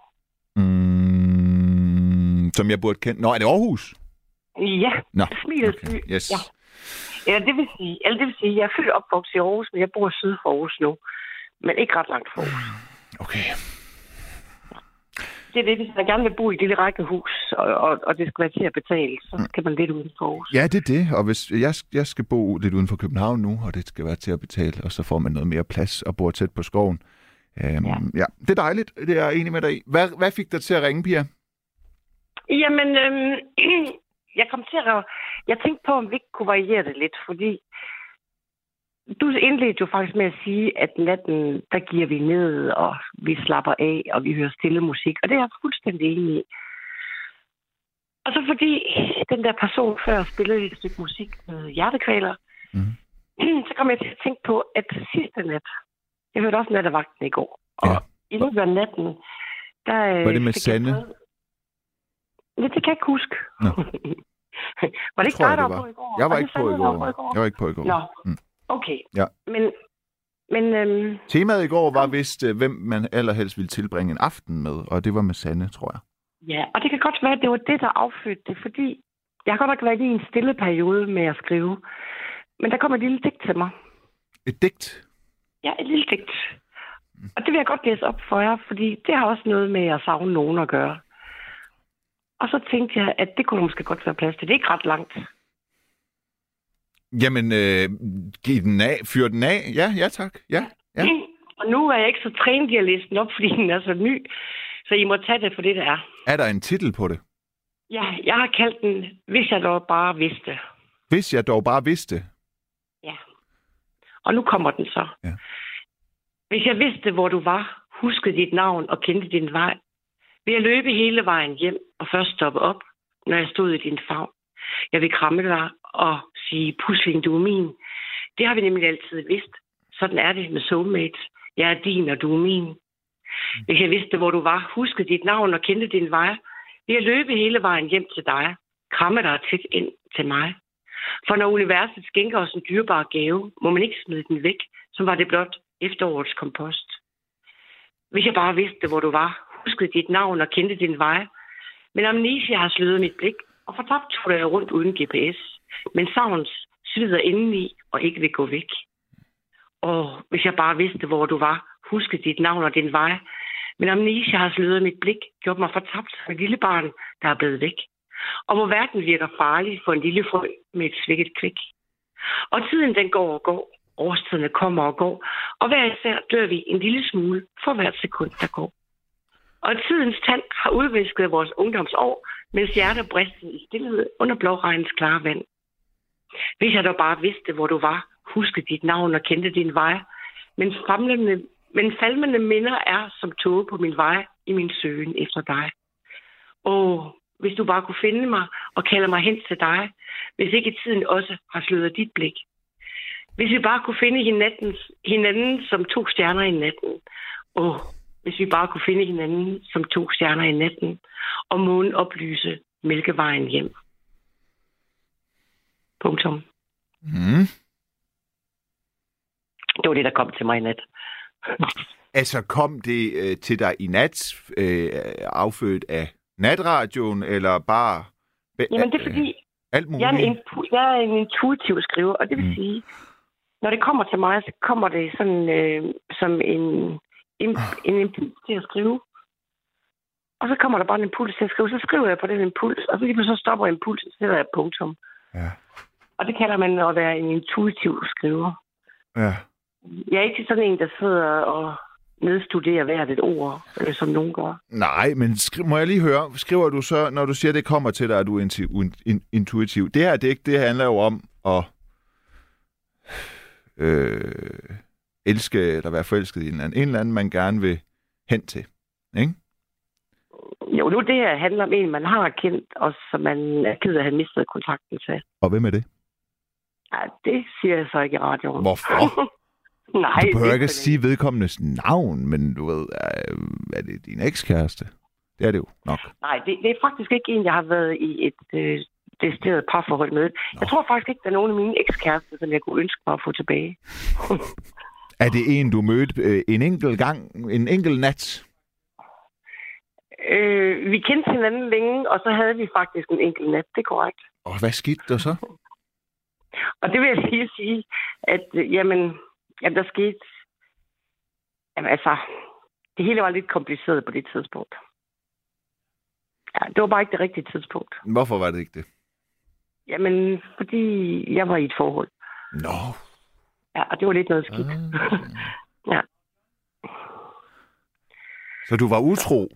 Speaker 3: Mm, som jeg burde kende. Nå, er det Aarhus?
Speaker 7: Ja,
Speaker 3: Nå,
Speaker 7: Smilets
Speaker 3: okay.
Speaker 7: by.
Speaker 3: Yes.
Speaker 7: Ja. Eller det vil sige, eller det vil sige, jeg er født opvokset i Aarhus, men jeg bor syd for Aarhus nu. Men ikke ret langt fra Aarhus.
Speaker 3: Okay.
Speaker 7: Det er det, hvis man gerne vil bo i et lille rækkehus, og, og, og det skal være til at betale, så skal man lidt uden for Aarhus.
Speaker 3: Ja, det er det. Og hvis jeg, jeg skal bo lidt uden for København nu, og det skal være til at betale, og så får man noget mere plads og bor tæt på skoven. Øhm, ja. ja, det er dejligt. Det er jeg enig med dig i. Hvad, hvad fik dig til at ringe, Pia?
Speaker 7: Jamen, øhm, jeg kom til at... Jeg tænkte på, om vi ikke kunne variere det lidt, fordi du indledte jo faktisk med at sige, at natten, der giver vi ned, og vi slapper af, og vi hører stille musik, og det er jeg fuldstændig enig i. Og så fordi den der person før spillede et stykke musik med hjertekvaler, mm. så kom jeg til at tænke på, at sidste nat, jeg hørte også Nattevagten i går, og ja. i løbet af natten, der...
Speaker 3: Var det med Sanne?
Speaker 7: Ja, det kan jeg ikke huske.
Speaker 3: No.
Speaker 7: Var det ikke dig, der var på i går?
Speaker 3: Jeg var, var ikke på i går. går. Jeg var ikke på i går.
Speaker 7: Nå,
Speaker 3: mm.
Speaker 7: okay.
Speaker 3: Ja.
Speaker 7: Men, men øhm,
Speaker 3: temaet i går var vist, hvem man allerhelst ville tilbringe en aften med, og det var med Sanne, tror jeg.
Speaker 7: Ja, og det kan godt være, at det var det, der affødte det, fordi jeg har godt nok været i en stille periode med at skrive, men der kom et lille digt til mig.
Speaker 3: Et digt?
Speaker 7: Ja, et lille digt. Mm. Og det vil jeg godt læse op for jer, fordi det har også noget med at savne nogen at gøre. Og så tænkte jeg, at det kunne måske godt være plads til. Det er ikke ret langt.
Speaker 3: Jamen, øh, giv den af. Fyr den af. Ja, ja tak. Ja, ja.
Speaker 7: Mm. Og nu er jeg ikke så trænet i at læse den op, fordi den er så ny. Så I må tage det for det, der er.
Speaker 3: Er der en titel på det?
Speaker 7: Ja, jeg har kaldt den, Hvis jeg dog bare vidste.
Speaker 3: Hvis jeg dog bare vidste?
Speaker 7: Ja. Og nu kommer den så.
Speaker 3: Ja.
Speaker 7: Hvis jeg vidste, hvor du var, huskede dit navn og kendte din vej, vil jeg løbe hele vejen hjem og først stoppe op, når jeg stod i din favn. Jeg vil kramme dig og sige, pusling, du er min. Det har vi nemlig altid vidst. Sådan er det med soulmates. Jeg er din, og du er min. Hvis jeg vidste, hvor du var, huskede dit navn og kendte din vej, vil jeg løbe hele vejen hjem til dig, kramme dig tit ind til mig. For når universet skænker os en dyrbar gave, må man ikke smide den væk, som var det blot efterårets kompost. Hvis jeg bare vidste, hvor du var, huskede dit navn og kendte din vej, men amnesia har sløret mit blik, og fortabt tog jeg rundt uden G P S, men savns svider indeni og ikke vil gå væk. Og hvis jeg bare vidste, hvor du var, huskede dit navn og din vej, men amnesia har sløret mit blik, gjort mig fortabt som et lille barn, der er blevet væk. Og hvor verden virker farlig for en lille frø med et svækket kvik. Og tiden den går og går, årstiderne kommer og går, og hver især dør vi en lille smule for hvert sekund, der går. Og tidens tand har udvisket vores ungdomsår, mens hjerter bristede i stillhed under blåregnens klare vand. Hvis jeg dog bare vidste, hvor du var, huskede dit navn og kendte din vej, men famlende, men falmende minder er som tåge på min vej i min søgen efter dig. Åh, hvis du bare kunne finde mig og kalde mig hen til dig, hvis ikke tiden også har sløret dit blik. Hvis vi bare kunne finde hinanden, hinanden som to stjerner i natten. Åh, hvis vi bare kunne finde hinanden som to stjerner i natten, og månen oplyse Mælkevejen hjem. Punktum.
Speaker 3: Mm.
Speaker 7: Det var det, der kom til mig i nat.
Speaker 3: Altså, kom det øh, til dig i nat, øh, affødt af natradioen, eller bare... Be-
Speaker 7: Jamen, det er fordi,
Speaker 3: alt muligt?
Speaker 7: Jeg er, en impu- jeg er en intuitiv skriver, og det vil mm. sige, når det kommer til mig, så kommer det sådan øh, som en, en, en impuls til at skrive. Og så kommer der bare en impuls til at skrive. Så skriver jeg på den impuls, og så lige så stopper impulsen, så sætter jeg punktum. Ja. Og det kalder man at være en intuitiv skriver.
Speaker 3: Ja.
Speaker 7: Jeg er ikke sådan en, der sidder og nedstuderer hvert et ord, eller som nogen gør.
Speaker 3: Nej, men skri- må jeg lige høre, skriver du så, når du siger, det kommer til dig, at du er inti- in- intuitiv. Det her digt, det handler jo om at øh, elske eller være forelsket i en eller anden, en eller anden, man gerne vil hen til, ikke?
Speaker 7: Jo, nu det her handler om en, man har kendt, og som man er ked af at have mistet kontakten til.
Speaker 3: Og hvem er det?
Speaker 7: Ja, det siger jeg så ikke i radioen.
Speaker 3: Hvorfor?
Speaker 7: Nej,
Speaker 3: du behøver
Speaker 7: det
Speaker 3: ikke at sige vedkommendes navn, men du ved, er, er det din ekskæreste? Det er det jo nok.
Speaker 7: Nej, det, det er faktisk ikke en, jeg har været i et øh, decideret parforhold med. Nå. Jeg tror faktisk ikke, der er nogen af mine ekskærester, som jeg kunne ønske mig at få tilbage.
Speaker 3: Er det en, du mødte øh, en enkelt gang, en enkelt nat?
Speaker 7: Øh, vi kendte hinanden længe, og så havde vi faktisk en enkelt nat, det er korrekt.
Speaker 3: Og hvad skete der så?
Speaker 7: Og det vil jeg sige, sige at øh, jamen, jamen, der skete... Jamen, altså, det hele var lidt kompliceret på det tidspunkt. Ja, det var bare ikke det rigtige tidspunkt.
Speaker 3: Hvorfor var det ikke det?
Speaker 7: Jamen, fordi jeg var i et forhold.
Speaker 3: Nå. No.
Speaker 7: Ja, og det var lidt noget skidt. Ah. Ja.
Speaker 3: Så du var utro?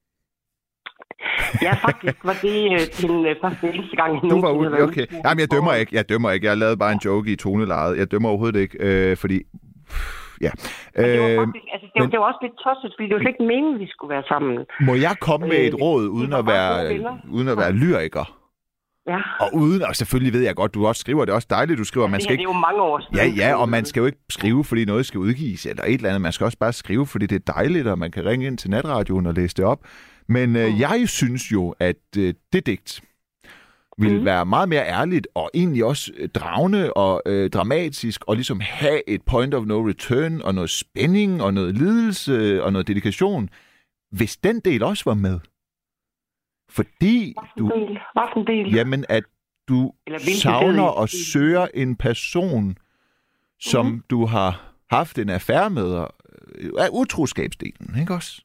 Speaker 7: Ja, faktisk var det øh, den øh, første eneste gang.
Speaker 3: Du var utro, okay. Jamen, jeg dømmer ikke. Jeg dømmer ikke. Jeg lavede bare en joke i tonelejet. Jeg dømmer overhovedet ikke, øh, fordi... Ja.
Speaker 7: Øh, det, var faktisk, altså, det, men, det var også lidt tosset, fordi det var ikke meningen, vi skulle være sammen.
Speaker 3: Må jeg komme med et råd, uden at være, uden at være lyriker?
Speaker 7: Ja.
Speaker 3: Og uden, og selvfølgelig ved jeg godt, du også skriver, det er også dejligt, du skriver,
Speaker 7: ja,
Speaker 3: man skal
Speaker 7: det,
Speaker 3: ikke...
Speaker 7: det er jo mange år siden.
Speaker 3: Ja, ja, og man skal jo ikke skrive, fordi noget skal udgives, eller et eller andet. Man skal også bare skrive, fordi det er dejligt, og man kan ringe ind til natradioen og læse det op. Men mm. øh, jeg synes jo, at øh, det digt vil mm. være meget mere ærligt, og egentlig også dragende og øh, dramatisk, og ligesom have et point of no return, og noget spænding, og noget lidelse, og noget dedikation, hvis den del også var med. Fordi du...
Speaker 7: Hvilken del?
Speaker 3: Jamen, at du savner og søger en person, som mm. du har haft en affære med, og er utroskabsdelen, ikke også?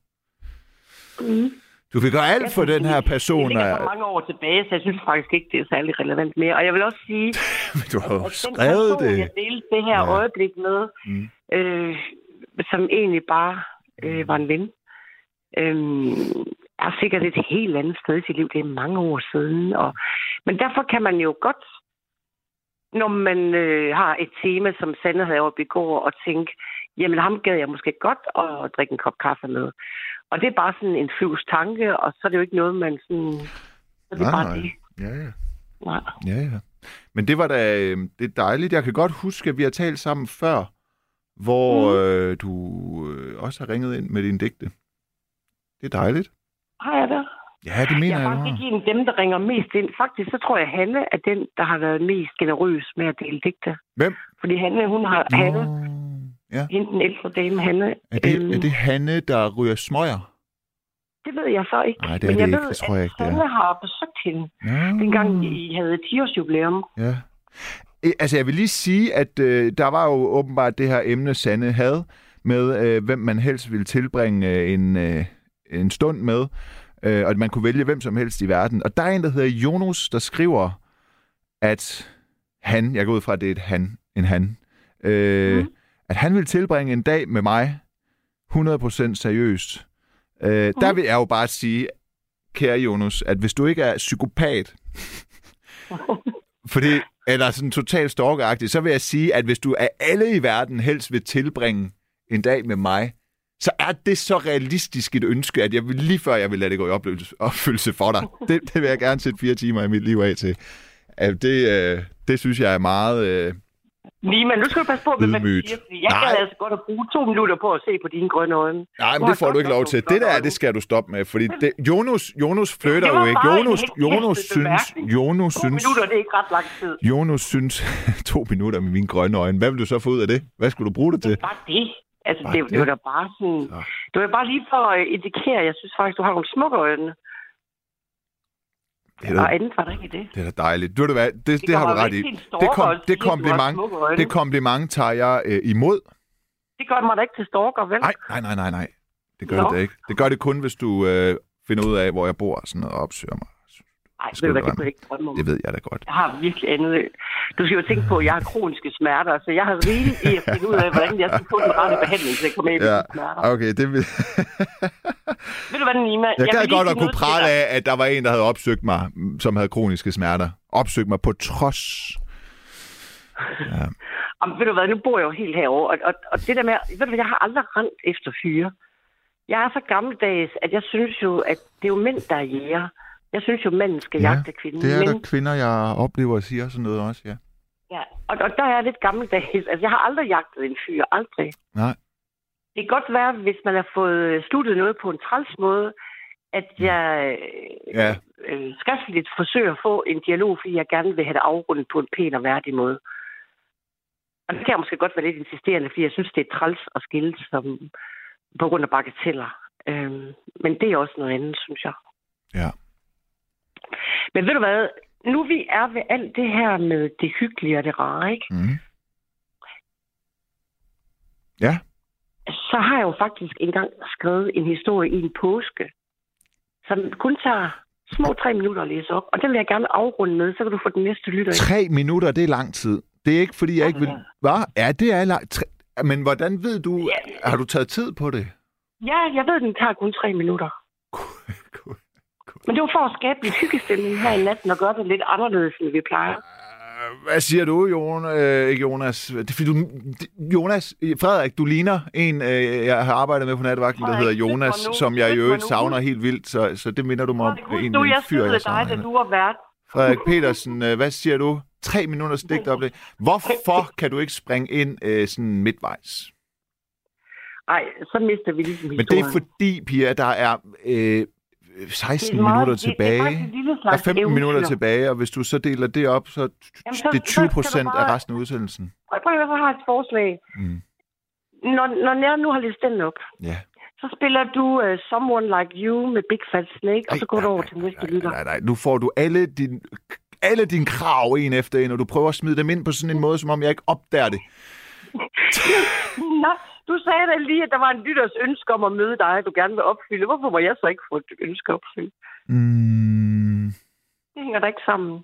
Speaker 7: Mm.
Speaker 3: Du vil gøre alt for den her person.
Speaker 7: Det ligger for mange år tilbage, så jeg synes faktisk ikke, det er særlig relevant mere. Og jeg vil også sige,
Speaker 3: du har
Speaker 7: at, at
Speaker 3: skrevet
Speaker 7: den person,
Speaker 3: det.
Speaker 7: jeg delte det her ja. øjeblik med, mm. øh, som egentlig bare øh, var en ven, øh, er sikkert et helt andet sted i sit liv. Det er mange år siden. Og, men derfor kan man jo godt, når man øh, har et tema, som Sande havde oppe i går, og tænke, jamen ham gad jeg måske godt at drikke en kop kaffe med. Og det er bare sådan en flyvs tanke, og så er det jo ikke noget, man sådan... Så det er
Speaker 3: nej,
Speaker 7: bare
Speaker 3: nej.
Speaker 7: det.
Speaker 3: Ja, ja.
Speaker 7: Nej.
Speaker 3: Ja, ja. Men det var da det er dejligt. Jeg kan godt huske, at vi har talt sammen før, hvor mm. øh, du øh, også har ringet ind med dine digte. Det er dejligt.
Speaker 7: Har jeg det?
Speaker 3: Ja, det mener jeg.
Speaker 7: Jeg er faktisk ikke en af dem, der ringer mest ind. Faktisk, så tror jeg, Hanne er den, der har været mest generøs med at dele digte.
Speaker 3: Hvem?
Speaker 7: Fordi Hanne, hun har...
Speaker 3: Nå.
Speaker 7: Hanne,
Speaker 3: ja.
Speaker 7: hende den ældre dame, Hanne.
Speaker 3: Er det,
Speaker 7: øhm,
Speaker 3: er det Hanne, der ryger smøger?
Speaker 7: Det ved jeg så ikke.
Speaker 3: Nej, det er
Speaker 7: men
Speaker 3: det
Speaker 7: jeg
Speaker 3: ikke.
Speaker 7: ved,
Speaker 3: Det tror jeg ikke, det er.
Speaker 7: Hanne har besøgt hende,
Speaker 3: ja.
Speaker 7: dengang I havde ti års jubilæum.
Speaker 3: Ja. Altså, jeg vil lige sige, at øh, der var jo åbenbart det her emne, Sanne havde, med øh, hvem man helst ville tilbringe øh, en, øh, en stund med, øh, og at man kunne vælge hvem som helst i verden. Og der er en, der hedder Jonas, der skriver, at han, jeg går ud fra, at det er et han, en han, øh, mm. at han vil tilbringe en dag med mig, hundrede procent seriøst. Øh, mm. Der vil jeg jo bare sige, kære Jonas, at hvis du ikke er psykopat, fordi, eller sådan totalt stalkeragtig, så vil jeg sige, at hvis du af alle i verden helst vil tilbringe en dag med mig, så er det så realistisk et ønske, at jeg vil, lige før jeg vil lade det gå i opfyldelse for dig. Det, det vil jeg gerne sætte fire timer i mit liv af til. Det, øh, det synes jeg er meget... Øh,
Speaker 7: Nima, nu skal du passe på med, hvad du
Speaker 3: Ydmygt.
Speaker 7: siger, fordi jeg kan altså godt at bruge to minutter på at se på dine grønne øjne.
Speaker 3: Nej, men det får du ikke lov til. Det der, det skal du stoppe med, fordi det, Jonas, Jonas flytter
Speaker 7: Det var
Speaker 3: jo ikke.
Speaker 7: bare en
Speaker 3: Jonas,
Speaker 7: helt
Speaker 3: Jonas
Speaker 7: næste
Speaker 3: synes,
Speaker 7: bemærkning.
Speaker 3: Jonas
Speaker 7: To
Speaker 3: synes,
Speaker 7: minutter, det er ikke ret lang tid.
Speaker 3: Jonas synes, to minutter med mine grønne øjne. Hvad vil du så få ud af det? Hvad skulle du bruge det til?
Speaker 7: Det er bare det. Altså,
Speaker 3: Bare
Speaker 7: det,
Speaker 3: det?
Speaker 7: det var da bare sådan...
Speaker 3: Så.
Speaker 7: Det var bare lige for at indikere, jeg synes faktisk, du har nogle smukke øjne.
Speaker 3: Det er da,
Speaker 7: Og andet var der ikke i det.
Speaker 3: det er da dejligt. Du, det, det, det, det har du
Speaker 7: kommer
Speaker 3: ret
Speaker 7: jo
Speaker 3: i.
Speaker 7: ikke til en stalker
Speaker 3: Det, kom,
Speaker 7: og sige,
Speaker 3: det,
Speaker 7: at du har
Speaker 3: kompliment,
Speaker 7: smukke øjne.
Speaker 3: det kompliment tager jeg øh, imod.
Speaker 7: Det gør mig da ikke til stalker, vel?
Speaker 3: Nej, nej, nej, nej, nej. Det gør
Speaker 7: Nå.
Speaker 3: det da ikke. Det gør det kun, hvis du øh, finder ud af, hvor jeg bor og sådan noget, og opsøger mig.
Speaker 7: Nej,
Speaker 3: skal
Speaker 7: det,
Speaker 3: du
Speaker 7: det
Speaker 3: drømme.
Speaker 7: kunne jeg ikke drømme om.
Speaker 3: Det ved jeg da godt.
Speaker 7: Jeg har virkelig andet. Du skal jo tænke på, at jeg har kroniske smerter, så jeg har rigeligt i at finde ud af, hvordan jeg skal få den rette behandling, så jeg kommer af med
Speaker 3: Ja,
Speaker 7: de smerter.
Speaker 3: okay. Det vil...
Speaker 7: Ved du hvad, Nima?
Speaker 3: Jeg gad
Speaker 7: vil
Speaker 3: godt
Speaker 7: lige
Speaker 3: at kunne
Speaker 7: sige noget til
Speaker 3: prale
Speaker 7: dig.
Speaker 3: af, at der var en, der havde opsøgt mig, som havde kroniske smerter. Opsøgt mig på trods. Ja.
Speaker 7: Jamen, ved du hvad, nu bor jeg jo helt herovre, og, og, og det der med, ved du hvad, jeg har aldrig rendt efter fyre. Jeg er så gammeldags, at jeg synes jo, at det er jo mænd, der er jæger. Jeg synes jo, mænden skal
Speaker 3: Ja,
Speaker 7: jagte kvinden.
Speaker 3: det er
Speaker 7: men,
Speaker 3: der kvinder, jeg oplever og siger sådan noget også, ja.
Speaker 7: ja, og, og der er jeg lidt gammeldags. Altså, jeg har aldrig jagtet en fyr. Aldrig.
Speaker 3: Nej.
Speaker 7: Det kan godt være, hvis man har fået sluttet noget på en træls måde, at jeg
Speaker 3: Ja.
Speaker 7: øh, skriftligt forsøger at få en dialog, fordi jeg gerne vil have det afrundet på en pæn og værdig måde. Og det kan jeg måske godt være lidt insisterende, fordi jeg synes, det er træls at skille som, på grund af bagateller. Øhm, men det er også noget andet, synes jeg.
Speaker 3: Ja.
Speaker 7: Men ved du hvad? Nu vi er ved alt det her med det hyggelige og det rare, ikke?
Speaker 3: Mm. Ja.
Speaker 7: Så har jeg jo faktisk engang skrevet en historie i en påske, som kun tager små tre minutter at læse op. Og den vil jeg gerne afrunde med, så kan du få den næste lytter ind.
Speaker 3: Tre minutter, det er lang tid. Det er ikke, fordi jeg ikke vil...
Speaker 7: Ja.
Speaker 3: Hvad? Ja, det er lang tre... Men hvordan ved du...
Speaker 7: Ja.
Speaker 3: Har du taget tid på det?
Speaker 7: Ja, jeg ved, den tager kun tre minutter.
Speaker 3: Cool.
Speaker 7: Men det var for at skabe lidt hyggestemning her i natten og gøre det lidt anderledes, end vi plejer.
Speaker 3: Hvad siger du, Jonas? Øh, ikke Jonas. Det er, fordi du, Jonas, Frederik, du ligner en, øh, jeg har arbejdet med på nattevagten, der hedder Jonas, som jeg i øvrigt savner helt vildt, så, så det minder du mig om. En,
Speaker 7: Du,
Speaker 3: en
Speaker 7: jeg
Speaker 3: fyr, jeg
Speaker 7: støttede
Speaker 3: savner.
Speaker 7: dig, da du var vært.
Speaker 3: Frederik Petersen, øh, hvad siger du? Tre minutters digtoplæg. Hvorfor kan du ikke springe ind øh, sådan midtvejs?
Speaker 7: Nej, så mister vi ligesom
Speaker 3: Men
Speaker 7: historien.
Speaker 3: det er fordi, Pia, der er øh, seksten
Speaker 7: Det er meget-
Speaker 3: minutter
Speaker 7: det- det er
Speaker 3: tilbage.
Speaker 7: faktisk en lille
Speaker 3: Der er
Speaker 7: slags
Speaker 3: femten minutter
Speaker 7: eventyr.
Speaker 3: tilbage, og hvis du så deler det op, så,
Speaker 7: Jamen, så-
Speaker 3: det er
Speaker 7: så
Speaker 3: tyve
Speaker 7: skal du
Speaker 3: procent
Speaker 7: bare-
Speaker 3: af resten af udsendelsen.
Speaker 7: Og prøv at høre, jeg har et forslag.
Speaker 3: Mm.
Speaker 7: Når, når jeg nu har læst den op,
Speaker 3: Ja.
Speaker 7: så spiller du uh, Someone Like You med Big Fat Snake, og så går du over til næste lytter.
Speaker 3: Nej, nej, nu får du alle din, alle dine krav en efter en, og du prøver at smide dem ind på sådan en måde, som om jeg ikke opdager det.
Speaker 7: Nå, du sagde da lige, at der var en lytters ønske om at møde dig, du gerne vil opfylde. Hvorfor må jeg så ikke få et ønske opfyldt?
Speaker 3: Mm.
Speaker 7: Det hænger da ikke sammen.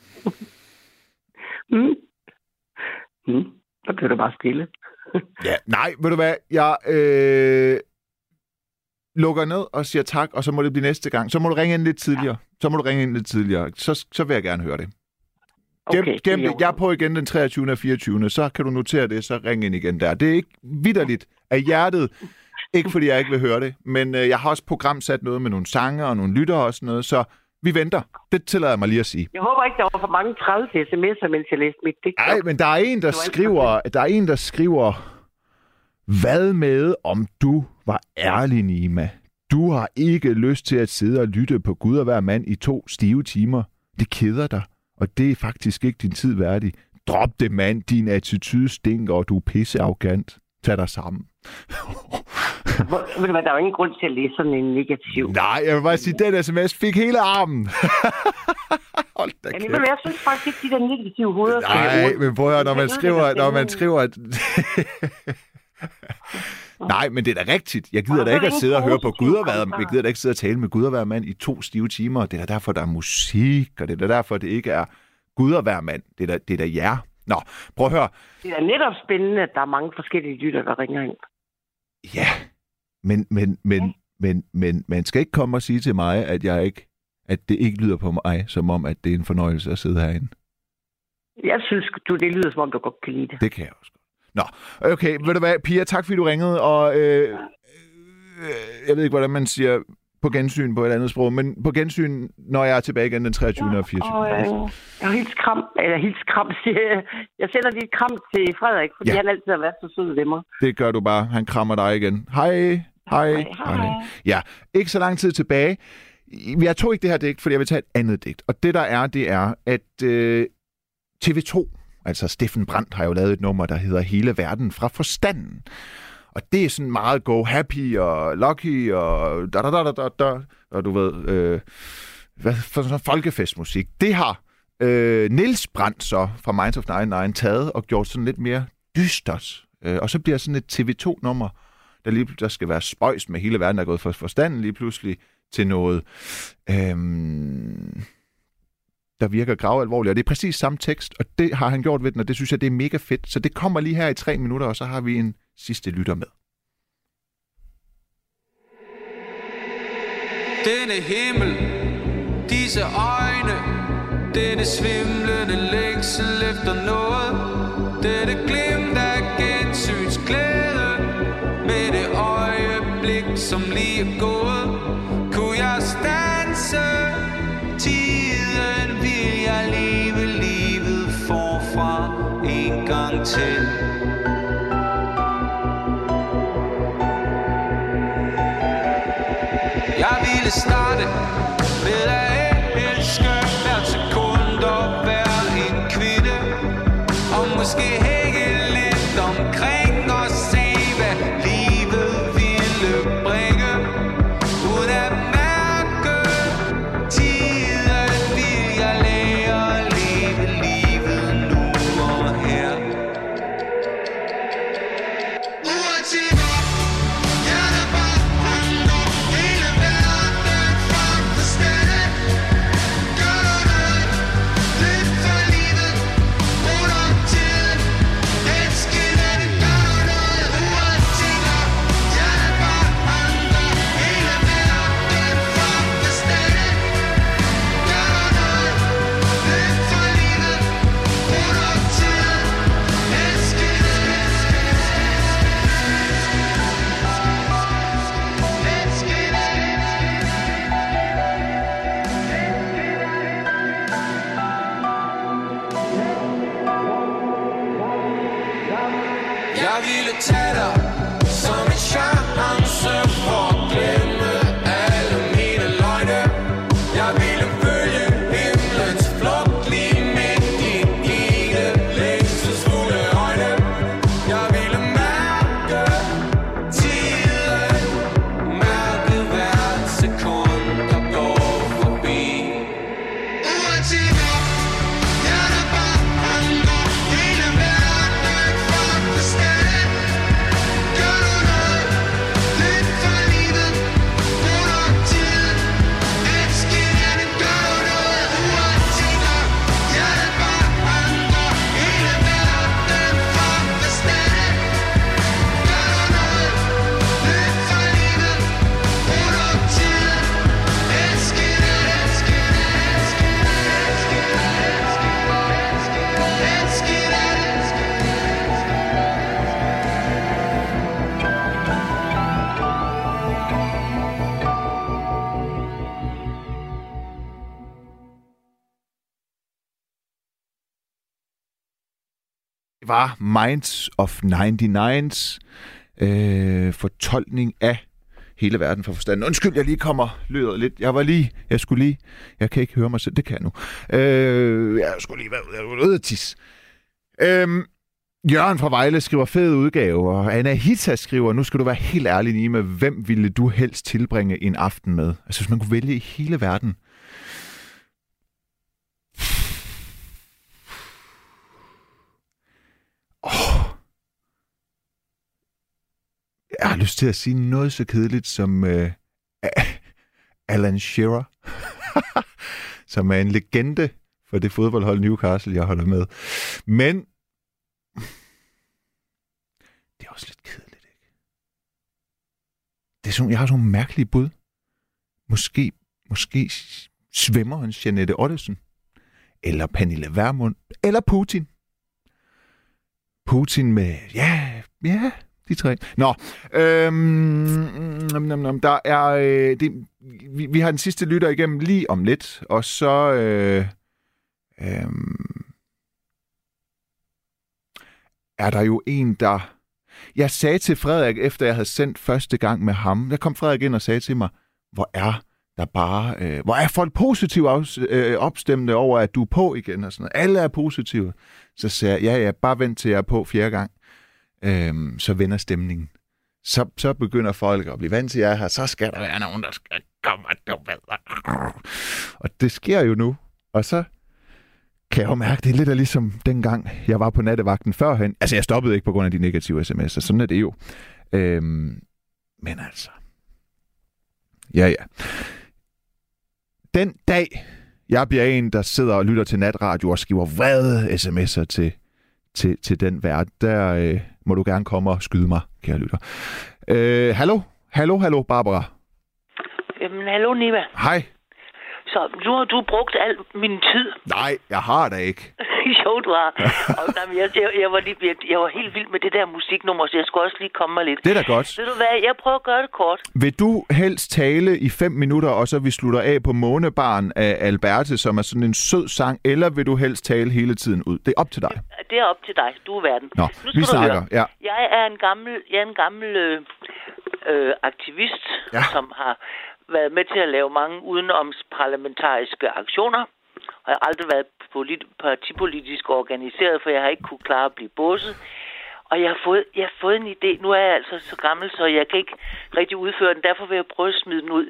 Speaker 7: mm. Mm. Så bliver du bare stille.
Speaker 3: Ja, nej, ved du hvad, jeg øh, lukker ned og siger tak, og så må det blive næste gang. Så må du ringe ind lidt tidligere. Så må du ringe ind lidt tidligere. Så, så vil jeg gerne høre det. Gem,
Speaker 7: Okay,
Speaker 3: gem
Speaker 7: det er
Speaker 3: det. Jeg er på igen den treogtyvende og fireogtyvende Så kan du notere det, så ring ind igen der. Det er ikke vitterligt af hjertet. Ikke fordi jeg ikke vil høre det, men øh, jeg har også programsat noget med nogle sange og nogle lyttere og sådan noget, så vi venter. Det tillader jeg mig lige at sige.
Speaker 7: Jeg håber ikke, der var for mange tredive sms'er, mens jeg læste mit digt.
Speaker 3: Nej, men der er en, der skriver, der er en, der skriver, hvad med, om du var ærlig, Nima? Du har ikke lyst til at sidde og lytte på Gud og hver mand i to stive timer. Det keder dig, og det er faktisk ikke din tid værdig. Drop det, mand. Din attitude stinker, og du er pissearrogant. Tag dig sammen.
Speaker 7: Hvor, ved du hvad, der er jo ingen grund til at læse sådan en negativ.
Speaker 3: Nej, jeg vil bare sige, den sms fik hele armen. Hold da
Speaker 7: Jamen,
Speaker 3: kæft.
Speaker 7: ved du, jeg synes faktisk ikke, de der negative hoveder...
Speaker 3: Nej, men prøv at høre, når man
Speaker 7: Jeg
Speaker 3: skriver,
Speaker 7: ødelægger
Speaker 3: når man
Speaker 7: stemningen.
Speaker 3: skriver, at... Nej, men det er da rigtigt. Jeg gider
Speaker 7: Og
Speaker 3: da
Speaker 7: så er
Speaker 3: ikke
Speaker 7: der
Speaker 3: at
Speaker 7: ingen
Speaker 3: sidde og høre på
Speaker 7: positive
Speaker 3: Gud og være,
Speaker 7: kommentarer.
Speaker 3: jeg gider da ikke sidde og tale med Gud og hver mand i to stive timer. Det er da derfor, der er musik, og det er da derfor, det ikke er Gud og hver mand. Det er da, det er da jer. Nå, prøv at høre.
Speaker 7: Det er netop spændende, at der er mange forskellige lytter, der ringer ind.
Speaker 3: Ja, men, men, men, men, men man skal ikke komme og sige til mig, at jeg ikke, at det ikke lyder på mig, som om, at det er en fornøjelse at sidde herinde.
Speaker 7: Jeg synes, du, det lyder, som om du godt kan lide det.
Speaker 3: Det kan jeg også godt. Nå, okay, ved du hvad, Pia, tak fordi du ringede, og øh, øh, jeg ved ikke, hvordan man siger på gensyn på et andet sprog, men på gensyn, når jeg er tilbage igen den treogtyvende og fireogtyvende.
Speaker 7: Og, øh, jeg har helt skram, eller helt skram, jeg sender lige et kram til Frederik, fordi ja. han altid har været så sød ved mig.
Speaker 3: Det gør du bare. Han krammer dig igen. Hej, hej, hej. hej. Ja, ikke så lang tid tilbage. Jeg tog ikke det her digt, fordi jeg vil tage et andet digt. Og det der er, det er, at øh, T V to, altså Steffen Brandt, har jo lavet et nummer, der hedder Hele verden fra forstanden. Og det er sådan meget go happy og lucky og da da da da da, og du ved, øh, hvad for sådan folkefestmusik. Det har øh, Niels Brandt så fra Minds of nioghalvfems taget og gjort sådan lidt mere dystert. Øh, og så bliver sådan et T V to-nummer, der lige der skal være spøjs med hele verden, der er gået fra forstanden lige pludselig til noget, øh, der virker gravalvorligt. Og det er præcis samme tekst, og det har han gjort ved den, og det synes jeg, det er mega fedt. Så det kommer lige her i tre minutter, og så har vi en sidste lytter med.
Speaker 8: Denne himmel, disse øjne, denne svimlende længsel efter noget, dette glimt af gensyns glæde, med det øjeblik, som lige er gået, kunne jeg standse tiden, vil jeg leve livet forfra en gang til. Jeg ville starte med at elske hvert sekund og være en kvinde, og måske hænge lidt omkring og se, hvad livet ville bringe. Uden at mærke tiden, vil jeg lære at leve livet nu og her. Uanset hvor hjertet bare brænder, hele verden fra forstanden. Gør du noget, lidt for livet, brug dig tiden, elsk hinanden. Gør du noget, uanset hvor hjertet bare brænder, hele verden fra forstanden. Gør du noget, lidt for livet, brug dig tiden, elsk hinanden. Elsk Jeg ville tage dig som en chance for at glemme alle mine løgne. Jeg ville følge himlens flugt lige midt i dine længselsfulde øjne. Jeg ville mærke tiden, mærke hvert sekund, der går forbi. Uanset hvor hjertet bare brænder, hele verden fra forstanden. Gør du noget, lidt for livet, brug dig tiden, elsk hinanden. Gør du noget, uanset hvor hjertet bare brænder, hele verden fra forstanden. Gør du noget, lidt for livet, brug dig tiden, elsk hinanden. Elsk
Speaker 3: Det var Minds of nioghalvfems øh, fortolkning af hele verden fra forstanden. Undskyld, jeg lige kommer lyder lidt. Jeg var lige, jeg skulle lige, jeg kan ikke høre mig selv, det kan jeg nu. Øh, jeg skulle lige være ude, jeg var ude at tisse. Øh, Jørgen fra Vejle skriver fed udgave, og Anna Hita skriver, nu skal du være helt ærlig, Nima, hvem ville du helst tilbringe en aften med? Altså, hvis man kunne vælge i hele verden. Oh. Jeg har lyst til at sige noget så kedeligt som uh, Alan Shearer, som er en legende for det fodboldhold Newcastle, jeg holder med. Men det er også lidt kedeligt, ikke? Det er sådan, jeg har sådan nogle mærkelige bud. Måske, måske svømmeren Jeanette Ottesen, eller Pernille Vermund, eller Putin. Putin med, ja, ja, de tre. Nå, øhm, der er... Øh, det, vi, vi har den sidste lytter igennem lige om lidt, og så... Øh, øh, er der jo en, der... Jeg sagde til Frederik, efter jeg havde sendt første gang med ham, der kom Frederik ind og sagde til mig, hvor er der bare... Øh, hvor er folk positivt øh, opstemte over, at du er på igen og sådan noget. Alle er positive. Så sagde jeg, ja, ja, bare vent til jeg er på fjerde gang. Øhm, så vender stemningen. Så, så begynder folk at blive vant til jer her. Så skal der være nogen, der skal komme og Og det sker jo nu. Og så kan jeg jo mærke, det er lidt af ligesom dengang, jeg var på nattevagten førhen. Altså, jeg stoppede ikke på grund af de negative sms'er. Sådan er det jo. Øhm, men altså... Ja, ja. Den dag, jeg bliver en, der sidder og lytter til natradio og skriver vrede sms'er til, til, til den vært, der øh, må du gerne komme og skyde mig, kære lytter. Øh, hallo? Hallo, hallo, Barbara.
Speaker 9: Jamen, hallo, Niva.
Speaker 3: Hej.
Speaker 9: Så nu har du brugt al min tid.
Speaker 3: Nej, jeg har da ikke.
Speaker 9: Jo, du har. Og, jamen, jeg, jeg, jeg, var lige, jeg, jeg var helt vild med det der musiknummer, så jeg skulle også lige komme mig lidt.
Speaker 3: Det er da godt.
Speaker 9: Ved du hvad, jeg prøver at gøre det kort.
Speaker 3: Vil du helst tale i fem minutter, og så vi slutter af på Månebaren af Alberte, som er sådan en sød sang, eller vil du helst tale hele tiden ud? Det er op til dig.
Speaker 9: Det, det er op til dig. Du er verden.
Speaker 3: Nå,
Speaker 9: nu skal
Speaker 3: vi snakker.
Speaker 9: Høre.
Speaker 3: Ja.
Speaker 9: Jeg er en gammel, jeg er en gammel øh, øh, aktivist, ja. som har været med til at lave mange udenomsparlamentariske aktioner. Og jeg har aldrig været polit- partipolitisk organiseret, for jeg har ikke kunne klare at blive båset. Og jeg har, fået, jeg har fået en idé. Nu er jeg altså så gammel, så jeg kan ikke rigtig udføre den. Derfor vil jeg prøve at smide den ud.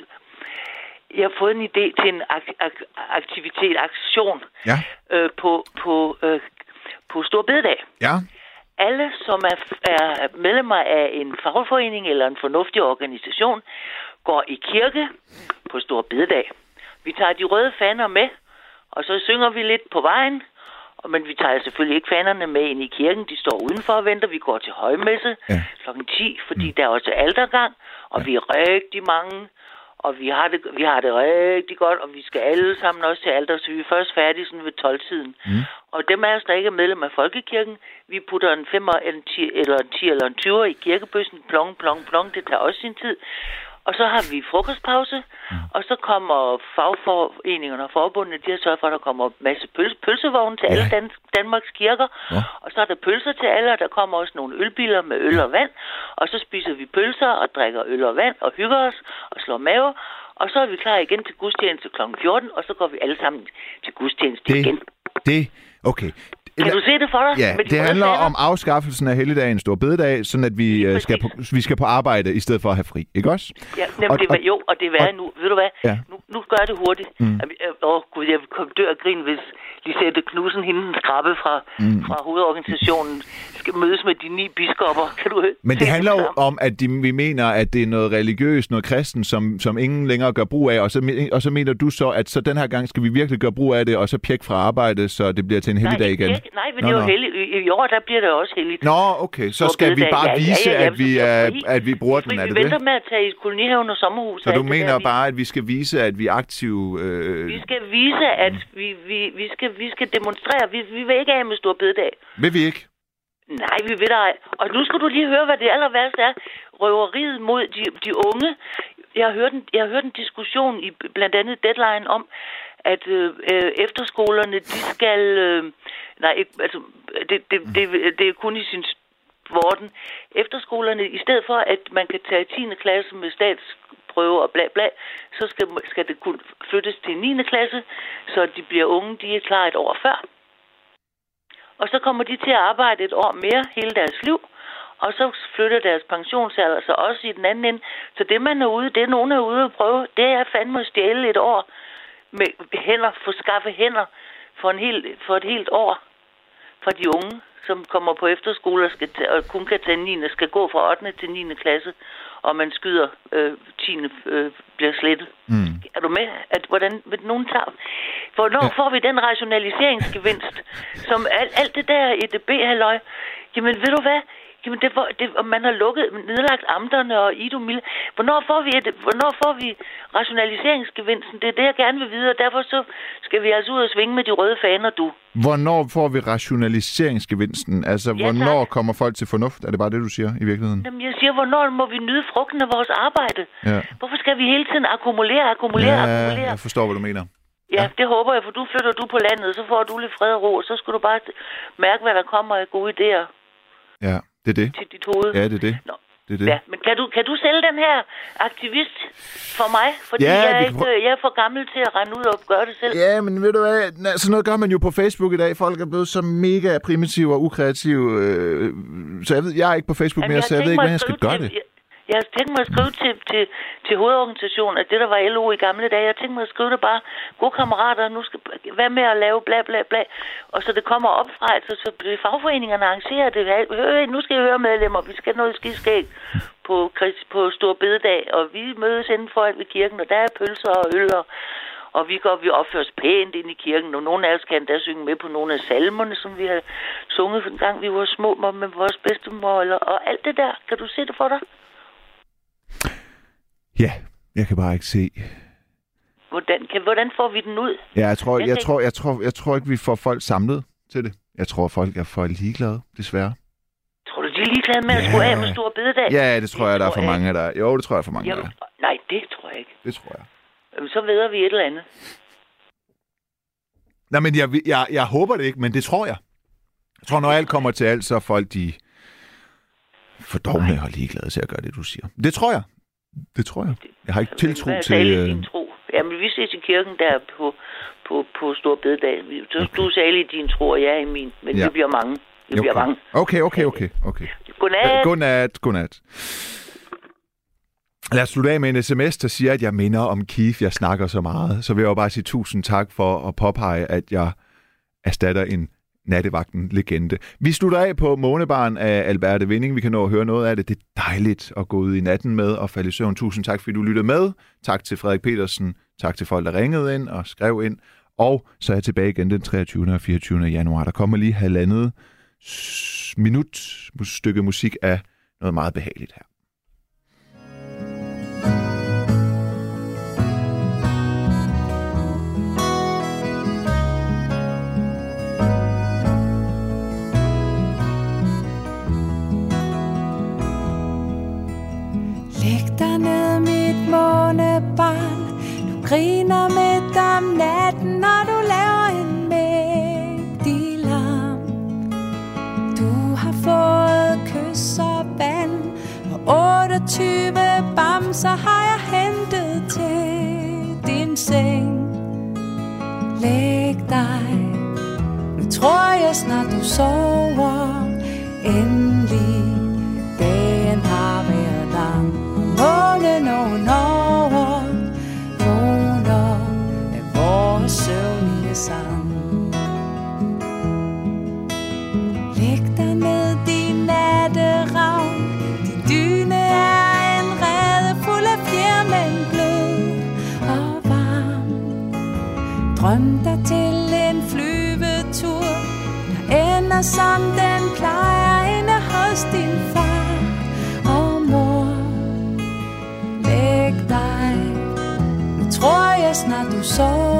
Speaker 9: Jeg har fået en idé til en ak- ak- aktivitet, aktion
Speaker 3: ja.
Speaker 9: øh, på, på, øh, på Store Bededag.
Speaker 3: Ja.
Speaker 9: Alle, som er, er medlemmer af en fagforening eller en fornuftig organisation, går i kirke på Store Bededag. Vi tager de røde faner med, og så synger vi lidt på vejen. Men vi tager selvfølgelig ikke fanerne med ind i kirken. De står udenfor og venter. Vi går til højmesse ja. klokken ti, fordi mm. der er også altergang. Og ja. vi er rigtig mange. Og vi har, det, vi har det rigtig godt. Og vi skal alle sammen også til alter, så vi er først færdige sådan ved tolv-tiden. Mm. Og dem af os, der ikke er medlem af Folkekirken, vi putter en femmer, en ti, eller en ti eller en tyver i kirkebøssen. Plong, plong, plong. Det tager også sin tid. Og så har vi frokostpause, mm. og så kommer fagforeningerne og forbundene, de har sørget for, at der kommer en masse pølse, pølsevogne til ja. alle Dan- Danmarks kirker. Ja. Og så er der pølser til alle, og der kommer også nogle ølbiler med øl og vand. Og så spiser vi pølser og drikker øl og vand og hygger os og slår mave. Og så er vi klar igen til gudstjeneste klokken fjorten, og så går vi alle sammen til gudstjeneste
Speaker 3: det,
Speaker 9: igen.
Speaker 3: Det, okay.
Speaker 9: Kan du se det for dig?
Speaker 3: Ja, det handler faner? om afskaffelsen af helligdagen Store Bededag, sådan at vi, øh, skal på, vi skal på arbejde i stedet for at have fri, ikke også?
Speaker 9: Ja, nemlig, og, det var, jo, og det er værre nu. Ved du hvad?
Speaker 3: Ja.
Speaker 9: Nu, nu gør jeg det hurtigt. Åh, mm. oh, gud, jeg vil komme dør og grine, hvis Lisette Knudsen, hende den skrabe fra, mm. fra hovedorganisationen, skal mødes med de ni biskopper. Kan du
Speaker 3: Men det handler jo om, at de, vi mener, at det er noget religiøst, noget kristen, som, som ingen længere gør brug af, og så, og så mener du så, at så den her gang skal vi virkelig gøre brug af det, og så pjek fra arbejde, så det bliver til en helligdag igen?
Speaker 9: Nej, nej, men nå, det er jo heldigt. I, I år, der bliver det også heldigt.
Speaker 3: Nå, okay, så skal vi bare vise, ja, ja, ja, at, vi, er, at vi bruger den, er det
Speaker 9: vi
Speaker 3: det?
Speaker 9: venter med at tage i kolonihaven og sommerhus.
Speaker 3: Så du mener der, bare, at vi skal vise, at vi er aktive... Øh...
Speaker 9: Vi skal vise, at vi, vi, vi, skal, vi skal demonstrere. Vi, vi vil ikke have med Store Bededag.
Speaker 3: Vil vi ikke?
Speaker 9: Nej, vi vil ej. Og nu skal du lige høre, hvad det aller værste er. Røveriet mod de, de unge. Jeg har, hørt en, jeg har hørt en diskussion i blandt andet Deadline om, at øh, efterskolerne, de skal... Øh, nej, ikke, altså, det, det, det, det er kun i sin vorden. Efterskolerne, i stedet for, at man kan tage tiende klasse med statsprøver og bla bla, så skal, skal det kun flyttes til niende klasse, så de bliver unge, de er klar et år før. Og så kommer de til at arbejde et år mere hele deres liv, og så flytter deres pensionsalder så også i den anden ende. Så det, man er ude, det er nogen er ude at prøve, det er fandme at stjæle et år med hænder, få skaffe hænder for, en hel, for et helt år fra de unge, som kommer på efterskole og, skal tage, og kun kan tage niende, skal gå fra ottende til niende klasse, og man skyder øh, tiende øh, bliver slettet. Mm. Er du med? At, hvordan vil nogen tage? Hvornår ja. får vi den rationaliseringsgevinst, som alt, alt det der E D B-halløj? Jamen, ved du hvad? Jamen, det, det, man har lukket, nedlagt amterne og Idomil. Hvornår får vi et, hvornår får vi rationaliseringsgevinsten? Det er det, jeg gerne vil vide, og derfor så skal vi altså ud og svinge med de røde faner, du.
Speaker 3: Hvornår får vi rationaliseringsgevinsten? Altså,
Speaker 9: ja,
Speaker 3: hvornår
Speaker 9: tak.
Speaker 3: kommer folk til fornuft? Er det bare det, du siger i virkeligheden?
Speaker 9: Jamen, jeg siger, hvornår må vi nyde frugten af vores arbejde?
Speaker 3: Ja.
Speaker 9: Hvorfor skal vi hele tiden akkumulere, akkumulere,
Speaker 3: ja,
Speaker 9: akkumulere?
Speaker 3: Jeg forstår, hvad du mener.
Speaker 9: Ja, det håber jeg, for du flytter du på landet, så får du lidt fred og ro, og så skal du bare mærke, hvad der kommer af gode idéer.
Speaker 3: Ja, det er det.
Speaker 9: Til dit hoved.
Speaker 3: Ja, det er det.
Speaker 9: Nå.
Speaker 3: det, er det.
Speaker 9: Ja, men kan du, kan du sælge den her aktivist for mig? Fordi
Speaker 3: ja,
Speaker 9: jeg, er ikke,
Speaker 3: prø-
Speaker 9: jeg er for gammel til at rende ud og gøre det selv.
Speaker 3: Ja, men ved du hvad, sådan noget gør man jo på Facebook i dag. Folk er blevet så mega primitive og ukreative. Øh, så jeg ved, jeg er ikke på Facebook
Speaker 9: Jamen,
Speaker 3: mere, så jeg ved ikke, hvordan jeg skal gøre
Speaker 9: til,
Speaker 3: det.
Speaker 9: Jeg, jeg har tænkt mig at skrive til, til, til hovedorganisationen, at det, der var L O i gamle dage, jeg har tænkt mig at skrive det bare, gode kammerater, nu skal være med at lave bla bla bla, og så det kommer op fra, altså så fagforeningerne arrangerer det. Hør, nu skal I høre medlemmer, vi skal noget skiskæg på, på Stor Bededag, og vi mødes inden for ved kirken, og der er pølser og øl, og, og vi går, vi opfører os pænt ind i kirken, og nogle af os kan da synge med på nogle af salmerne, som vi har sunget en gang, vi var små med vores bedstemor, og alt det der. Kan du se det for dig?
Speaker 3: Ja, jeg kan bare ikke se.
Speaker 9: Hvordan, kan, hvordan får vi den ud?
Speaker 3: Ja, jeg tror,
Speaker 9: jeg,
Speaker 3: jeg, tror, jeg, tror, jeg tror ikke, vi får folk samlet til det. Jeg tror, folk er for ligeglade, desværre.
Speaker 9: Tror du, de er ligeglade med ja. at skulle af med Stor Bededag?
Speaker 3: Ja, det tror det jeg, der er for jeg. mange der. Jo, det tror jeg for mange
Speaker 9: Jamen,
Speaker 3: der.
Speaker 9: Nej, det tror jeg ikke.
Speaker 3: Det tror jeg.
Speaker 9: Jamen, så ved vi et eller andet.
Speaker 3: Nej, men jeg, jeg, jeg håber det ikke, men det tror jeg. Jeg tror, når alt kommer til alt, så er folk, de for dovne og ligeglade til at gøre det, du siger. Det tror jeg. Det tror jeg. Jeg har ikke tiltro
Speaker 9: Hvad
Speaker 3: til...
Speaker 9: Hvad din tro? Jamen, vi ses i kirken der på, på, på Stor Bededag. Du, okay. du sagde i din tro, og jeg er i min. Men ja. vi bliver mange. Vi okay. bliver mange.
Speaker 3: Okay, okay, okay. okay.
Speaker 9: Godnat.
Speaker 3: Godnat, godnat. Lad os slutte af med en sms, der siger, at jeg minder om Keith, jeg snakker så meget. Så vil jeg jo bare sige tusind tak for at påpege, at jeg erstatter en nattevagten-legende. Vi slutter af på Månebaren af Alberte Winding. Vi kan nå at høre noget af det. Det er dejligt at gå ud i natten med og falde i søvn. Tusind tak, fordi du lyttede med. Tak til Frederik Petersen. Tak til folk, der ringede ind og skrev ind. Og så er jeg tilbage igen den treogtyvende og fireogtyvende januar. Der kommer lige halvandet minut stykke musik af noget meget behageligt her.
Speaker 10: Månebarn, du griner midt om natten, når du laver en mægtig larm. Du har fået kys og vand, og otteogtyve bamser har jeg hentet til din seng. Læg dig, nu tror jeg snart du sover. Endelig, dagen har været lang. Månen ovenover vågner af vores søvnige sang. Læg dig ned, din natteravn. Din dyne er en rede fuld af fjer, men blød og varm. Drøm dig til en flyvetur, der ender som den plejer inde hos din far. Læg dig, nu tror jeg snart du sover.